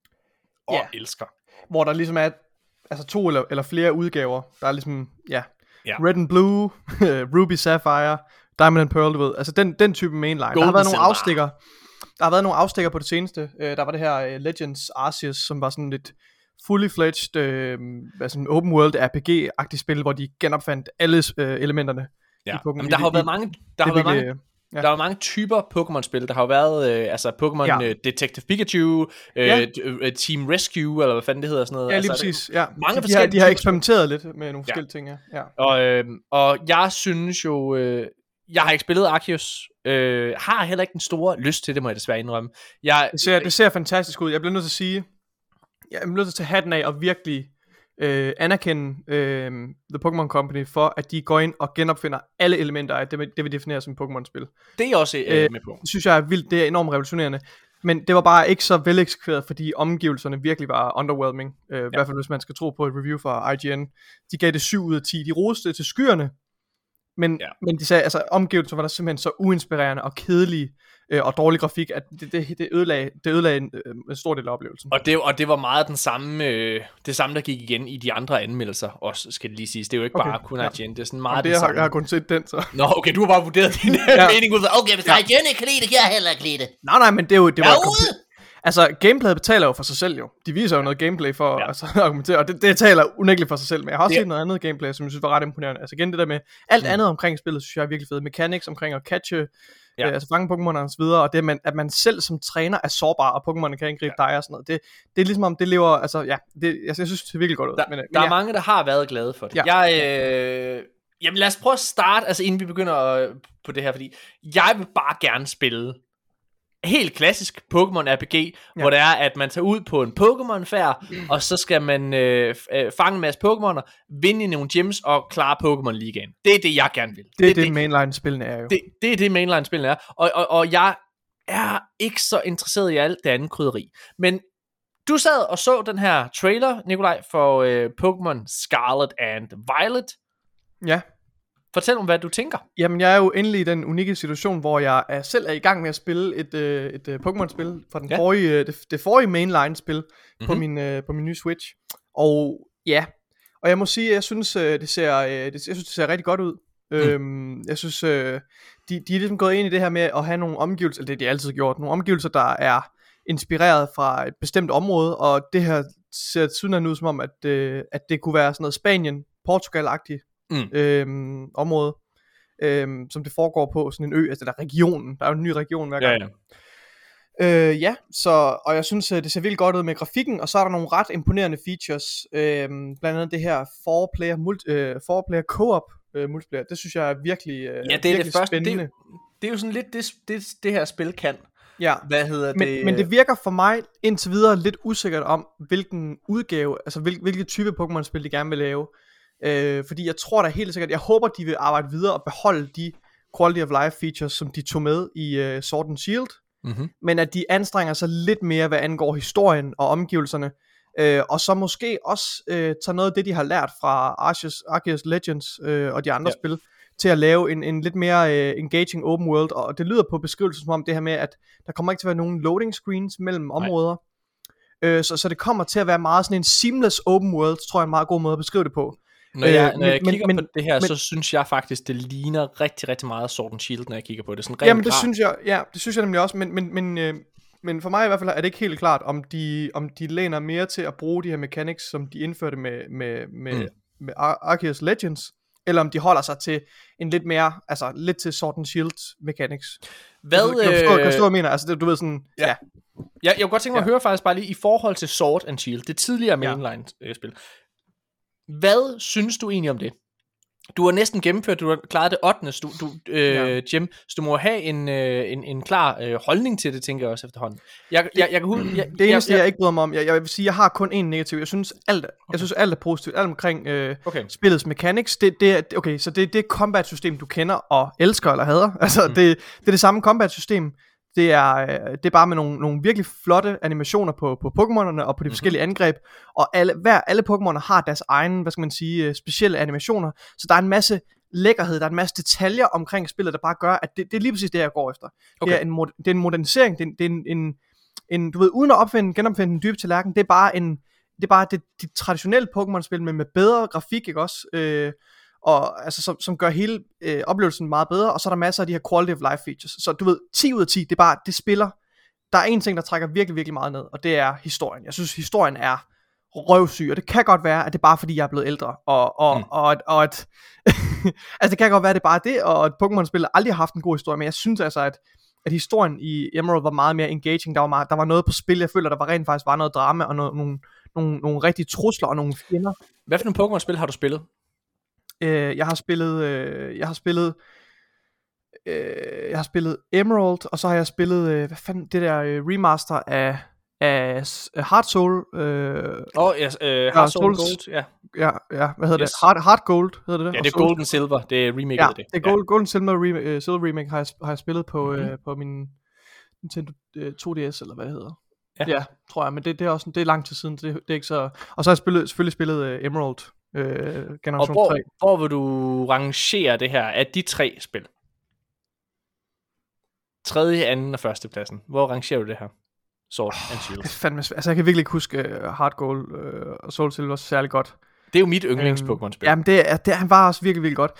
og ja. elsker. Hvor der ligesom er altså to eller, eller flere udgaver. Der er ligesom, ja, ja. Red and Blue, Ruby Sapphire, Diamond and Pearl, du ved. Altså den, den type mainline. Golden der har været nogle afstikker. Der har været nogle afstikker på det seneste. Uh, der var det her uh, Legends Arceus, som var sådan lidt fully fledged, øh, sådan open world R P G-agtigt spil, hvor de genopfandt alle øh, elementerne ja. i Pokémon. Jamen, der har jo været mange, der har været mange, ja. der er mange typer Pokémon-spil. Der har jo været øh, altså Pokémon ja. øh, Detective Pikachu, øh, ja. d- Team Rescue, eller hvad fanden det hedder sådan noget. Ja, lige altså, præcis. Ja. Mange de, har, de har eksperimenteret lidt med nogle forskellige ja. ting, ja. ja. Og, øh, og jeg synes jo, øh, jeg har ikke spillet Arceus, øh, har heller ikke den store lyst til det, må jeg desværre indrømme. Jeg, det, ser, det ser fantastisk ud. Jeg bliver nødt til at sige, jeg er nødt til at tage hatten af og virkelig øh, anerkende øh, The Pokémon Company for, at de går ind og genopfinder alle elementer af det, det vi definerer som Pokémon-spil. Det er jeg også øh, med på. Det synes jeg er vildt, det er enormt revolutionerende. Men det var bare ikke så veleksekveret, fordi omgivelserne virkelig var underwhelming. Øh, ja. I hvert fald hvis man skal tro på et review fra I G N. De gav det syv ud af ti. De roste det til skyerne. Men, ja. men de sagde, altså omgivelser var der simpelthen så uinspirerende og kedelige øh, og dårlig grafik, at det, det, det ødelagde, det ødelagde en, øh, en stor del af oplevelsen. Og det, og det var meget den samme, øh, det samme, der gik igen i de andre anmeldelser også, skal det lige siges. Det er jo ikke okay. bare kun I G N, det er sådan meget det det samme. Jeg har kun set den, så. Nå, okay, du har bare vurderet din ja. mening ud af, okay, hvis ja. I G N ikke kan lide det, kan jeg heller ikke lide det. Nej, nej, men det er jo... Det var kompl- altså, gameplayet betaler jo for sig selv jo. De viser jo noget gameplay for ja. altså, at argumentere, og det, det taler unægteligt for sig selv. Men jeg har også ja. set noget andet gameplay, som jeg synes var ret imponerende. Altså igen, det der med alt mm. andet omkring spillet, synes jeg er virkelig fedt. Mechanics omkring at catche, ja. øh, altså fange Pokémon'er og så videre, og det, man, at man selv som træner er sårbar, og Pokémon'er kan angribe ja. dig og sådan noget. Det, det er ligesom om, det lever, altså ja, det, jeg, jeg synes, det er virkelig godt ud. Der, men, der men, er ja. mange, der har været glade for det. Ja. Jeg, øh, jamen lad os prøve at starte, altså inden vi begynder øh, på det her, fordi jeg vil bare gerne spille helt klassisk Pokémon R P G, ja. hvor det er, at man tager ud på en Pokémon-færd, mm. og så skal man øh, øh, fange en masse Pokémoner, vinde nogle gems og klare Pokémon-ligaen. Det er det, jeg gerne vil. Det, det er det, det mainline-spillene er jo. Det, det er det, mainline-spillene er. Og, og, og jeg er ikke så interesseret i alt det andet krydderi. Men du sad og så den her trailer, Nikolaj, for øh, Pokémon Scarlet and Violet. Ja. Fortæl mig, hvad du tænker. Jamen, jeg er jo endelig i den unikke situation, hvor jeg er selv er i gang med at spille et, øh, et øh, Pokémon-spil fra den ja. forrige, det, det forrige mainline-spil mm-hmm. på, min, øh, på min nye Switch. Og ja, og jeg må sige, jeg synes, øh, det ser, øh, det, jeg synes, det ser rigtig godt ud. Mm. Øhm, jeg synes, øh, de, de er ligesom gået ind i det her med at have nogle omgivelser, eller det de altid gjort, nogle omgivelser, der er inspireret fra et bestemt område, og det her ser sådan ud som om, at, øh, at det kunne være sådan noget Spanien, Portugal-agtigt. Mm. Øhm, område øhm, som det foregår på sådan en ø, altså der er regionen, der er jo en ny region hver gang. Ja, ja. Øh, ja, så, og jeg synes det ser virkelig godt ud med grafikken, og så er der nogle ret imponerende features, øhm, blandt andet det her four player, multi, øh, four player co-op øh, multiplayer. Det synes jeg er virkelig, øh, ja, det er virkelig det første, spændende. Det, det er jo sådan lidt det, det, det her spil kan. Ja, hvad hedder men, det? Men det virker for mig indtil videre lidt usikkert om hvilken udgave, altså hvil, hvilke type Pokémon-spil de gerne vil lave. Øh, fordi jeg tror da helt sikkert, jeg håber de vil arbejde videre og beholde de quality of life features, som de tog med i uh, Sword and Shield, mm-hmm. men at de anstrenger sig lidt mere, hvad angår historien og omgivelserne, øh, og så måske også øh, tager noget af det, de har lært fra Arceus, Arceus Legends øh, og de andre ja. spil, til at lave en, en lidt mere øh, engaging open world, og det lyder på beskrivelsen som om det her med, at der kommer ikke til at være nogen loading screens mellem områder, øh, så, så det kommer til at være meget sådan en seamless open world, tror jeg er en meget god måde at beskrive det på. Når jeg, når jeg men, kigger men, på det her, men, så synes jeg faktisk, det ligner rigtig, rigtig meget Sword and Shield, når jeg kigger på det. Sådan jamen det synes jeg, ja, det synes jeg nemlig også, men, men, men, øh, men for mig i hvert fald er det ikke helt klart, om de, om de læner mere til at bruge de her mechanics, som de indførte med, med, med, mm. med Ar- Arceus Legends, eller om de holder sig til en lidt mere, altså lidt til Sword and Shield mechanics. Hvad? Kan du forstå, kan du forstå, hvad jeg mener? Altså det, du ved sådan, ja. ja. Jeg, jeg kunne godt tænke mig ja. at høre faktisk bare lige, i forhold til Sword and Shield, det tidligere mainline-spil. Hvad synes du egentlig om det? Du har næsten gennemført, du har klaret det ottende du, du, øh, ja. Jim, så du må have en, øh, en, en klar øh, holdning til det, tænker jeg også efterhånden. Jeg, jeg, jeg kan huske, jeg, det eneste, jeg, jeg, jeg ikke bryder mig om, jeg, jeg vil sige, jeg har kun en negativ. Jeg synes alt, okay. jeg synes alt er positivt, alt omkring øh, okay. spillets mechanics. Det, det, okay, så det er det combat-system, du kender og elsker eller hader. Altså, mm. det, det er det samme combat-system. Det er, det er bare med nogle, nogle virkelig flotte animationer på, på Pokémonerne og på de mm-hmm. forskellige angreb. Og alle, hver, alle Pokémoner har deres egen, hvad skal man sige, specielle animationer. Så der er en masse lækkerhed, der er en masse detaljer omkring spillet, der bare gør, at det, det er lige præcis det, jeg går efter. Okay. Det, er en, det er en modernisering, det er, det er en, en, en, du ved, uden at opfinde, genopfinde en dybe tallerken, det er bare en, det er bare det, det traditionelle Pokémon-spil, men med bedre grafik, ikke også? Øh, og altså som, som gør hele øh, oplevelsen meget bedre, og så er der masser af de her quality of life features. Så du ved, ti ud af ti, det er bare, det spiller. Der er en ting, der trækker virkelig, virkelig meget ned, og det er historien. Jeg synes, historien er røvsyg, og det kan godt være, at det er bare fordi, jeg er blevet ældre, og, og, mm. og, og, og at, altså det kan godt være, at det er bare det, og at Pokémon-spil aldrig har haft en god historie, men jeg synes altså, at, at historien i Emerald var meget mere engaging, der var, meget, der var noget på spil, jeg føler, der var rent faktisk var noget drama, og noget, nogle, nogle, nogle rigtige trusler, og nogle fjender. Hvad for nogle Pokémon-spil har du spillet? Øh, jeg har spillet, øh, jeg har spillet, øh, jeg har spillet Emerald, og så har jeg spillet, øh, hvad fanden, det der øh, remaster af, af Heart Soul. Øh, oh, yes, uh, Heart Soul Gold, ja. Ja, ja, hvad hedder yes. det? Heart, Heart Gold hedder det. Ja, det er Gold and Silver, det er remake ja, af det. det er Gold, ja. Gold and Silver, re- uh, Silver remake har jeg, har jeg spillet på, mm-hmm. øh, på min Nintendo uh, to D S, eller hvad det hedder. Ja, ja tror jeg, men det, det er også det er lang tid siden, det, det er ikke så. Og så har jeg spillet, selvfølgelig spillet uh, Emerald. Øh, generation og hvor, tre. hvor vil du rangere det her af de tre spil? Tredje, anden og første pladsen. Hvor rangerer du det her? Sword oh, and Shield. Det er fandme svært. Altså jeg kan virkelig ikke huske uh, Heart Gold uh, og Soul Silver særlig godt. Det er jo mit yndlings øhm, Pokémon-spil. Jamen det er, det er, han var også virkelig, virkelig godt.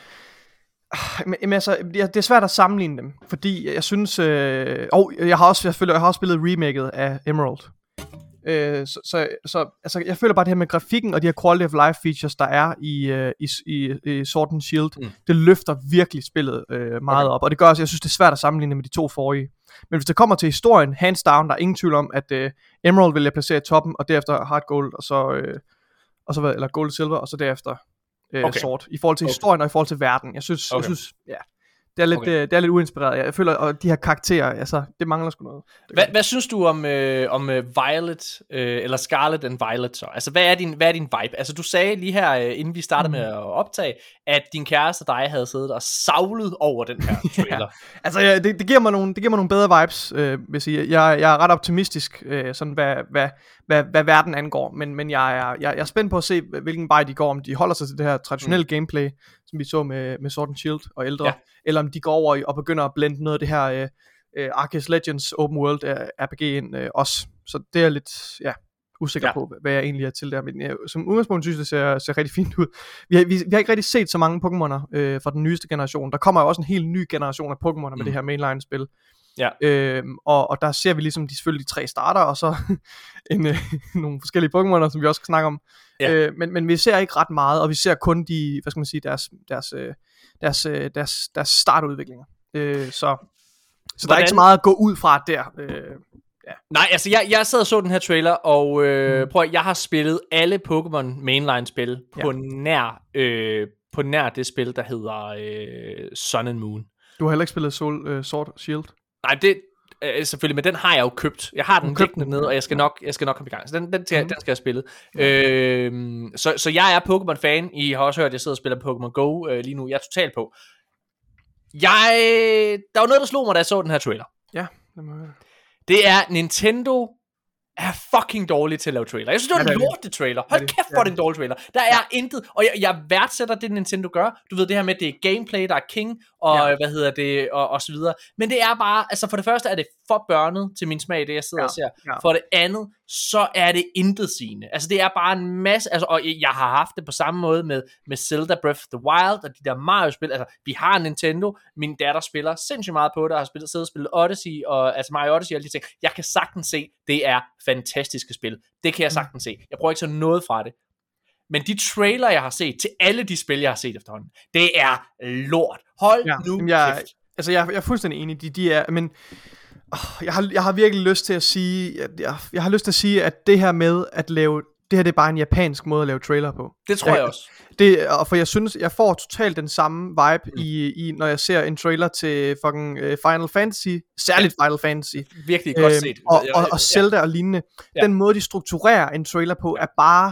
Men, men altså, det er svært at sammenligne dem, fordi jeg synes, øh, og jeg har også, jeg føler, jeg har også spillet remaket af Emerald. Øh, så, så, så altså, jeg føler bare det her med grafikken og de her quality of life features, der er i, uh, i, i, i Sword and Shield, mm. det løfter virkelig spillet øh, meget okay. op, og det gør også, jeg synes, det er svært at sammenligne med de to forrige. Men hvis det kommer til historien, hands down, der er ingen tvivl om, at øh, Emerald vil jeg placere i toppen, og derefter Heart Gold, og så, øh, og så eller Gold Silver, og så derefter øh, okay. Sword. I forhold til okay. historien og i forhold til verden. Jeg synes, okay. jeg synes ja, det er lidt, okay. det, det er lidt uinspireret. Jeg føler, og de her karakterer, altså, det mangler sgu noget. Hvad, hvad synes du om, øh, om øh, Violet, øh, eller Scarlet and Violet så? Altså, hvad er din, hvad er din vibe? Altså, du sagde lige her, øh, inden vi startede mm. med at optage, at din kæreste og dig havde siddet og savlet over den her trailer. ja. Altså, ja, det, det, giver mig nogle, det giver mig nogle bedre vibes, øh, vil jeg sige. Jeg, jeg er ret optimistisk, øh, sådan hvad, hvad, hvad, hvad verden angår, men, men jeg, er, jeg, jeg er spændt på at se, hvilken vej de går, om de holder sig til det her traditionelle mm. gameplay, som vi så med, med Sword and Shield og ældre, ja. Eller om de går over og begynder at blende noget af det her øh, øh, Arceus Legends Open World øh, R P G ind øh, også. Så det er lidt ja, usikker ja. på, hvad jeg egentlig er til der. Men ja, som udgangspunkt synes jeg, det ser, ser rigtig fint ud. Vi har, vi, vi har ikke rigtig set så mange Pokémoner øh, fra den nyeste generation. Der kommer jo også en helt ny generation af Pokémoner mm. med det her mainline-spil. Ja. Øhm, og, og der ser vi ligesom de, selvfølgelig de tre starter, og så en, øh, nogle forskellige Pokémoner, som vi også skal snakke om. Ja. Øh, men, men vi ser ikke ret meget, og vi ser kun de, hvad skal man sige, deres, deres, øh, deres, øh, deres, deres startudviklinger. Øh, så så Hvordan? Der er ikke så meget at gå ud fra der. Øh, ja. Nej, altså jeg, jeg sad og så den her trailer, og øh, mm. prøv at, jeg har spillet alle Pokémon mainline-spil på, ja. nær, øh, på nær det spil, der hedder øh, Sun and Moon. Du har heller ikke spillet Soul, uh, Sword Shield? Nej, det, øh, selvfølgelig, men den har jeg jo købt. Jeg har den liggende nede, og jeg skal nok, jeg skal nok komme i gang. Så den, den, skal, mm. den skal jeg spille. Mm. Øh, så, så jeg er Pokémon-fan. I har også hørt, at jeg sidder og spiller Pokémon Go øh, lige nu. Jeg er totalt på. Jeg, der var noget, der slog mig, da jeg så den her trailer. Ja, det må jeg. Det er Nintendo er fucking dårlig til at lave trailer. Jeg synes, det var en lortet trailer. Hold kæft, hvor det en dårlig trailer. Der er ja. intet, og jeg, jeg værdsætter det, Nintendo gør. Du ved, det her med, det er gameplay, der er king, og ja. hvad hedder det, og, og så videre. Men det er bare, altså for det første er det for børnet til min smag, det jeg sidder ja. og ser. Ja. For det andet, så er det intetsigende. Altså det er bare en masse, altså, og jeg har haft det på samme måde med, med Zelda Breath of the Wild, og de der Mario-spil. Altså, vi har Nintendo, min datter spiller sindssygt meget på det, og har spillet, siddet og spillet Odyssey, og, altså Mario Odyssey og alle de ting. Jeg kan sagtens se, det er fantastiske spil. Det kan jeg sagtens se. Jeg prøver ikke så noget fra det. Men de trailer, jeg har set, til alle de spil, jeg har set efterhånden, det er lort. Hold ja, nu jeg, kæft. Altså, jeg, jeg er fuldstændig enig. De, de er, men åh, jeg, har, jeg har virkelig lyst til at sige, jeg, jeg, jeg har lyst til at sige, at det her med at lave, det her det er bare en japansk måde at lave trailer på. Det tror jeg, jeg også. Det, og for jeg synes, jeg får totalt den samme vibe, mm. i, i, når jeg ser en trailer til fucking uh, Final Fantasy, særligt ja. Final Fantasy. Virkelig godt set. Øhm, og, og, og Zelda ja. og lignende. Ja. Den måde, de strukturerer en trailer på, er bare...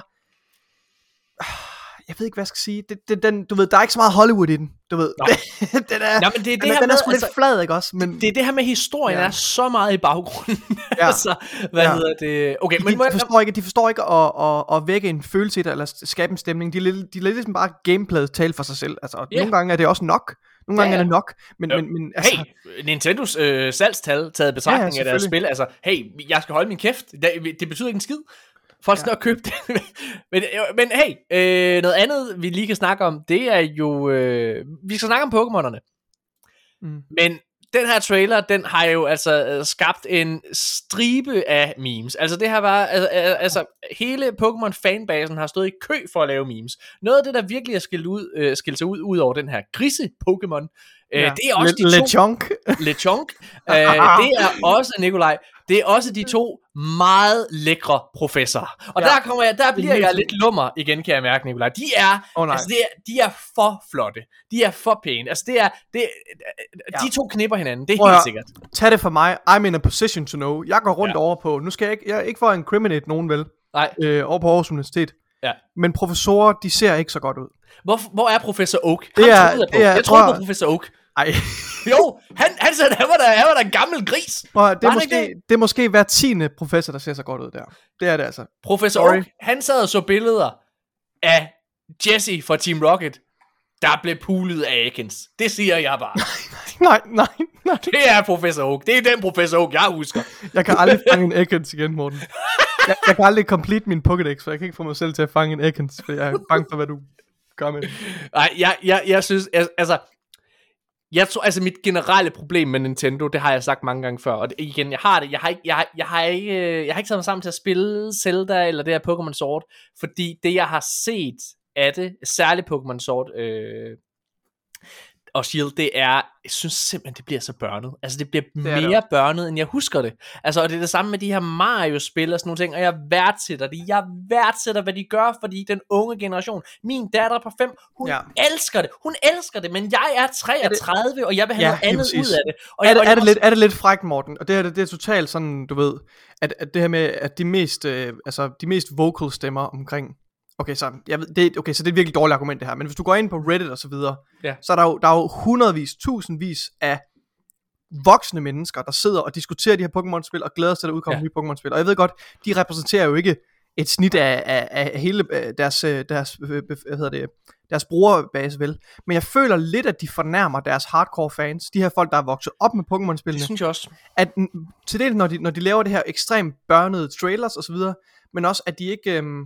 Jeg ved ikke, hvad jeg skal sige. Det, det, den, du ved, der er ikke så meget Hollywood i den. Du ved. den er, ja, men det er det den, her den med, er sgu altså, lidt flad, ikke også? Men, det, det er det her med historien, ja. er så meget i baggrunden. Ja. altså, hvad ja. hedder det? Okay, de, men de, de, forstår ikke, de forstår ikke at, at, at vække en følelse i det, eller skabe en stemning. De er lidt, de er lidt ligesom bare gameplayet tale for sig selv. Altså, yeah. nogle gange er det også nok. Nogle gange ja, ja. er det nok. Men, men, men, altså, hey, Nintendos øh, salgstal taget betragtning ja, ja, af deres spil. Altså, hey, jeg skal holde min kæft. Det, det betyder ikke en skid. Folk skal ja. nok købe det. men, men hey, øh, noget andet vi lige kan snakke om, det er jo, øh, vi skal snakke om Pokémonerne. Mm. Men den her trailer, den har jo altså skabt en stribe af memes. Altså det her var, altså, altså hele Pokémon fanbasen har stået i kø for at lave memes. Noget af det, der virkelig er skilt ud, øh, skilt sig ud, ud over den her grise Pokémon, øh, ja. det er også Le, de to... Lechonk. Lechonk. øh, det er også, Nikolaj, det er også de to meget lækre professorer. Og ja. der kommer jeg, der bliver jeg lidt lummer igen, kan jeg mærke, Nikolaj. De er, oh, altså, det er, de er for flotte. De er for pæne. Altså, det er, det, ja. de to knipper hinanden, det er Prøv helt at, sikkert. Tag det for mig. I'm in a position to know. Jeg går rundt ja. over på, nu skal jeg ikke, jeg ikke for at incriminate nogen vel, Nej. Øh, over på Aarhus Universitet. Ja. Men professorer, de ser ikke så godt ud. Hvor, hvor er professor Oak? Det er, jeg det er, jeg tror på professor Oak. Ej. Jo, han, han, han, han, var da, han var da en gammel gris. Prøv, det, er måske, det? det er måske hver tiende professor, der ser så godt ud der. Det er det altså. Professor Sorry. Oak, han sad og så billeder af Jesse fra Team Rocket, der blev pulet af Ekans. Det siger jeg bare. nej, nej, nej. Det er professor Oak. Det er den professor Oak, jeg husker. Jeg kan aldrig fange en Ekans igen, Morten. Jeg, jeg kan aldrig complete min Pokédex, for jeg kan ikke få mig selv til at fange en Ekans, for jeg er bange for, hvad du gør med det. Nej, jeg, jeg, jeg synes, altså... Jeg tror, altså mit generelle problem med Nintendo, det har jeg sagt mange gange før, og det, igen, jeg har det, jeg har ikke, jeg har, jeg har ikke, jeg har ikke taget mig sammen til at spille Zelda eller det her Pokémon Sword, fordi det jeg har set af det, særligt Pokémon Sword øh, og Shield, det er, jeg synes simpelthen, det bliver så børnet. Altså det bliver det mere det børnet, end jeg husker det. Altså, og det er det samme med de her Mario-spil og sådan nogle ting, og jeg værdsætter det. Jeg værdsætter, hvad de gør, fordi den unge generation, min datter på fem, hun ja. elsker det. Hun elsker det, men jeg er treogtredive, er det, og jeg vil have ja, noget andet præcis. ud af det. Og er, jeg, det, og er, det også... lidt, er det lidt frækt, Morten? Og det her, det, det er totalt sådan, du ved, at, at det her med, at de mest, øh, altså de mest vocal stemmer omkring, Okay, så, jeg ved, det, okay, så det er et virkelig dårligt argument det her. Men hvis du går ind på Reddit og så videre, ja. så er der jo, der er jo hundredvis, tusindvis af voksne mennesker, der sidder og diskuterer de her Pokémon-spil og glæder sig til at udkomme ja. nye Pokémon-spil. Og jeg ved godt, de repræsenterer jo ikke et snit af, af, af hele deres, deres, hvad hedder det, deres brugerbase vel. Men jeg føler lidt, at de fornærmer deres hardcore fans, de her folk, der er vokset op med Pokémon-spillene. Det synes jeg også. At, til det, når de, når de laver det her ekstremt børnede trailers og så videre, men også, at de ikke... Øhm,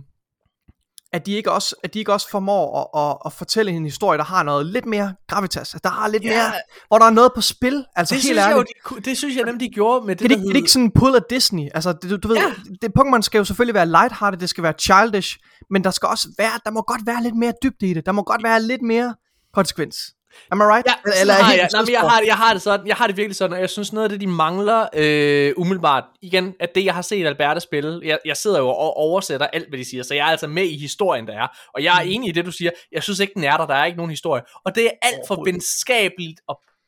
at de ikke også, at de ikke også formår at, at, at fortælle en historie, der har noget lidt mere gravitas, der har lidt yeah. mere, hvor der er noget på spil, altså det helt synes ærligt. Jeg jo, de, det synes jeg nemlig, de gjorde med det, det, det, det er ikke sådan en pull af Disney, altså det, du ved, ja. det, Pokémon skal jo selvfølgelig være lighthearted, det skal være childish, men der skal også være, der må godt være lidt mere dybde i det, der må godt være lidt mere konsekvens. Am I right? Ja, eller har jeg, nej, men jeg, har, jeg har det sådan, jeg har det virkelig sådan, og jeg synes noget af det, de mangler øh, umiddelbart, igen, at det jeg har set Alberte spille, jeg, jeg sidder jo og oversætter alt, hvad de siger, så jeg er altså med i historien, der er, og jeg er enig i det, du siger, jeg synes ikke, den er der, der er ikke nogen historie, og det er alt for venskabeligt og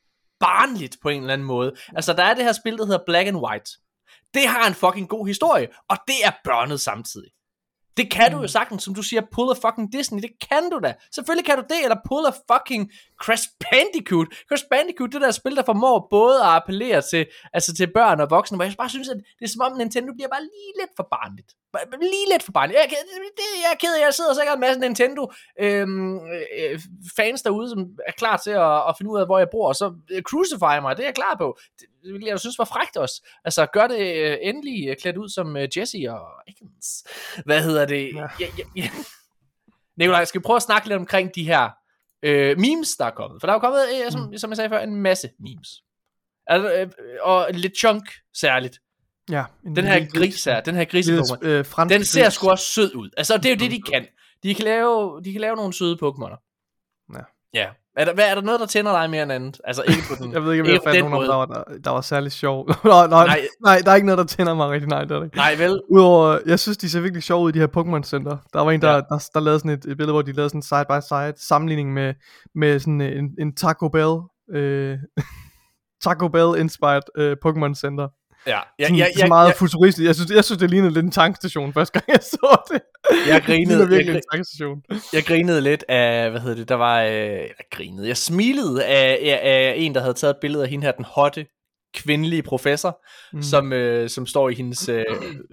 barnligt på en eller anden måde. Altså, der er det her spil, der hedder Black and White. Det har en fucking god historie, og det er børnet samtidig. Det kan du jo sagtens, som du siger, pull a fucking Disney, det kan du da. Selvfølgelig kan du det, eller pull a fucking Crash Bandicoot. Crash Bandicoot, det der spil, der formår både at appellere til, altså til børn og voksne, hvor jeg bare synes, at det er som om Nintendo bliver bare lige lidt for barnligt. Lige lidt for barnligt. Jeg er, det, jeg er ked af, jeg sidder sikkert en masse Nintendo øhm, øh, fans derude, som er klar til at, at finde ud af, hvor jeg bor, og så øh, crucify mig, det er jeg klar på. Det vil jeg synes var frækt også. Altså, gør det øh, endelig øh, klædt ud som øh, Jesse og Ekans. Hvad hedder det? Ja. Ja, ja, ja. Nikolaj, skal vi prøve at snakke lidt omkring de her øh, memes, der er kommet? For der er jo kommet, øh, som, mm. som jeg sagde før, en masse memes. Altså, øh, og lidt chunk særligt. Ja, den her gris her, den her grise-Pokémon, øh, den ser sgu også sød ud. Altså, det er jo det, de kan. De kan lave, de kan lave nogle søde Pokémoner. Ja. Ja. Er der, hvad, er der noget, der tænder dig mere end andet? Altså, ikke på den, jeg ved ikke, om jeg fandt nogen, der var, der, der var særlig sjov. nej, nej, nej. nej, der er ikke noget, der tænder mig rigtig. Nej, det er det ikke. Nej, vel? Udover, jeg synes, de ser virkelig sjove ud i de her Pokémon-center. Der var en, der, ja. der, der, der lavede sådan et, et billede, hvor de lavede sådan en side-by-side sammenligning med, med sådan en, en Taco Bell, øh, Taco Bell-inspired øh, Pokémon-center. Ja, ja, ja, ja, meget ja, futuristisk. Jeg synes, jeg synes det lignede lidt en tankstation første gang jeg så det. Jeg grinede det virkelig jeg, en tankstation. Jeg grinede lidt af, hvad hedder det, der var, øh, jeg grinede, jeg smilede af, af, af en, der havde taget et billede af hende her, den hotte kvindelige professor, mm. som, øh, som står i hendes øh,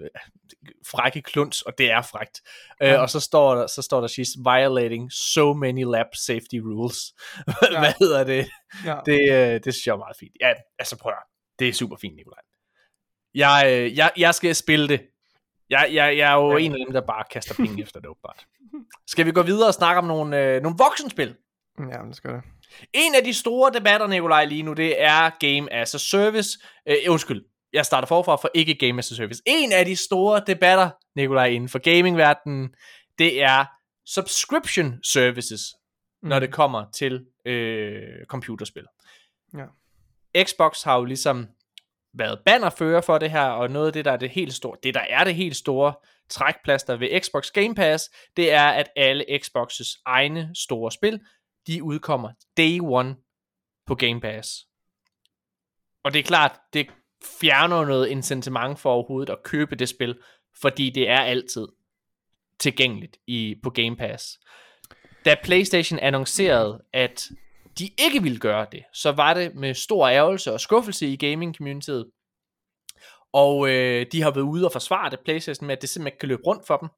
frække kluns, og det er frækt. Ja. Øh, og så står der, så står der, she's violating so many lab safety rules. Ja. Hvad hedder det? Ja. Det, øh, det synes jeg er meget fint. Ja, altså prøv at, det er super fint, Nikolaj. Jeg, jeg, jeg skal spille det. Jeg, jeg, jeg er jo ja. en af dem, der bare kaster penge efter det, åbenbart. Skal vi gå videre og snakke om nogle, øh, nogle voksenspil? Ja, det skal det. En af de store debatter, Nikolaj, lige nu, det er Game as a Service. Øh, undskyld, jeg starter forfra for ikke Game as a Service. En af de store debatter, Nikolaj, inden for gamingverdenen, det er subscription services, mm. når det kommer til øh, computerspil. Ja. Xbox har jo ligesom været bannerfører for det her, og noget af det, der er det helt store, det der er det helt store trækplaster ved Xbox Game Pass, det er, at alle Xbox's egne store spil, de udkommer day one på Game Pass. Og det er klart, det fjerner noget incitament for overhovedet at købe det spil, fordi det er altid tilgængeligt i, på Game Pass. Da PlayStation annoncerede, at de ikke ville gøre det, så var det med stor ærgelse og skuffelse i gaming-communityet. Og øh, de har været ude og forsvare det, PlayStation, med at det simpelthen ikke kan løbe rundt for dem.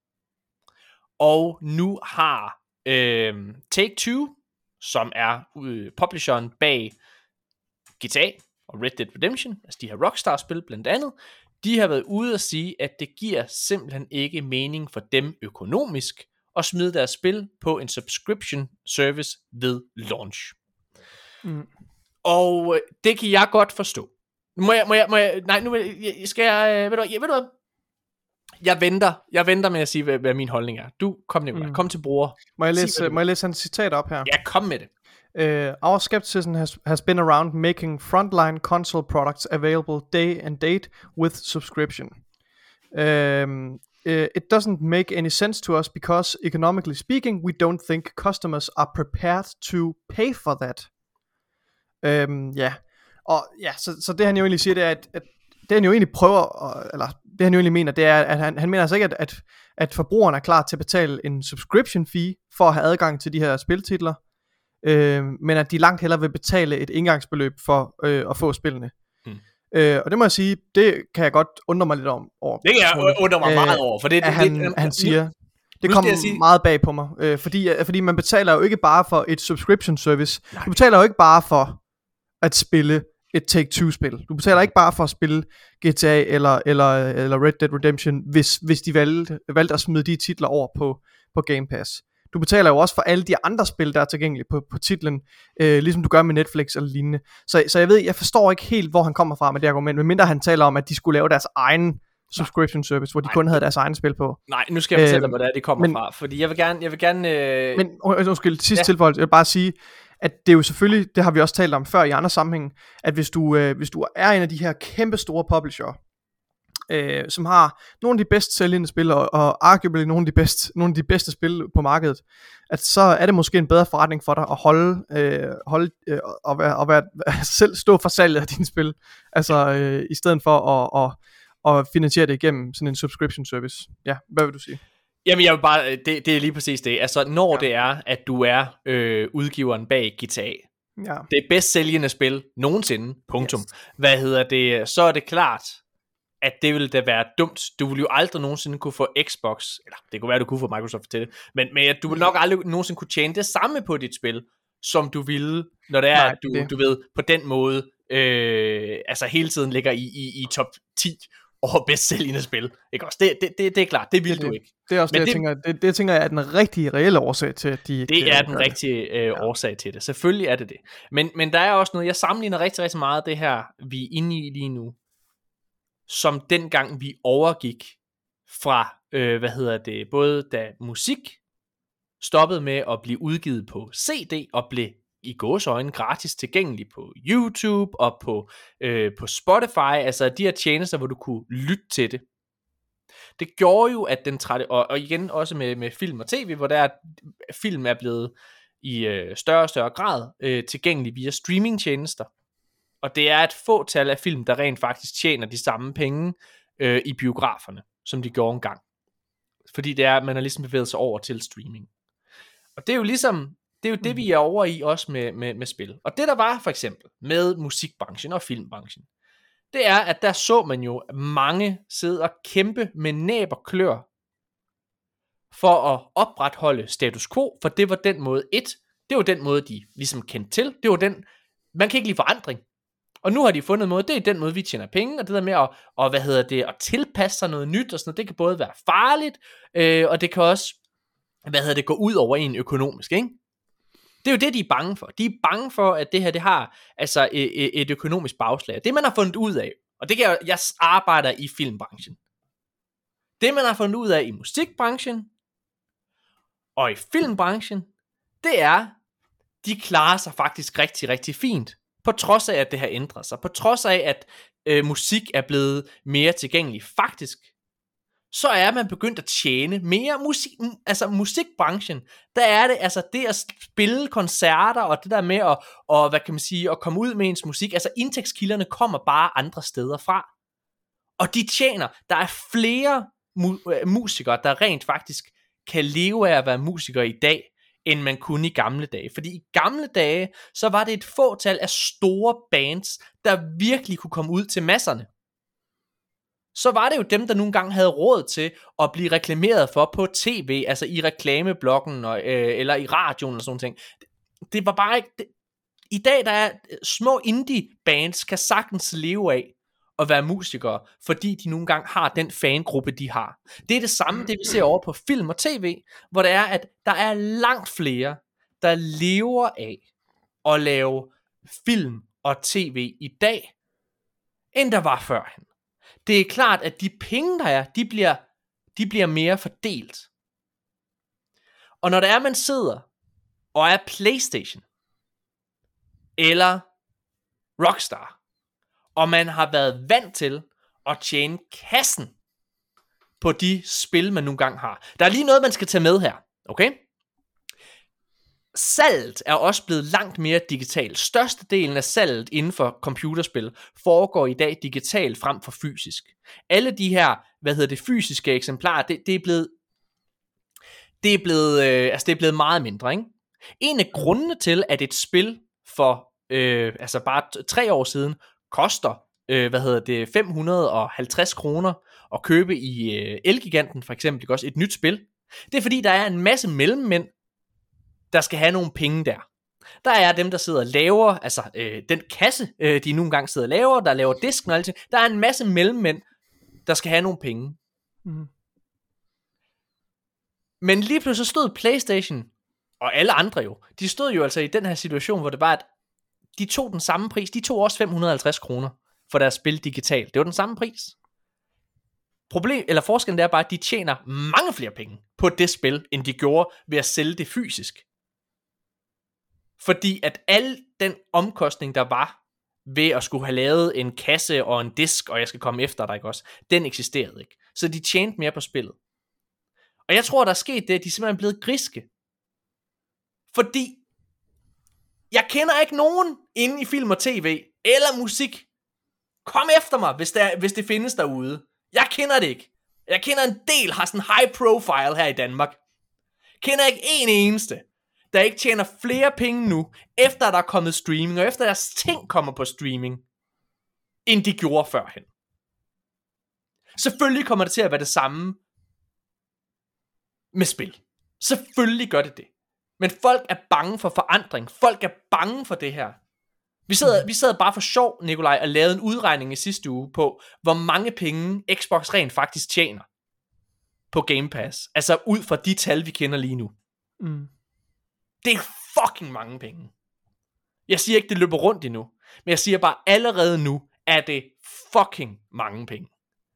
Og nu har øh, Take-Two, som er øh, publisheren bag G T A og Red Dead Redemption, altså de her Rockstar-spil blandt andet, de har været ude og sige, at det giver simpelthen ikke mening for dem økonomisk, og smide deres spil på en subscription service ved launch. Mm. Og det kan jeg godt forstå. Må jeg, må jeg, må jeg, nej, nu skal jeg, ved du, jeg, ved du hvad? Jeg venter, jeg venter med at sige, hvad, hvad min holdning er. Du, kom Nicolaj, mm. kom til bror. Må jeg læse, må jeg læse en citat op her? Ja, kom med det. Uh, our skepticism has, has been around making frontline console products available day and date with subscription. Um, Uh, it doesn't make any sense to us because economically speaking, we don't think customers are prepared to pay for that. Um, ja, yeah. og ja, så, så det han jo egentlig siger, det er, at, at det han jo egentlig prøver, at, eller det han jo egentlig mener, det er, at han, han mener altså ikke, at, at, at forbrugeren er klar til at betale en subscription fee for at have adgang til de her spiltitler, uh, men at de langt hellere vil betale et indgangsbeløb for uh, at få spillene. Hmm. Øh, og det må jeg sige, det kan jeg godt undre mig lidt om over. Det kan jeg undre mig meget over, for det, det, han, det, det han siger, det kom sige... meget bag på mig, øh, fordi, fordi man betaler jo ikke bare for et subscription service. Nej. Du betaler jo ikke bare for at spille et Take-Two-spil. Du betaler ikke bare for at spille G T A eller, eller, eller Red Dead Redemption, hvis, hvis de valgte, valgte at smide de titler over på, på Game Pass. Du betaler jo også for alle de andre spil, der er tilgængelige på, på titlen, øh, ligesom du gør med Netflix eller lignende. Så, så jeg ved, jeg forstår ikke helt, hvor han kommer fra med det argument, medmindre han taler om, at de skulle lave deres egen subscription service, hvor de Nej. kun havde deres egen spil på. Nej, nu skal jeg fortælle dig, hvor det er, de kommer men, fra, fordi jeg vil gerne... Jeg vil gerne øh... Men undskyld, sidste ja. tilføjelse, jeg vil bare sige, at det er jo selvfølgelig, det har vi også talt om før i andre sammenhæng, at hvis du, øh, hvis du er en af de her kæmpe store publisher, øh, som har nogle af de bedst sælgende spil, og, og arguably nogle af de bedste, nogle af de bedste spil på markedet, at så er det måske en bedre forretning for dig at holde, øh, holde øh, og, være, og være, selv stå for salget af dine spil, altså øh, i stedet for at, at, at finansiere det igennem sådan en subscription service. Ja, hvad vil du sige? Jamen jeg vil bare, det, det er lige præcis det. Altså når ja. det er, at du er øh, udgiveren bag G T A, ja. det bedst sælgende spil nogensinde, punktum. Yes. Hvad hedder det, så er det klart, at det ville da være dumt. Du ville jo aldrig nogensinde kunne få Xbox, eller det kunne være, du kunne få Microsoft til det, men, men at du ville nok aldrig nogensinde kunne tjene det samme på dit spil, som du ville, når det er, Nej, at du, det. du ved, på den måde, øh, altså hele tiden ligger i, i, i top ti over bedst sælgende spil. Ikke også? Det, det, det, det er klart, det vil det, du ikke. Det er også det, det, jeg tænker, det, det tænker jeg er den rigtige, reelle årsag til, at de ikke Det er den rigtige øh, ja. årsag til det. Selvfølgelig er det det. Men, men der er også noget, jeg sammenligner rigtig, rigtig meget det her, vi er inde i lige nu, som dengang vi overgik fra, øh, hvad hedder det, både da musik stoppede med at blive udgivet på C D, og blev i gåseøjne gratis tilgængelig på YouTube, og på, øh, på Spotify, altså de her tjenester, hvor du kunne lytte til det. Det gjorde jo, at den trætte, og, og igen også med, med film og tv, hvor der er, film er blevet i øh, større og større grad øh, tilgængelig via streamingtjenester. Og det er et fåtal af film, der rent faktisk tjener de samme penge øh, i biograferne, som de gjorde engang. Fordi det er, man har ligesom bevæget sig over til streaming. Og det er jo ligesom, det er jo det, vi er over i også med, med, med spil. Og det der var for eksempel med musikbranchen og filmbranchen, det er, at der så man jo mange sidde og kæmpe med næb og klør for at opretholde status quo, for det var den måde et, det var den måde, de ligesom kendte til. Det var den, man kan ikke lide forandring. Og nu har de fundet en måde, det er den måde, vi tjener penge, og det der med at, og hvad hedder det, at tilpasse sig noget nyt, og sådan noget, det kan både være farligt, øh, og det kan også, hvad hedder det, gå ud over en økonomisk, ikke? Det er jo det, de er bange for. De er bange for, at det her, det har altså et, et økonomisk bagslag. Det, man har fundet ud af, og det kan jeg, jeg arbejder i filmbranchen. Det, man har fundet ud af i musikbranchen, og i filmbranchen, det er, de klarer sig faktisk rigtig, rigtig fint. På trods af, at det har ændret sig. På trods af, at øh, musik er blevet mere tilgængelig. Faktisk, så er man begyndt at tjene mere musik. Altså musikbranchen, der er det, altså det at spille koncerter, og det der med at, og, hvad kan man sige, at komme ud med ens musik. Altså indtægtskilderne kommer bare andre steder fra. Og de tjener, der er flere mu- musikere, der rent faktisk kan leve af at være musikere i dag, end man kunne i gamle dage. Fordi i gamle dage, så var det et fåtal af store bands, der virkelig kunne komme ud til masserne. Så var det jo dem, der nogle gange havde råd til at blive reklameret for på tv, altså i reklameblokken, og, øh, eller i radioen, og sådan ting. Det, det var bare ikke... Det, i dag, der er små indie bands, kan sagtens leve af at være musikere, fordi de nogle gange har den fangruppe, de har. Det er det samme, det vi ser over på film og tv, hvor det er, at der er langt flere, der lever af at lave film og tv i dag, end der var førhen. Det er klart, at de penge, der er, de bliver, de bliver mere fordelt. Og når der er, man sidder og er PlayStation, eller Rockstar, og man har været vant til at tjene kassen på de spil, man nogle gange har. Der er lige noget, man skal tage med her, okay? Salget er også blevet langt mere digitalt. Størstedelen af salget inden for computerspil foregår i dag digitalt frem for fysisk. Alle de her, hvad hedder det, fysiske eksemplarer, det, det er blevet, det er blevet, øh, altså det er blevet meget mindre, ikke? En af grundene til, at et spil for, øh, altså bare tre år siden, koster, øh, hvad hedder det, fem hundrede og halvtreds kroner at købe i øh, Elgiganten for eksempel, også et nyt spil. Det er fordi, der er en masse mellemmænd, der skal have nogle penge der. Der er dem, der sidder og laver, altså øh, den kasse, øh, de nogle gange sidder og laver, der laver disken og alt det. Der er en masse mellemmænd, der skal have nogle penge. Mm. Men lige pludselig så stod PlayStation, og alle andre jo, de stod jo altså i den her situation, hvor det var, at de tog den samme pris, de tog også fem hundrede og halvtreds kroner for deres spil digitalt. Det var den samme pris. Problem, eller forskellen er bare, at de tjener mange flere penge på det spil, end de gjorde ved at sælge det fysisk. Fordi at al den omkostning, der var ved at skulle have lavet en kasse og en disk, og jeg skal komme efter dig, ikke også? Den eksisterede ikke. Så de tjente mere på spillet. Og jeg tror, der er sket det, at de simpelthen er blevet griske. Fordi jeg kender ikke nogen inde i film og tv eller musik. Kom efter mig, hvis det, er, hvis det findes derude. Jeg kender det ikke. Jeg kender en del, har sådan en high profile her i Danmark. Kender ikke en eneste, der ikke tjener flere penge nu, efter der er kommet streaming, og efter deres ting kommer på streaming, end de gjorde førhen. Selvfølgelig kommer det til at være det samme med spil. Selvfølgelig gør det det. Men folk er bange for forandring. Folk er bange for det her. Vi sad, vi sad bare for sjov, Nikolaj, og lavede en udregning i sidste uge på, hvor mange penge Xbox rent faktisk tjener på Game Pass. Altså ud fra de tal, vi kender lige nu. Mm. Det er fucking mange penge. Jeg siger ikke, det løber rundt endnu. Men jeg siger bare, allerede nu er det fucking mange penge.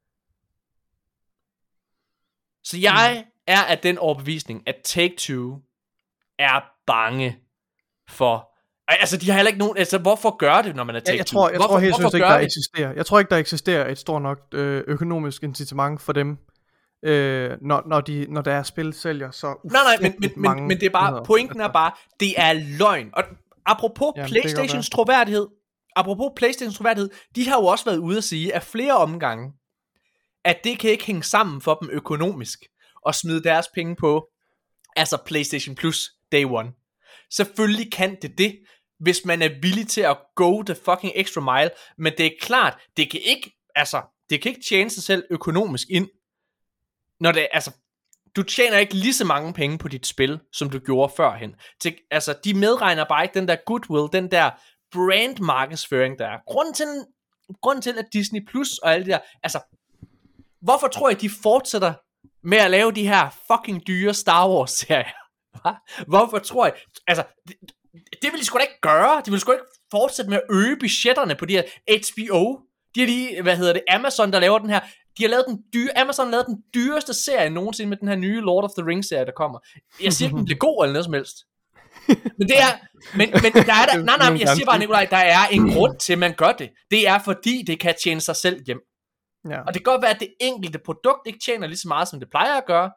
Så jeg mm. er af den overbevisning, at Take-Two er bange for... Altså, de har heller ikke nogen... Altså, hvorfor gør det, når man er Take-Two? Jeg, jeg tror, jeg hvorfor, tror helt seriøst ikke, der det? eksisterer. Jeg tror ikke, der eksisterer et stort nok øh, økonomisk incitament for dem, øh, når, når, de, når deres spil sælger så nej, nej, men, men, men, men det er bare... Pointen er bare, det er løgn. Og apropos Jamen, PlayStations troværdighed, apropos PlayStations troværdighed, de har jo også været ude at sige, at flere omgange, at det kan ikke hænge sammen for dem økonomisk, og smide deres penge på, altså PlayStation Plus Day One. Selvfølgelig kan det det, hvis man er villig til at go the fucking extra mile, men det er klart, det kan ikke, altså, det kan ikke tjene sig selv økonomisk ind, når det, altså, du tjener ikke lige så mange penge på dit spil, som du gjorde førhen. Til, altså, de medregner bare ikke den der goodwill, den der brand markedsføring, der er. Grunden til, grunden til, at Disney Plus og alle de der, altså, hvorfor tror jeg, de fortsætter med at lave de her fucking dyre Star Wars serier? Hvorfor tror jeg, altså, det, det vil de sgu da ikke gøre. De vil sgu ikke fortsætte med at øge budgetterne på de her H B O. De har lige, hvad hedder det, Amazon, der laver den her. De har lavet den dyre, Amazon har lavet den dyreste serie nogensinde med den her nye Lord of the Rings serie, der kommer. Jeg siger ikke, den bliver god eller noget som helst. Men det er, men, men der er der, nej, nej, jeg siger bare, Nikolaj, der er en grund til, at man gør det. Det er fordi, det kan tjene sig selv hjem. Ja. Og det kan godt være, at det enkelte produkt ikke tjener lige så meget, som det plejer at gøre.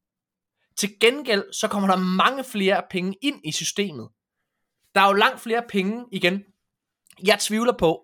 Til gengæld, så kommer der mange flere penge ind i systemet. Der er jo langt flere penge igen. Jeg tvivler på,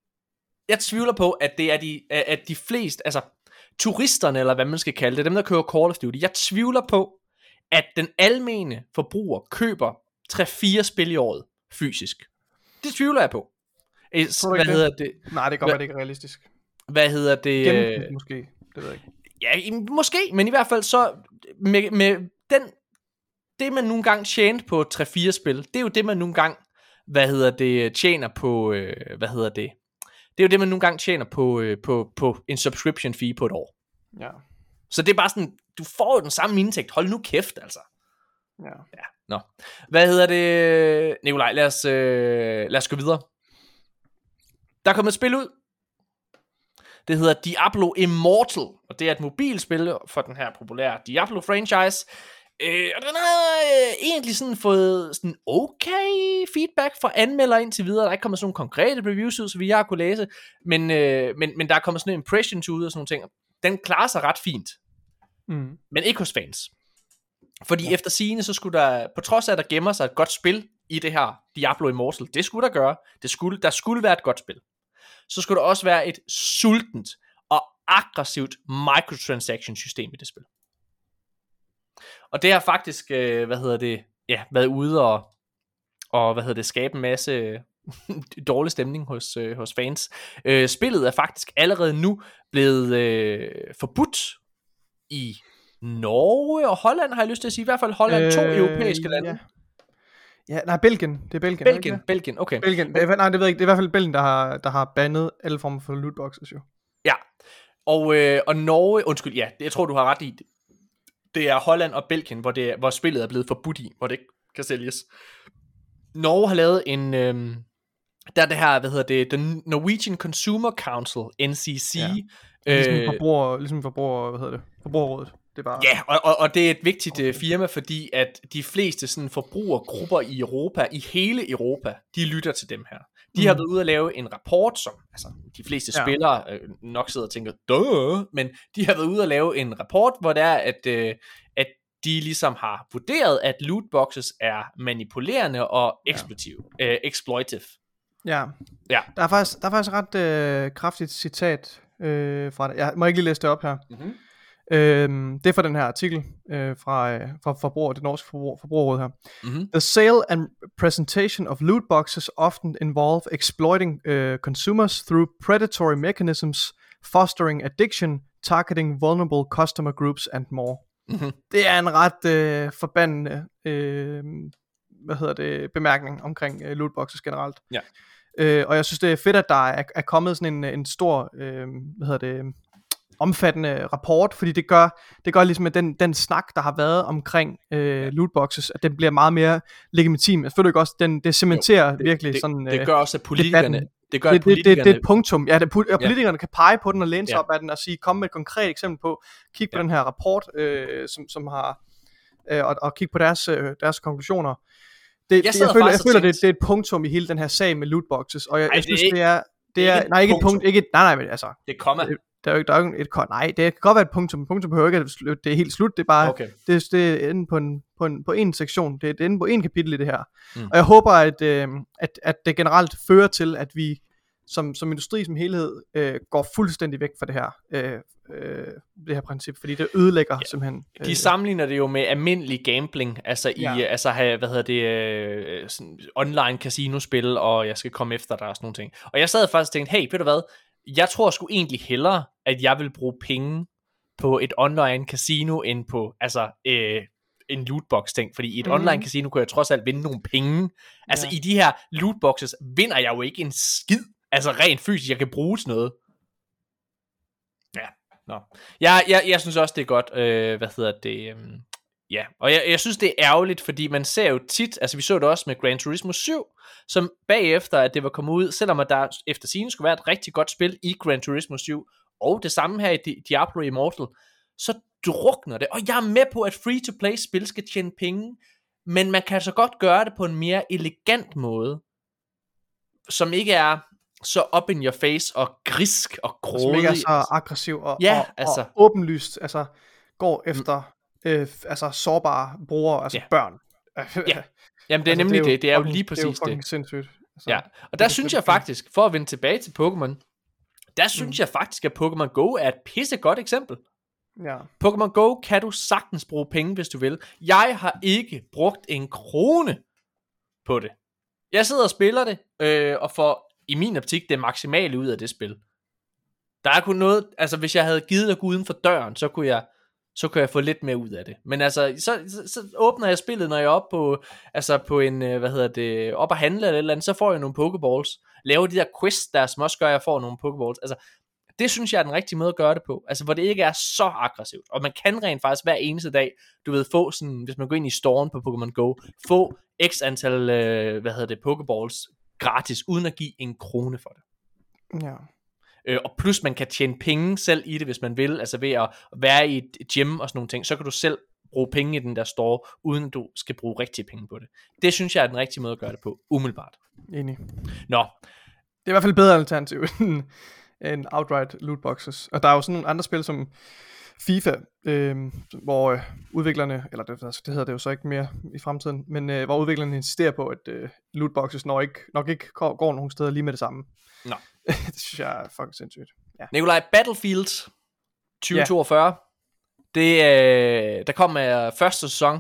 jeg tvivler på, at det er de, at de fleste, altså turisterne, eller hvad man skal kalde det, dem der kører Call of Duty, jeg tvivler på, at den almene forbruger køber tre fire spil i året fysisk. Det tvivler jeg på. Hvad hedder det? Nej, det kan godt være, det ikke er realistisk. Hvad hedder det? Gennemsnit, måske, det ved jeg ikke. Ja, måske, men i hvert fald så med, med den, det man nogle gange tjente på tre fire spil, det er jo det man nogle gange, hvad hedder det, tjener på, øh, hvad hedder det, det er jo det man nogle gange tjener på, øh, på, på en subscription fee på et år. Ja. Så det er bare sådan, du får jo den samme indtægt, hold nu kæft altså. Ja. Ja, nå. Hvad hedder det, Nikolaj, lad os, øh, lad os gå videre. Der er kommet et spil ud. Det hedder Diablo Immortal, og det er et mobilspil for den her populære Diablo-franchise. Øh, og den har øh, egentlig sådan fået sådan okay feedback fra anmeldere indtil videre. Der er ikke kommet sådan nogle konkrete reviews ud, så vi har kunne læse, men, øh, men, men der er kommet sådan en impressions ud og sådan nogle ting. Den klarer sig ret fint, mm. men ikke hos fans. Fordi ja. Efter sigende, så skulle der, på trods af at der gemmer sig et godt spil i det her Diablo Immortal, det skulle der gøre, det skulle, der skulle være et godt spil. Så skulle der også være et sultent og aggressivt microtransaction system i det spil. Og det har faktisk, øh, hvad hedder det, ja, været ude og, og hvad hedder det, skabe en masse øh, dårlig stemning hos, øh, hos fans. Øh, spillet er faktisk allerede nu blevet øh, forbudt i Norge og Holland, har jeg lyst til at sige. I hvert fald Holland, øh, to europæiske lande. Ja. Ja, nej, Belgien. Det er Belgien. Belgien, okay. Belgien, okay. Belgien. Det er, nej, det ved jeg ikke. Det er i hvert fald Belgien, der har, der har bandet alle former for lootboxes, jo. Ja, og, øh, og Norge, undskyld, ja, jeg tror, du har ret i. Det er Holland og Belgien, hvor, det, hvor spillet er blevet forbudt i, hvor det ikke kan sælges. Norge har lavet en, øh, der er det her, hvad hedder det, The Norwegian Consumer Council, N C C. Ja. Ligesom øh, forbruger, ligesom forbruger, hvad hedder det, forbrugerrådet. Det er bare... Ja, og, og, og det er et vigtigt okay. firma, fordi at de fleste sådan forbrugergrupper i Europa, i hele Europa, de lytter til dem her. De mm. har været ude at lave en rapport, som altså, de fleste Ja. spillere øh, nok sidder og tænker, Duh! Men de har været ude at lave en rapport, hvor det er, at, øh, at de ligesom har vurderet, at lootboxes er manipulerende og eksploitive, ja. øh, exploitive. Ja. Ja. Der er faktisk, der er faktisk ret øh, kraftigt citat øh, fra det. Jeg må ikke lige læse det op her. Mm-hmm. Øhm, det er fra den her artikel øh, fra, øh, fra forbruger, det norske forbruger, forbrugerråd her. Mm-hmm. The sale and presentation of loot boxes often involve exploiting uh, consumers through predatory mechanisms, fostering addiction, targeting vulnerable customer groups and more. Mm-hmm. Det er en ret øh, forbandende øh, hvad hedder det, bemærkning omkring øh, lootboxes generelt. Ja. Øh, og jeg synes det er fedt, at der er, er kommet sådan en, en stor øh, hvad hedder det, omfattende rapport, fordi det gør, det gør ligesom, at den, den snak, der har været omkring øh, lootboxes, at den bliver meget mere legitim. Jeg føler ikke også, den, det cementerer jo, det, virkelig det, sådan... Det gør også, at politikerne... Det gør, det, at politikerne... det, det, det er et punktum. Ja, det, og politikerne ja. kan pege på den og læne sig ja. op af den og sige, kom med et konkret eksempel på, kig på ja. den her rapport, øh, som, som har... Øh, og, og kig på deres, øh, deres konklusioner. Det, jeg, det, jeg føler, jeg føler det, det er et punktum i hele den her sag med lootboxes, og jeg, Ej, jeg synes, det er... Det er, nej, ikke et punkt, ikke et, nej, nej, men altså... Det kommer. Det, der er jo ikke, der er jo ikke et, nej, det kan godt være et punktum, punktum behøver ikke, at det er helt slut, det er bare, okay. det, det er inde på en, på en, på en sektion, det er inde på en kapitel i det her, mm. og jeg håber, at, øh, at, at det generelt fører til, at vi som, som industri som helhed øh, går fuldstændig væk fra det her, øh, øh, det her princip, fordi det ødelægger ja. simpelthen. Øh, De sammenligner det jo med almindelig gambling, altså i, Ja. altså have, hvad hedder det, øh, sådan online casinospil, og jeg skal komme efter dig og sådan nogle ting. Og jeg sad faktisk og tænkte, hey, ved du hvad, jeg tror sgu egentlig hellere, at jeg vil bruge penge på et online casino, end på, altså, øh, en lootbox ting, fordi i et mm. online casino kunne jeg trods alt vinde nogle penge. Altså ja. i de her lootboxes vinder jeg jo ikke en skid, altså rent fysisk, jeg kan bruge til noget. Ja, nå. Jeg, jeg, jeg synes også, det er godt, øh, hvad hedder det, øh, ja, og jeg, jeg synes, det er ærgerligt, fordi man ser jo tit, altså vi så det også med Gran Turismo syv, som bagefter, at det var kommet ud, selvom at der efter sigende skulle være et rigtig godt spil i Gran Turismo syv, og det samme her i Diablo Immortal, så drukner det, og jeg er med på, at free-to-play-spil skal tjene penge, men man kan altså godt gøre det på en mere elegant måde, som ikke er så up in your face, og grisk, og grådig. Som ikke er så aggressiv, og, ja, og, altså. og åbenlyst, altså går efter mm. øh, altså sårbare brugere, altså ja. børn. Ja. Jamen det er altså, nemlig det, er jo, det, det er jo lige præcis det. Det er jo fucking sindssygt. Altså, ja, og der synes jeg faktisk, for at vende tilbage til Pokémon, der synes mm. jeg faktisk, at Pokémon Go er et pissegodt eksempel. Ja. Pokémon Go kan du sagtens bruge penge, hvis du vil. Jeg har ikke brugt en krone på det. Jeg sidder og spiller det, øh, og får i min optik det maksimale ud af det spil. Der er kun noget, altså hvis jeg havde givet at gå uden for døren, så kunne jeg så kunne jeg få lidt mere ud af det. Men altså, så, så, så åbner jeg spillet, når jeg er oppe på, altså på en, hvad hedder det, op at handle eller et eller andet, så får jeg nogle Pokeballs. Laver de der quests der, som også gør, at jeg får nogle Pokeballs. Altså, det synes jeg er den rigtige måde at gøre det på. Altså, hvor det ikke er så aggressivt. Og man kan rent faktisk hver eneste dag, du ved, få sådan, hvis man går ind i storen på Pokémon Go, få x antal, øh, hvad hedder det, Pokeballs gratis, uden at give en krone for det. Ja. Øh, og plus man kan tjene penge selv i det, hvis man vil, altså ved at være i et gym og sådan nogle ting, så kan du selv bruge penge i den der store, uden at du skal bruge rigtige penge på det. Det synes jeg er den rigtige måde at gøre det på, umiddelbart. Enig. Nå. Det er i hvert fald et bedre alternativ end outright lootboxes. Og der er jo sådan nogle andre spil som FIFA, øh, hvor øh, udviklerne, eller det, altså, det hedder det jo så ikke mere i fremtiden, men øh, hvor udviklerne insisterer på, at øh, lootboxes nok ikke, nok ikke går, går nogen steder lige med det samme. Nå. Det synes jeg er fucking sindssygt. Ja. Nikolaj, Battlefield tyve toogfyrre, ja. det, øh, der kommer første sæson,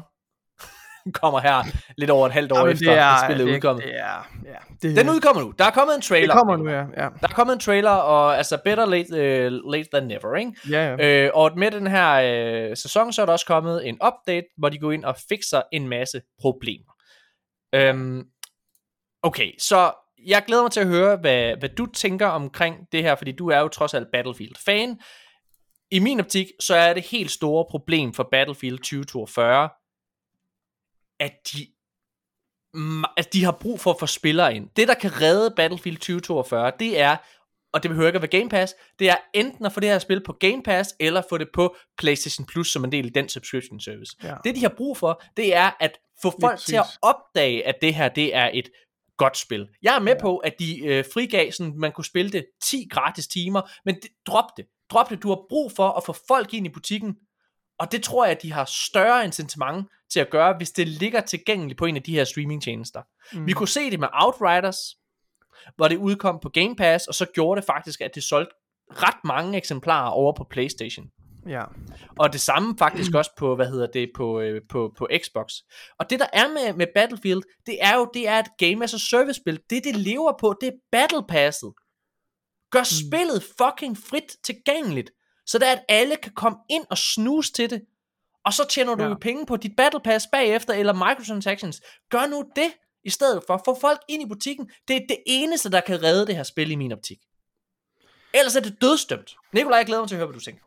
kommer her lidt over et halvt år ja, efter det er, at spillet det, er udkommet. Det er, ja, det, Den udkommer nu. Der er kommet en trailer. Det kommer nu, ja. ja. Der er kommet en trailer, og altså better late, uh, late than never, ikke? Ja, ja. Øh, og med den her øh, sæson, så er der også kommet en update, hvor de går ind og fikser en masse problemer. Øhm, okay, så jeg glæder mig til at høre, hvad, hvad du tænker omkring det her, fordi du er jo trods alt Battlefield-fan. I min optik, så er det helt store problem for Battlefield tyve toogfyrre, at de, at de har brug for at få spillere ind. Det, der kan redde Battlefield tyve toogfyrre, det er, og det behøver ikke at være Game Pass, det er enten at få det her spil på Game Pass, eller få det på PlayStation Plus som en del af den subscription service. Ja. Det, de har brug for, det er at få folk til at opdage, at det her, det er et godt spil. Jeg er med ja. på, at de øh, frigav, sådan, man kunne spille det ti gratis timer, men det, drop det. Drop det. Du har brug for at få folk ind i butikken, og det tror jeg, at de har større incitament til at gøre, hvis det ligger tilgængeligt på en af de her streamingtjenester. Mm. Vi kunne se det med Outriders, hvor det udkom på Game Pass, og så gjorde det faktisk, at det solgte ret mange eksemplarer over på PlayStation. Ja. Og det samme faktisk også på, hvad hedder det, på, øh, på, på Xbox. Og det der er med, med Battlefield, det er jo, det er et game as a service spil. Det det lever på, det er Battle Passet. Gør mm. spillet fucking frit tilgængeligt, så der at alle kan komme ind og snuse til det. Og så tjener du ja. jo penge på dit Battle Pass bagefter, eller microtransactions. Gør nu det, i stedet for. Få folk ind i butikken. Det er det eneste, der kan redde det her spil i min optik. Ellers er det dødsdømt. Nikolaj, jeg glæder mig til at høre, hvad du tænker.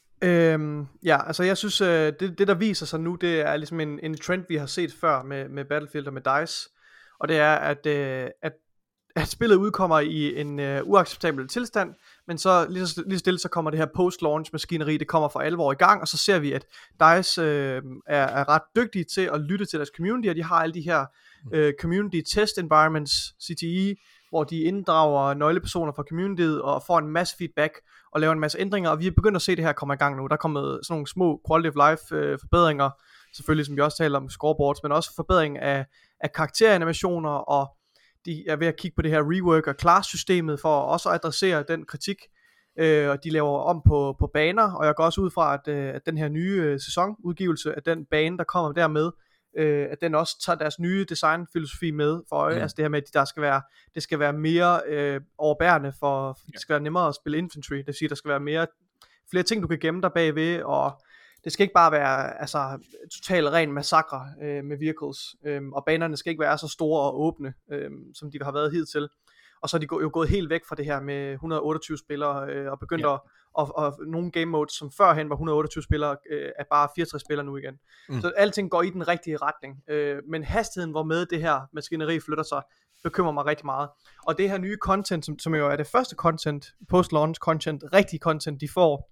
Øhm, ja, altså jeg synes, øh, det, det der viser sig nu, det er ligesom en, en trend, vi har set før med, med Battlefield og med DICE. Og det er, at, øh, at, at spillet udkommer i en øh, uacceptabel tilstand, men så lige, så lige stille, så kommer det her post-launch maskineri, det kommer for alvor i gang, og så ser vi, at DICE øh, er, er ret dygtige til at lytte til deres community, og de har alle de her øh, community test environments, C T E, hvor de inddrager nøglepersoner fra communityet og får en masse feedback og laver en masse ændringer, og vi er begyndt at se det her komme i gang nu. Der er kommet sådan nogle små quality of life øh, forbedringer, selvfølgelig som vi også taler om scoreboards, men også forbedring af, af karakteranimationer, og de er ved at kigge på det her rework og class-systemet for også at adressere den kritik, øh, og de laver om på, på baner, og jeg går også ud fra, at, øh, at den her nye øh, sæsonudgivelse af den bane, der kommer dermed, øh, at den også tager deres nye designfilosofi med for øje, mm. altså det her med, at der skal være, det skal være mere øh, overbærende, for det skal være nemmere at spille infantry, det vil sige, der skal være mere, flere ting, du kan gemme dig bagved, og det skal ikke bare være altså total ren massakre øh, med vehicles, øh, og banerne skal ikke være så store og åbne, øh, som de har været hidtil. Og så er de jo gået helt væk fra det her med et hundrede og otteogtyve spillere, øh, og begyndt ja. at, og, og nogle game modes, som førhen var et hundrede og otteogtyve spillere, øh, er bare fireogtres spillere nu igen. Mm. Så alting går i den rigtige retning. Øh, men hastigheden, hvor med det her maskineri flytter sig, bekymrer mig rigtig meget. Og det her nye content, som, som jo er det første content, post-launch content, rigtig content, de får,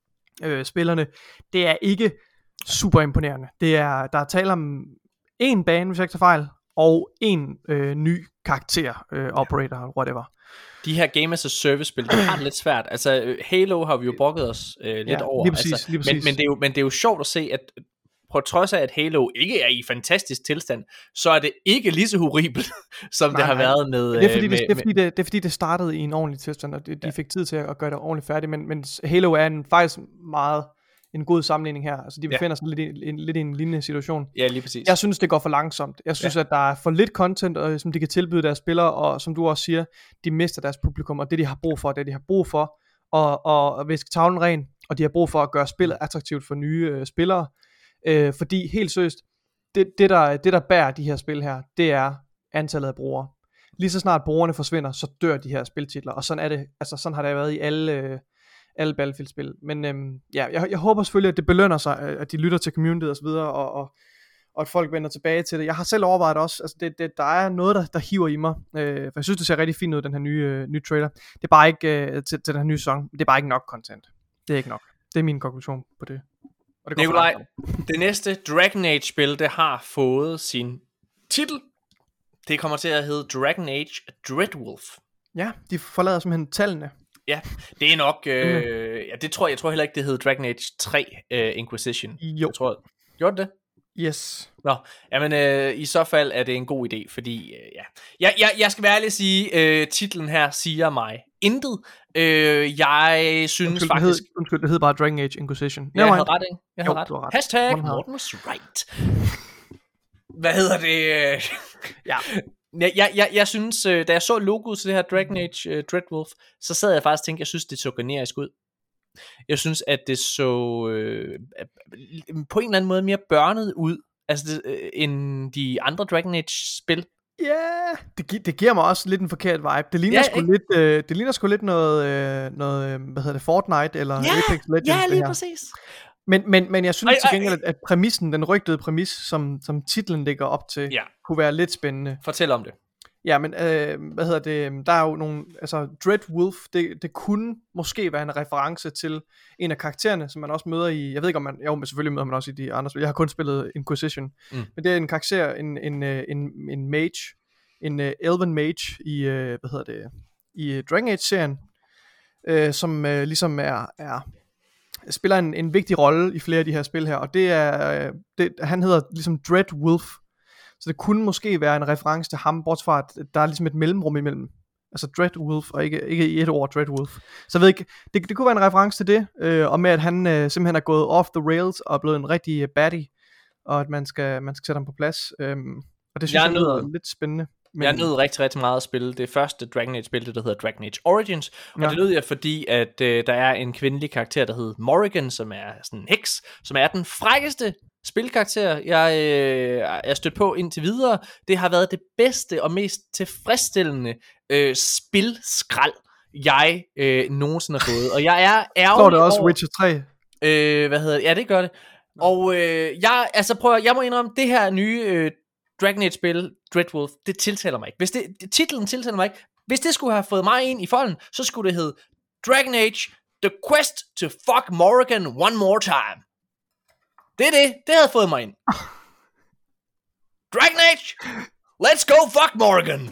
øh, spillerne, det er ikke super imponerende. Det er, der er tale om en bane, hvis jeg ikke tager fejl, og en øh, ny karakter, øh, operator, whatever. De her game as a service spil, det har det lidt svært. Altså Halo har vi jo brokket os øh, lidt ja, over. Lige præcis, altså, lige præcis. Men, men, det er jo, men det er jo sjovt at se, at på trods af, at Halo ikke er i fantastisk tilstand, så er det ikke lige så horribelt, som nej, det har nej. været med... Det er, fordi, med, det, det, er fordi det, det er fordi det startede i en ordentlig tilstand, og det, de ja. fik tid til at gøre det ordentligt færdigt, men, men Halo er en, faktisk meget en god sammenligning her. Altså de befinder ja. sig lidt i, en, lidt i en lignende situation. Ja, lige præcis. Jeg synes, det går for langsomt. Jeg synes, ja. at der er for lidt content, og, som de kan tilbyde deres spillere, og som du også siger, de mister deres publikum, og det de har brug for, det de har brug for, og, og, og viske tavlen ren, og de har brug for at gøre spillet attraktivt for nye øh, spillere. Øh, fordi helt seriøst, det, det, der, det der bærer de her spil her, det er antallet af brugere. Lige så snart brugerne forsvinder, så dør de her spiltitler, og sådan er det, altså sådan har det været i alle, øh, alle Battlefield-spil. Men øhm, ja, jeg, jeg håber selvfølgelig, at det belønner sig, at de lytter til communityet og så videre, og, og, og at folk vender tilbage til det. Jeg har selv overvejet også, altså det, det, der er noget, der, der hiver i mig, øh, for jeg synes, det ser rigtig fint ud, den her nye, øh, nye trailer. Det er bare ikke, øh, til, til den her nye sæson, det er bare ikke nok content. Det er ikke nok. Det er min konklusion på det. det Nikolaj, det næste Dragon Age-spil, det har fået sin titel. Det kommer til at hedde Dragon Age Dreadwolf. Ja, de forlader simpelthen tallene. Ja, det er nok, øh, ja, det tror jeg, jeg tror heller ikke, det hed Dragon Age tre uh, Inquisition. Jo. Jeg tror, gjorde det? Yes. Nå, jamen øh, i så fald er det en god idé, fordi, øh, ja. Jeg, jeg, jeg skal være ærlig at sige, øh, titlen her siger mig intet. Øh, jeg synes undskyld, faktisk... Det hed, undskyld, det hed bare Dragon Age Inquisition. Ja, jeg havde ret, ikke? Jeg havde jo, ret. ret. Hashtag Morten was right. Hvad hedder det? ja. Jeg, jeg, jeg, jeg synes, øh, da jeg så logoet til det her Dragon Age øh, Dreadwolf, så sad jeg faktisk og tænkte, jeg synes, det så generisk ud. Jeg synes, at det så øh, på en eller anden måde mere børnet ud, altså det, øh, end de andre Dragon Age-spil. Ja, yeah, det, gi- det giver mig også lidt en forkert vibe. Det ligner ja, sgu lidt, øh, det ligner sgu lidt noget, øh, noget, hvad hedder det, Fortnite eller ja, Apex Legends. Ja, lige det præcis. Men, men, men jeg synes ej, til gengæld, at, at præmissen, den rygtede præmis, som, som titlen ligger op til, ja. kunne være lidt spændende. Fortæl om det. Ja, men øh, hvad hedder det, der er jo nogle, altså Dreadwolf, det, det kunne måske være en reference til en af karaktererne, som man også møder i, jeg ved ikke om man, jo, men selvfølgelig møder man også i de andre spil, jeg har kun spillet Inquisition, mm. men det er en karakter, en, en, en, en mage, en uh, Elven Mage i, uh, hvad hedder det, i uh, Dragon Age-serien, uh, som uh, ligesom er, er spiller en, en vigtig rolle i flere af de her spil her, og det er, uh, det, han hedder ligesom Dread Wolf, så det kunne måske være en reference til ham, bortset fra, at der er ligesom et mellemrum imellem. Altså Dread Wolf, og ikke, ikke i et ord Dread Wolf. Så jeg ved ikke, det, det kunne være en reference til det, øh, og med at han øh, simpelthen er gået off the rails, og er blevet en rigtig uh, baddie, og at man skal, man skal sætte ham på plads. Øhm, og det synes jeg, jeg lyder lidt spændende. Men jeg nød rigtig, rigtig meget at spille det første Dragon Age-spil, det der hedder Dragon Age Origins, og ja. det nød jeg, fordi at øh, der er en kvindelig karakter, der hedder Morrigan, som er sådan en heks, som er den frækkeste spilkarakter, jeg øh, er stødt på indtil videre. Det har været det bedste og mest tilfredsstillende øh, spilskrald, jeg øh, nogensinde har fået. Og jeg er ærgerlig over... det også over, Witcher tre? Øh, hvad hedder det? Ja, det gør det. Og øh, jeg, altså prøv at, jeg må indrømme, det her nye øh, Dragon Age-spil, Dreadwolf, det tiltaler mig ikke. Hvis det, det, titlen tiltaler mig ikke. Hvis det skulle have fået mig ind i folden, så skulle det hedde Dragon Age, The Quest to Fuck Morrigan One More Time. Det er det. Det havde fået mig ind. Dragon Age, let's go fuck Morrigan.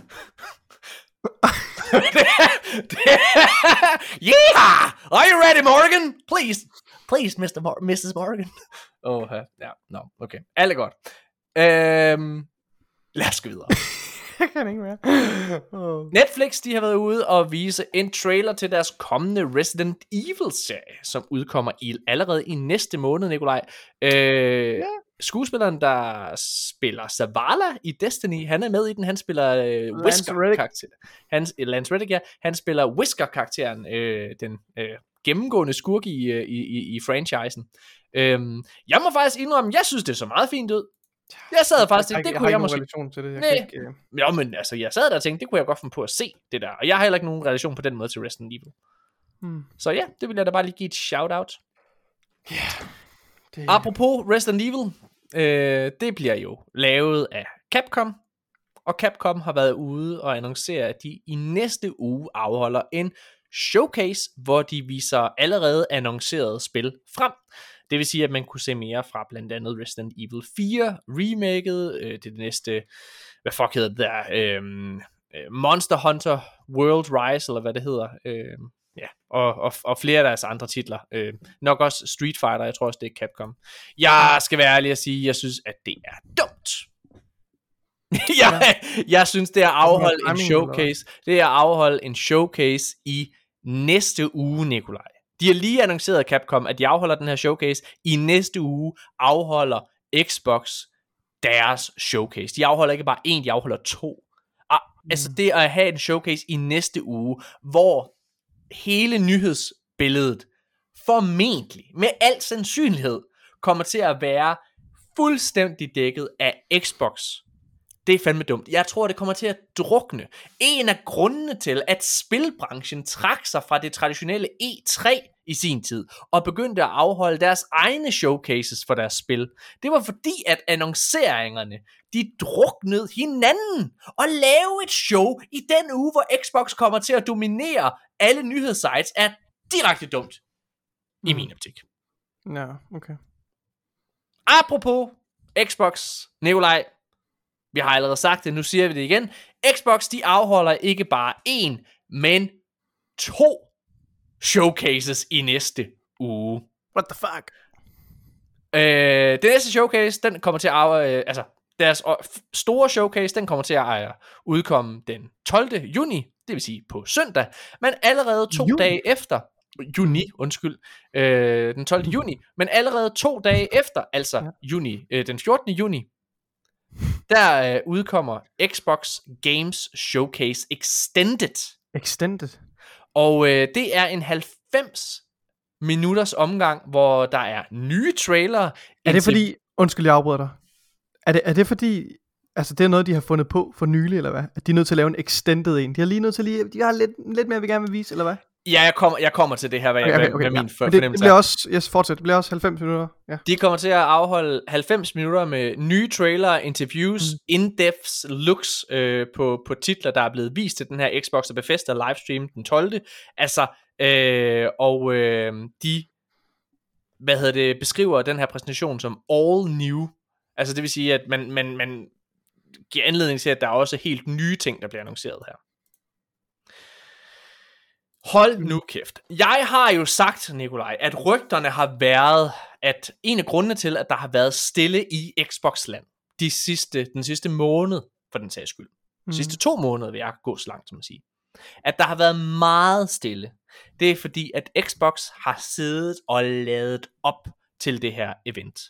Yeah! Are you ready, Morrigan? Please. Please, mister Mor- missus Morrigan. Åh, oh, ja, no, okay. Alt er godt. Øhm, lad os gå videre. Jeg kan ikke mere. Oh. Netflix, de har været ude og vise en trailer til deres kommende Resident Evil-serie, som udkommer i allerede i næste måned, Nikolaj. Øh, yeah. Skuespilleren, der spiller Zavala i Destiny, han er med i den. Han spiller øh, Whisker-karakter. Han, Lance Reddick, ja. Han spiller Whisker-karakteren, øh, den øh, gennemgående skurk i, i, i, i franchisen. Øh, jeg må faktisk indrømme, jeg synes, det så meget fint ud. Jeg sad faktisk ikke, det jeg kunne jeg, jeg måske... relation til det. Jeg Nej. ikke, uh... Jo, men altså, jeg sad der og tænkte, det kunne jeg godt finde på at se, det der. Og jeg har heller ikke nogen relation på den måde til Resident Evil. Hmm. Så ja, det vil jeg da bare lige give et shout-out. Ja. Yeah, det... Apropos Resident Evil, øh, det bliver jo lavet af Capcom. Og Capcom har været ude og annoncere, at de i næste uge afholder en showcase, hvor de viser allerede annoncerede spil frem. Det vil sige, at man kunne se mere fra blandt andet Resident Evil fire, remaket, øh, det, det næste, hvad fuck hedder det der, øh, Monster Hunter World Rise, eller hvad det hedder, øh, ja, og, og, og flere af deres andre titler. Øh, nok også Street Fighter, jeg tror også, det er Capcom. Jeg skal være ærlig at sige, jeg synes, at det er dumt. jeg, jeg synes, det er at afholde en showcase, det er at afholde en showcase i næste uge, Nikolaj. De har lige annonceret Capcom, at de afholder den her showcase. I næste uge afholder Xbox deres showcase. De afholder ikke bare en, de afholder to. Ah, mm. Altså det at have en showcase i næste uge, hvor hele nyhedsbilledet formentlig, med al sandsynlighed, kommer til at være fuldstændig dækket af Xbox. Det er fandme dumt. Jeg tror, det kommer til at drukne. En af grundene til, at spilbranchen trak sig fra det traditionelle E tre i sin tid, og begyndte at afholde deres egne showcases for deres spil, det var fordi, at annonceringerne, de druknede hinanden, og lave et show i den uge, hvor Xbox kommer til at dominere alle nyhedssites, er direkte dumt. I min optik. Ja, okay. Apropos Xbox, Nikolaj, vi har allerede sagt det, nu siger vi det igen. Xbox, de afholder ikke bare en, men to showcases i næste uge. What the fuck? Øh, det næste showcase, den kommer til at af, øh, altså deres store showcase, den kommer til at øh, udkomme den tolvte juni, det vil sige på søndag, men allerede to juni. dage efter, juni, undskyld, øh, den tolvte juni, men allerede to dage efter, altså ja. juni, øh, den fjortende juni, der øh, udkommer Xbox Games Showcase Extended. Extended. Og øh, det er en halvfems minutters omgang, hvor der er nye trailere. Er det fordi, undskyld jeg afbryder dig, er det, er det fordi, altså det er noget de har fundet på for nylig, eller hvad? At de er nødt til at lave en extended en. De har lige nødt til lige, de har lidt, lidt mere vi gerne vil vise, eller hvad? Ja, jeg kommer, jeg kommer til det her, hvad, okay, okay, okay, hvad min ja. fornemmelse det, det bliver også, yes, fortsæt, det bliver også halvfems minutter. Ja. De kommer til at afholde halvfems minutter med nye trailere, interviews, mm. in-depth looks øh, på, på titler, der er blevet vist til den her Xbox og Bethesda livestream den tolvte Altså, øh, og øh, de, hvad hedder det, beskriver den her præsentation som all new. Altså det vil sige, at man, man, man giver anledning til, at der er også helt nye ting, der bliver annonceret her. Hold nu kæft. Jeg har jo sagt, Nikolaj, at rygterne har været, at en af grundene til, at der har været stille i Xbox-land de sidste, den sidste måned, for den sags skyld. De mm. sidste to måneder vil jeg gå så langt, som at sige. At der har været meget stille. Det er fordi, at Xbox har siddet og ladet op til det her event.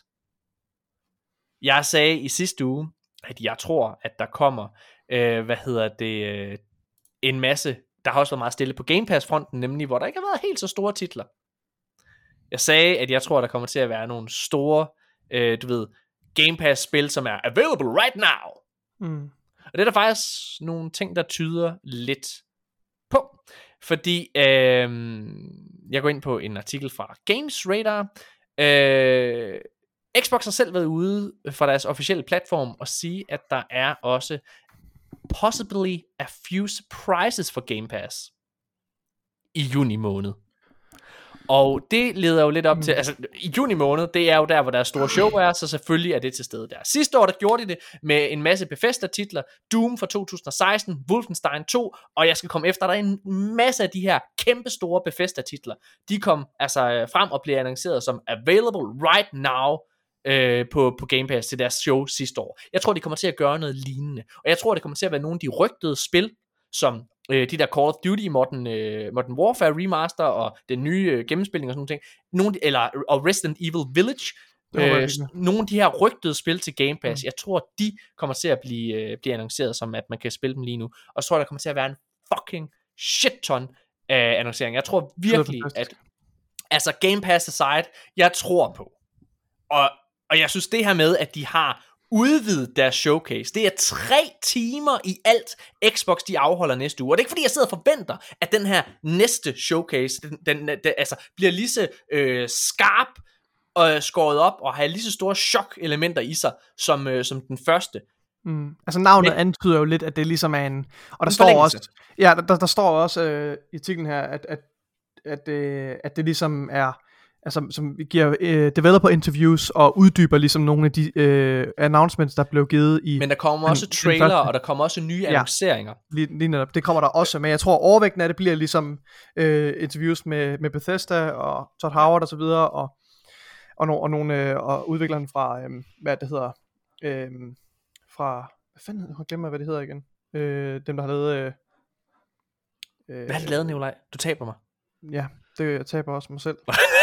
Jeg sagde i sidste uge, at jeg tror, at der kommer, øh, hvad hedder det, øh, en masse. Der har også været meget stille på Game Pass-fronten, nemlig hvor der ikke har været helt så store titler. Jeg sagde, at jeg tror, at der kommer til at være nogle store, øh, du ved, Game Pass-spil, som er available right now. Mm. Og det er der faktisk nogle ting, der tyder lidt på. Fordi øh, jeg går ind på en artikel fra Games Radar. Øh, Xbox har selv været ude fra deres officielle platform og sige, at der er også possibly a few surprises for Game Pass i juni måned. Og det leder jo lidt op til, altså i juni måned, det er jo der, hvor deres store show er, så selvfølgelig er det til stede der. Sidste år, der gjorde de det med en masse Bethesda-titler, Doom fra to tusind og seksten, Wolfenstein to, og jeg skal komme efter, der er en masse af de her kæmpe store Bethesda-titler. De kom altså frem og blev annonceret som available right now, Øh, på, på Game Pass til deres show sidste år. Jeg tror, de kommer til at gøre noget lignende. Og jeg tror, det kommer til at være nogle af de rygtede spil, som øh, de der Call of Duty Modern, øh, Modern Warfare Remaster og den nye øh, gennemspilning og sådan nogle ting. Nogle, eller, og Resident Evil Village. Øh, nogle af de her rygtede spil til Game Pass. Mm. Jeg tror, de kommer til at blive, øh, blive annonceret som, at man kan spille dem lige nu. Og så tror jeg, der kommer til at være en fucking shit ton af annoncering. Jeg tror virkelig, at altså Game Pass aside, jeg tror på. Og Og jeg synes det her med, at de har udvidet deres showcase, det er tre timer i alt Xbox, de afholder næste uge. Og det er ikke fordi, jeg sidder og forventer, at den her næste showcase, den, den, den altså, bliver lige så øh, skarp og skåret op, og har lige så store chok-elementer i sig, som, øh, som den første. Mm. Altså navnet Men, antyder jo lidt, at det ligesom er en... Og der står også, ja, der, der, der står også øh, i artiklen her, at, at, at, øh, at det ligesom er... Altså, som giver øh, developer interviews og uddyber ligesom nogle af de øh, announcements, der blev givet i... Men der kommer også den, trailer, den og der kommer også nye annonceringer. Ja, lige, lige netop. Det kommer der også, men jeg tror overvægten af det bliver ligesom øh, interviews med, med Bethesda og Todd Howard og så videre, og, og, no, og nogle øh, og udvikleren fra, øh, hvad det hedder, øh, fra... Hvad fanden hedder, jeg glemmer, hvad det hedder igen. Øh, dem, der har lavet... Øh, hvad har de lavet, Nikolaj? Du taber mig. Ja, det jeg taber også mig selv.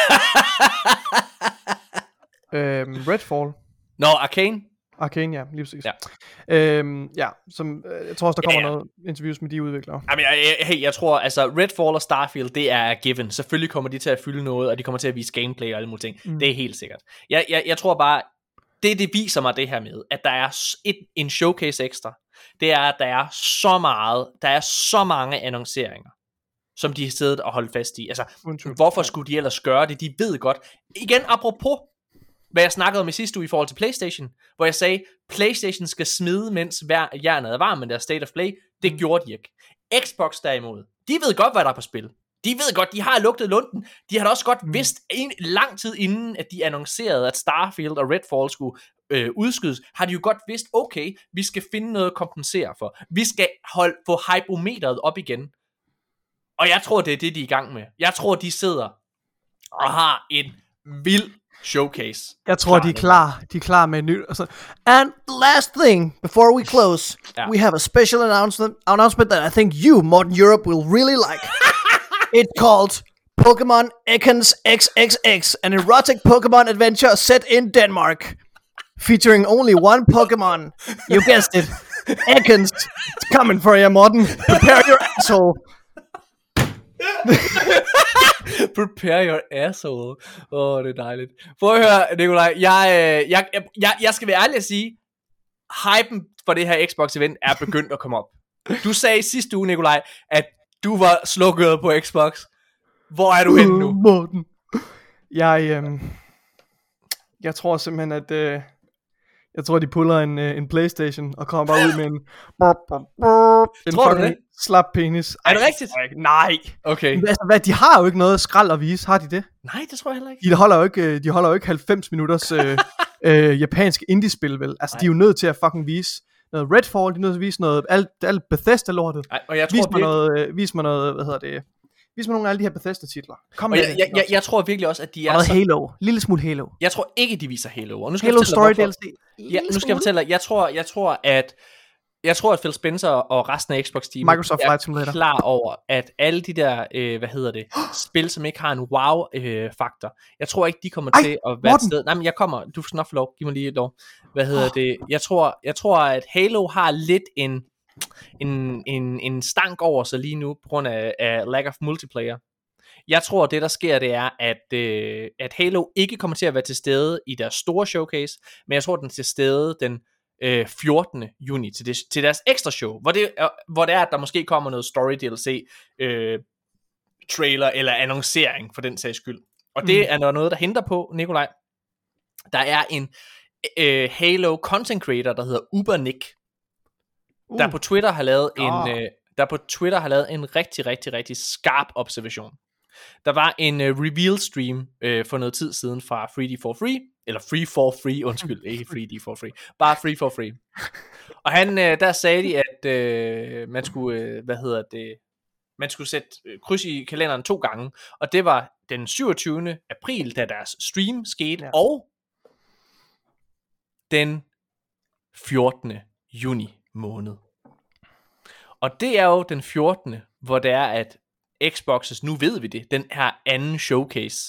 øhm, Redfall. Nå, no, Arcane. Arcane, ja, lige præcis. Ja, øhm, ja som, øh, jeg tror også, der kommer ja, ja. noget interviews med de udviklere. Jamen, jeg, jeg, hey, jeg tror, altså, Redfall og Starfield, det er given. Selvfølgelig kommer de til at fylde noget, og de kommer til at vise gameplay og alle mulige ting. Mm. Det er helt sikkert. Jeg, jeg, jeg tror bare, det det viser mig det her med, at der er et, en showcase ekstra. Det er, at der er så meget, der er så mange annonceringer, som de har siddet og holdt fast i. Altså, Undskyld. Hvorfor skulle de ellers gøre det? De ved godt. Igen, apropos, hvad jeg snakkede om i sidste uge i forhold til PlayStation, hvor jeg sagde, PlayStation skal smide, mens hver jernet er varm med deres State of Play. Det mm. gjorde de ikke. Xbox derimod, de ved godt, hvad der er på spil. De ved godt, de har lugtet lunden. De har da også godt mm. vidst, en, lang tid inden, at de annoncerede, at Starfield og Redfall skulle øh, udskydes, har de jo godt vidst, okay, vi skal finde noget at kompensere for. Vi skal holde, få hypeometeret op igen. Og jeg tror, det er det, de er i gang med. Jeg tror, de sidder og har en vild showcase. Jeg tror, de er klar. De er klar med en ny... Altså, and last thing, before we close, ja. we have a special announcement, announcement that I think you, Modern Europe, will really like. It's called Pokemon Ekans X X X, an erotic Pokemon adventure set in Denmark. Featuring only one Pokemon. You guessed it. Ekans. It's coming for you, Modern. Prepare your asshole. Prepare your asshole. Åh, oh, det er dejligt. Prøv at høre, Nikolaj. Jeg, jeg, jeg, jeg skal være ærlig at sige, hypen for det her Xbox-event er begyndt at komme op. Du sagde sidste uge, Nikolaj, at du var slukket på Xbox. Hvor er du uh, henne nu? Morten. Jeg, øh, jeg tror simpelthen, at... Øh, jeg tror, de puller en, øh, en PlayStation og kommer bare ud med en... en tror du det? Slap penis. Er det rigtigt? Nej. Okay. Men, altså, hvad, de har jo ikke noget skrald at vise, har de det? Nej, det tror jeg heller ikke. De holder jo ikke, de holder jo ikke halvfems minutters øh, øh, japanske indie-spil, vel? Altså, Nej. De er jo nødt til at fucking vise noget Redfall, de er nødt til at vise noget, alt, alt Bethesda-lortet. Ej, og jeg tror, vis, mig det... noget, vis mig noget, hvad hedder det, vis mig nogle af alle de her Bethesda-titler. Kom og med jeg, det. jeg, jeg, jeg tror virkelig også, at de er... Og noget så... Halo, lille smule Halo. Jeg tror ikke, de viser Halo. Og nu skal Halo jeg Story hvorfor... D L C. Ja, nu skal jeg fortælle dig, jeg tror, jeg tror, at... Jeg tror, at Phil Spencer og resten af Xbox team Microsoft er Flight Simulator. klar over, at alle de der, øh, hvad hedder det, spil, som ikke har en wow-faktor, øh, jeg tror ikke, de kommer Ej, til at være Morten. et sted. Nej, men jeg kommer, du skal nok få lov, giv mig lige et lov. Hvad hedder det, jeg tror, jeg tror, at Halo har lidt en, en, en, en stank over sig lige nu, på grund af, af lack of multiplayer. Jeg tror, at det der sker, det er, at, øh, at Halo ikke kommer til at være til stede i deres store showcase, men jeg tror, den er til stede den øh, fjortende juni til, det, til deres ekstra show, hvor det, øh, hvor det er, at der måske kommer noget story D L C øh, trailer eller annoncering for den sags skyld. Og det mm. er noget, der henter på, Nikolaj. Der er en øh, Halo content creator, der hedder Ubernick, uh. der på Twitter har lavet oh. en øh, der på Twitter har lavet en rigtig, rigtig, rigtig skarp observation. Der var en uh, reveal stream uh, for noget tid siden fra Free D for Free, eller Free for Free, undskyld, ikke Free D for Free, bare Free for Free. Og han, uh, der sagde de, at uh, man skulle, uh, hvad hedder det, man skulle sætte kryds i kalenderen to gange, og det var den syvogtyvende april, da deres stream skete, ja. Og den fjortende juni måned. Og det er jo den fjortende, hvor det er, at Xboxes, nu ved vi det, den her anden showcase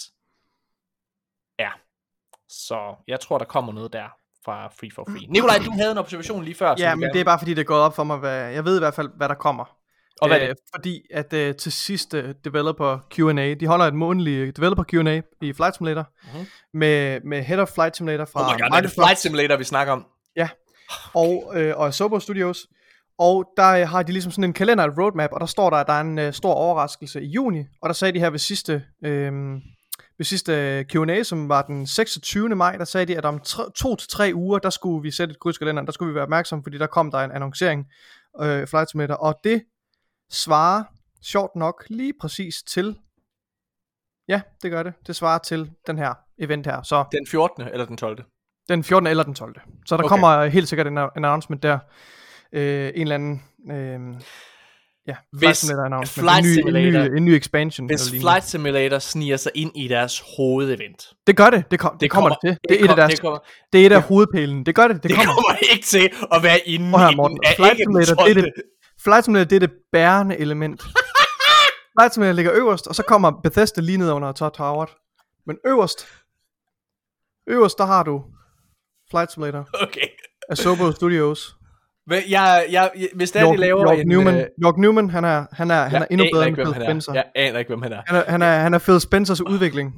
er. Så jeg tror, der kommer noget der fra Free for Free. Nikolaj, du havde en observation lige før. Ja, men gerne... det er bare fordi, det er gået op for mig, hvad... jeg ved i hvert fald, hvad der kommer. Og hvad er det? Æh, fordi at uh, til sidst uh, Developer Q and A, de holder et månedligt Developer Q and A i Flight Simulator, uh-huh. med, med Head of Flight Simulator fra oh my God, Microsoft. Det er Flight Simulator, vi snakker om. Ja, og, øh, og Asobo Studios. Og der øh, har de ligesom sådan en kalender, et roadmap, og der står der, at der er en øh, stor overraskelse i juni. Og der sagde de her ved sidste, øh, ved sidste Q and A, som var den seksogtyvende maj, der sagde de, at om tre, to til tre uger, der skulle vi sætte et kryds i kalenderen, der skulle vi være opmærksomme, fordi der kom der en annoncering, øh, Flight Simulator, og det svarer sjovt nok lige præcis til, ja, det gør det, det svarer til den her event her. Så den fjortende eller den tolvte? Den fjortende eller den tolvte. Så der okay. kommer helt sikkert en, en announcement der. Øh, en eller anden øh, ja, Flight Simulator announcement, Flight en, ny, Simulator, en, ny, en ny expansion. Hvis Flight Simulator sniger sig ind i deres hovedevent. Det gør det, det, kom, det, det kommer det til. Det, det, er, kom, deres, det, kommer, det er et af ja. hovedpælen. Det gør det, det, det kommer. kommer ikke til at være inde her, i den Flight Simulator, det er det, Flight Simulator, det er det bærende element. Flight Simulator ligger øverst, og så kommer Bethesda lige ned under Todd Howard. Men øverst, øverst der har du Flight Simulator. Okay. Asobo Studios. Men jeg, jeg, hvis der York, de laver York en Newman, øh... York Newman, han er han er han er endnu bedre end Phil Spencer. Jeg aner ikke hvem han er. Han er han er, han er Phil Spencers udvikling.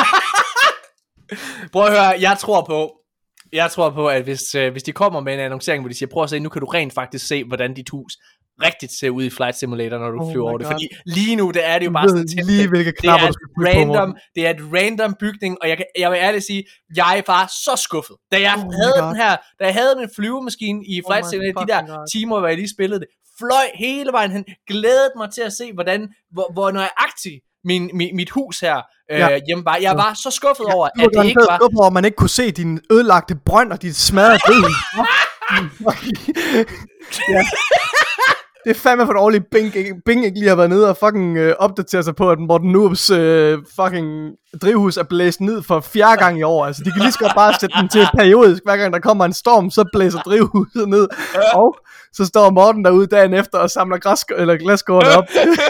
Prøv at høre, jeg tror på jeg tror på at hvis øh, hvis de kommer med en annoncering, hvor de siger, prøv at se, nu kan du rent faktisk se, hvordan dit hus rigtigt ser ud i Flight Simulator, når du oh flyver over det. Fordi lige nu, der er det jo bare sådan et lige hvilke knapper, det er et random, på, det er et random bygning, og jeg, kan, jeg vil ærligt sige, jeg var så skuffet. Da jeg oh havde den her, da jeg havde min flyvemaskine i Flight oh Simulator, de der God. timer, hvor jeg lige spillede det, fløj hele vejen hen, glædede mig til at se, hvordan, hvor, hvor nøjagtigt min, min, mit hus her øh, ja. hjemme var. Jeg var så skuffet ja, over, at det ikke var... skuffet over, at man ikke kunne se din ødelagte brønd og dit smadrede drivhus. Ja. Det er fandme for dårligt, Bing, Bing ikke lige har været nede og fucking øh, opdatere sig på, at Morten Noobs øh, fucking drivhus er blæst ned for fjerde gang i år. Altså, de kan lige så godt bare sætte den til periodisk. Hver gang der kommer en storm, så blæser drivhuset ned. Og så står Morten derude dagen efter og samler græs eller glasskårene op.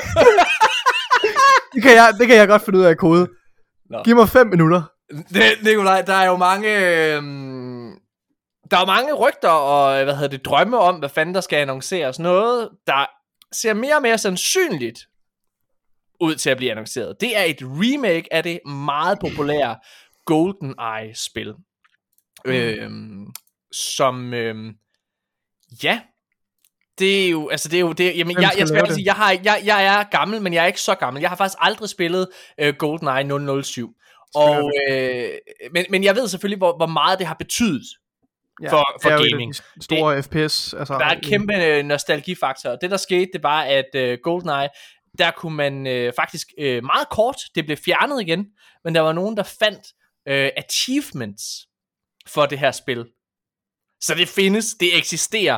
det, kan jeg, det kan jeg godt finde ud af at kode. Nå. Giv mig fem minutter. Det, Nikolaj, der er jo mange... Øh... Der er mange rygter og hvad hedder det, drømme om, hvad fanden der skal annonceres. Noget, der ser mere og mere sandsynligt ud til at blive annonceret. Det er et remake af det meget populære GoldenEye-spil. Mm. Øhm, som, øhm, ja, det er jo, altså det er jo, det, jamen, jeg, jeg skal sige, jeg, har, jeg, jeg er gammel, men jeg er ikke så gammel. Jeg har faktisk aldrig spillet øh, GoldenEye nul nul syv. Og, øh, men, men jeg ved selvfølgelig, hvor, hvor meget det har betydet. Ja, for, for gaming. De store det, F P S. Altså, der er en kæmpe øh, nostalgifaktor. Det der skete, det var, at øh, GoldenEye, der kunne man øh, faktisk øh, meget kort, det blev fjernet igen, men der var nogen, der fandt øh, achievements for det her spil. Så det findes, det eksisterer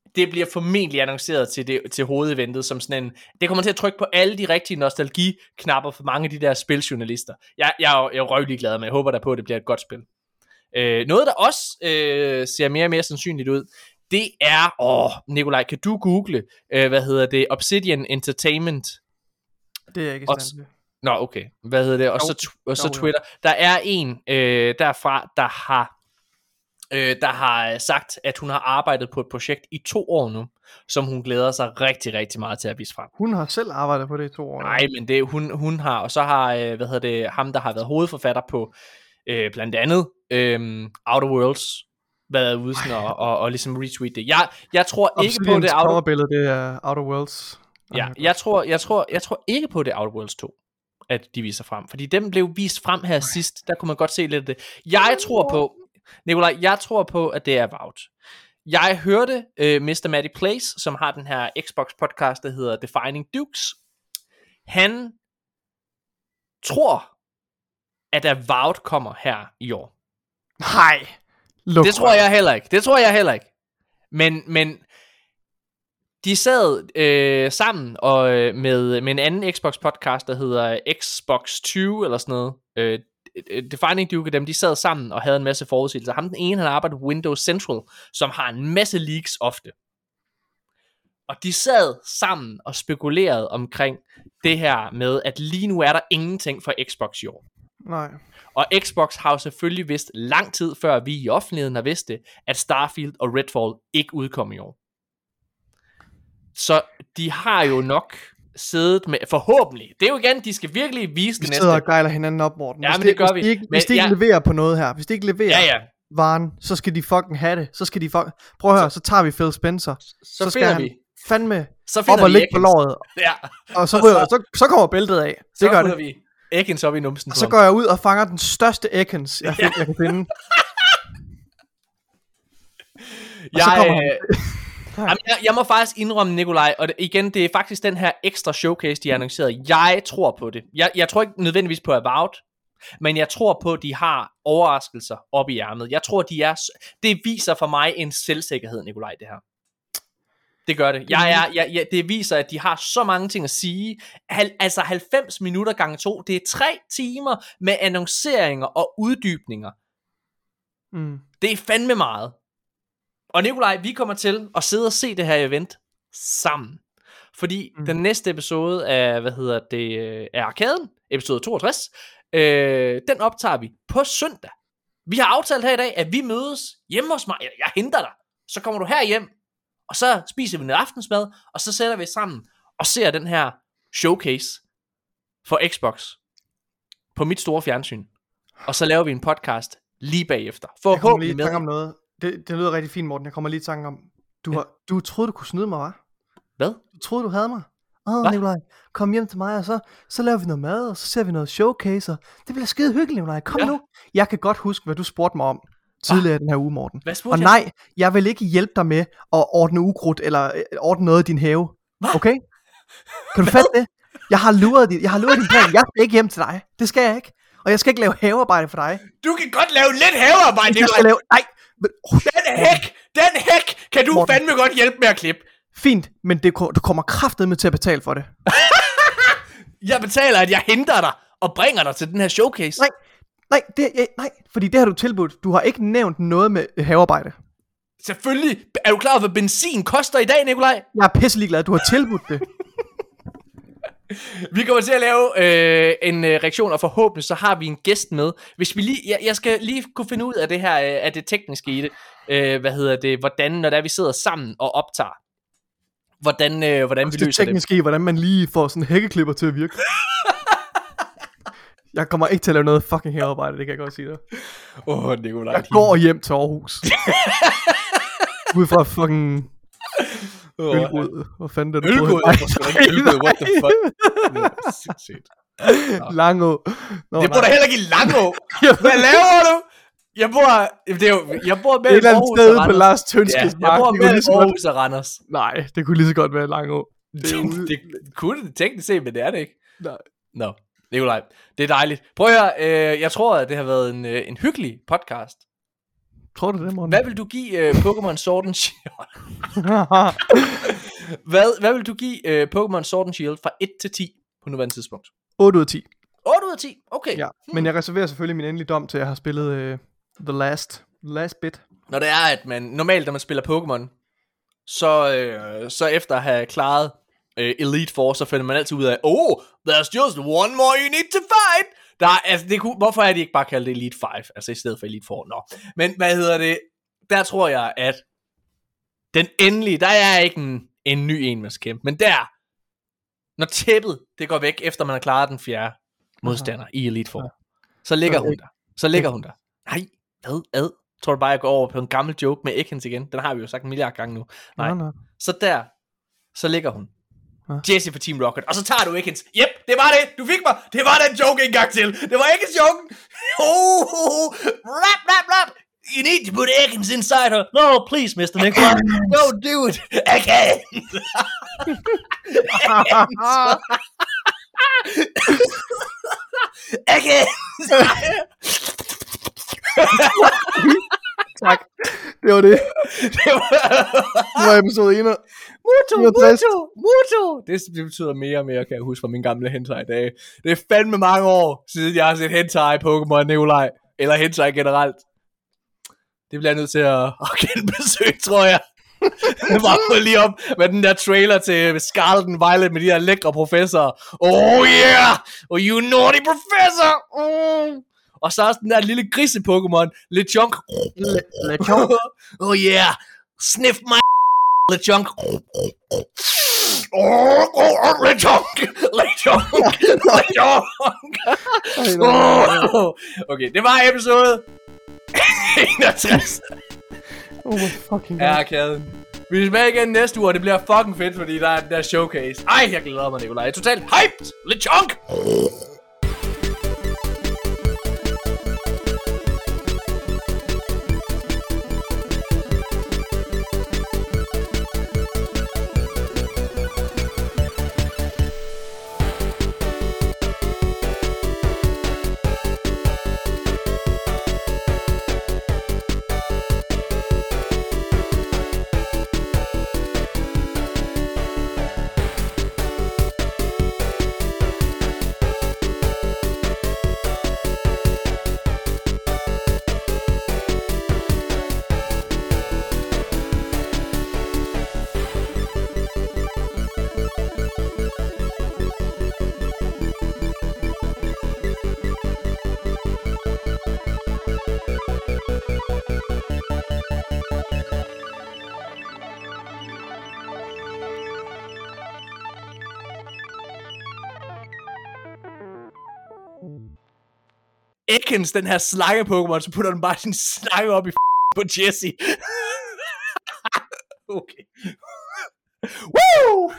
det bliver formentlig annonceret til, det, til hovedeventet som sådan en, det kommer til at trykke på alle de rigtige nostalgi-knapper for mange af de der spiljournalister. Jeg, jeg, er, jeg er røvlig glad med, jeg håber der på, at det bliver et godt spil. Øh, noget, der også øh, ser mere og mere sandsynligt ud, det er, åh, Nikolaj, kan du google, øh, hvad hedder det, Obsidian Entertainment? Det er ikke og, stand. Nå, okay. Hvad hedder det? Og så, tw- og så Twitter. Der er en øh, derfra, der har øh, der har sagt, at hun har arbejdet på et projekt i to år nu, som hun glæder sig rigtig, rigtig meget til at vise frem. Hun har selv arbejdet på det i to år. Nej, men det hun hun har, og så har øh, hvad hedder det, ham der har været hovedforfatter på øh, blandt andet øh, Outer Worlds været ude sådan og, og, og ligesom retweet det. Jeg jeg tror ikke på det Outer billede, det er Outer Worlds. Ja, jeg tror jeg tror jeg tror ikke på det Outer Worlds to, at de viser frem, fordi dem blev vist frem her sidst. Der kunne man godt se lidt af det. Jeg tror på, Nikolaj, jeg tror på, at det er Avowed. Jeg hørte uh, mister Matty Place, som har den her Xbox podcast, der hedder Defining Dukes. Han tror, at Avowed kommer her i år. Nej. Luk det tror jeg heller ikke. Det tror jeg heller ikke. Men, men de sad øh, sammen og øh, med, med en anden Xbox podcast, der hedder Xbox tyve eller sådan noget. Øh, Defining Duke, dem, de sad sammen og havde en masse forudsigelser. Ham den ene, han arbejdede på Windows Central, som har en masse leaks ofte. Og de sad sammen og spekulerede omkring det her med, at lige nu er der ingenting for Xbox i år. Nej. Og Xbox har jo selvfølgelig vidst lang tid før vi i offentligheden har vidst det, at Starfield og Redfall ikke udkom i år. Så de har jo nok siddet med, forhåbentlig, det er jo igen, de skal virkelig vise vi det næste. Vi sidder og gejler hinanden op, Morten. Ja, hvis men det, det gør hvis vi. De ikke, men, hvis de ikke ja. leverer på noget her, hvis de ikke leverer ja, ja. varen, så skal de fucking have det. Så skal de fucking, prøv at høre, så tager vi Phil Spencer. Så, så skal han vi. fandme så op og ligge på låret. Ja. Og så, ryger, så, så kommer bæltet af. Det så gør det. vi Ekens op i numsen. Og så går jeg ud og fanger den største Ekens, jeg, find, jeg kan finde. jeg, så kommer Jamen, jeg, jeg må faktisk indrømme, Nikolaj, og det, igen, det er faktisk den her ekstra showcase, de har annonceret. Jeg tror på det. Jeg, jeg tror ikke nødvendigvis på Avowed, men jeg tror på, at de har overraskelser op i ærmet. Jeg tror, de er. Det viser for mig en selvsikkerhed, Nikolaj, det her. Det gør det. Jeg er, jeg, jeg, det viser, at de har så mange ting at sige. Hal, altså halvfems minutter gange to. Det er tre timer med annonceringer og uddybninger. Mm. Det er fandme meget. Og Nikolaj, vi kommer til at sidde og se det her event sammen. Fordi mm. den næste episode af, hvad hedder det, af Arkaden, episode toogtres, øh, den optager vi på søndag. Vi har aftalt her i dag, at vi mødes hjemme hos mig. Jeg, jeg henter dig. Så kommer du her hjem, og så spiser vi noget aftensmad, og så sætter vi sammen og ser den her showcase for Xbox på mit store fjernsyn. Og så laver vi en podcast lige bagefter. Forhåbentlig med. Om noget. Det, det lyder rigtig fint, Morten. Jeg kommer lige i tanke om, du, har, du troede, du kunne snyde mig, hva'? Hvad? Du troede, du havde mig. Åh, oh, Nikolaj, kom hjem til mig, og så, så laver vi noget mad, og så ser vi noget showcaser. Det bliver skide hyggeligt, Nikolaj. Kom ja. nu. Jeg kan godt huske, hvad du spurgte mig om tidligere ah. den her uge, Morten. Hvad spurgte og jeg? nej, jeg vil ikke hjælpe dig med at ordne ukrudt, eller øh, ordne noget i din have. Hva? Okay? Kan du fatte det? Jeg har luret din, jeg har luret din plan. Jeg skal ikke hjem til dig. Det skal jeg ikke. Og jeg skal ikke lave havearbejde for dig. Du kan godt lave lidt havearbejde, Nikolaj. Jeg skal lave... Nej. Men, uh, den hæk, den hæk, kan du Morten. fandme godt hjælpe med at klippe. Fint, men det, du kommer kraftedeme til at betale for det. Jeg betaler, at jeg henter dig og bringer dig til den her showcase. Nej, nej, det, ja, nej, fordi det har du tilbudt. Du har ikke nævnt noget med havearbejde. Selvfølgelig. Er du klar over, hvad benzin koster i dag, Nikolaj? Jeg er pisselig glad, du har tilbudt det. Vi kommer til at lave øh, en øh, reaktion, og forhåbentlig så har vi en gæst med. Hvis vi lige, jeg, jeg skal lige kunne finde ud af det her, øh, af det tekniske i det. Øh, hvad hedder det? Hvordan, når der vi sidder sammen og optager. Hvordan, øh, hvordan vi det løser det. Det tekniske i, hvordan man lige får sådan en hækkeklipper til at virke. Jeg kommer ikke til at lave noget fucking herarbejde, det kan jeg godt sige dig. Åh, oh, Nikolaj. Jeg går hjem til Aarhus. Ud fra fucking... Oh, ølgod. Hvad fanden er det? Ølgod? Ølgod, what the fuck? Sindssygt. Langå. Nå, det bor der heller ikke i Langå. Hvad laver du? Jeg bor, det er jo, jeg bor mellem Aarhus og Randers. På Lars Tønskes ja, jeg bor mellem Aarhus og Randers. Nej, det kunne lige så godt være Langå. Det, det, det kunne det teknisk se, men det er det ikke. Nej. Nå, no. Nikolaj, det er dejligt. Prøv at høre, øh, jeg tror, at det har været en, øh, en hyggelig podcast. Tror du det, Morten? Hvad vil du give uh, Pokémon Sword and Shield? hvad, hvad vil du give uh, Pokémon Sword and Shield fra et til ti på nuværende tidspunkt? otte ud af ti. otte ud af ti? Okay. Ja, men jeg reserverer selvfølgelig min endelige dom til, at jeg har spillet uh, The Last, last Bit. Når det er, at man normalt, når man spiller Pokémon, så, øh, så efter at have klaret øh, Elite Four, så finder man altid ud af, oh, there's just one more you need to fight. Der er, altså, det kunne, hvorfor er de ikke bare kaldt det Elite Five, altså i stedet for Elite Four? Nå. Men hvad hedder det? Der tror jeg, at den endelige, der er ikke en, en ny en, man skal kæmpe, men der, når tæppet, det går væk, efter man har klaret den fjerde modstander i Elite Four, så ligger hun der. Så ligger hun der. Nej, hvad, ad? Tror du bare, jeg går over på en gammel joke med Ekans igen? Den har vi jo sagt en milliard gange nu. Nej. Nå, nå. Så der, så ligger hun. Ja. Jessie fra Team Rocket. Og så tager du Ekans. Yep, det var det. Du fik mig. Det var den joke en gang til. Det var Ekans joken. Oh, oh, oh. Rap, rap, rap. You need to put Ekans inside her. No, please, mister Nikolai. Don't do it. Ekans. Ekans. Tak. Det var det. Det var, Det var episode en. Muto, Muto, Muto. Det, det betyder mere og mere, kan jeg huske fra min gamle hentai-dage. Det er fandme mange år siden, jeg har set hentai i Pokémon Nikolaj. Eller hentai generelt. Det bliver jeg nødt til at, at genbesøge, tror jeg. Det var jo lige op med den der trailer til Scarlet and Violet med de der lækre professorer. Oh yeah! Oh, you naughty professor! Mm. Og så også den der lille grise-Pokémon, Lechonk. Lechonk. Oh yeah! Sniff my Lechonk. Oh, oh, Lechonk! Lechonk! Lechonk! Oh. Okay, det var episode enogtres. Oh my fucking god. Ja, kæden. Vi er tilbage igen næste uge, og det bliver fucking fedt, fordi der er den der showcase. Ej, jeg glæder mig, Nikolaj. Jeg er totalt hyped! Lechonk! Ekans, den her slange-Pokémon, så putter den bare sin slange op i f*** på Jessie. Okay. Woo!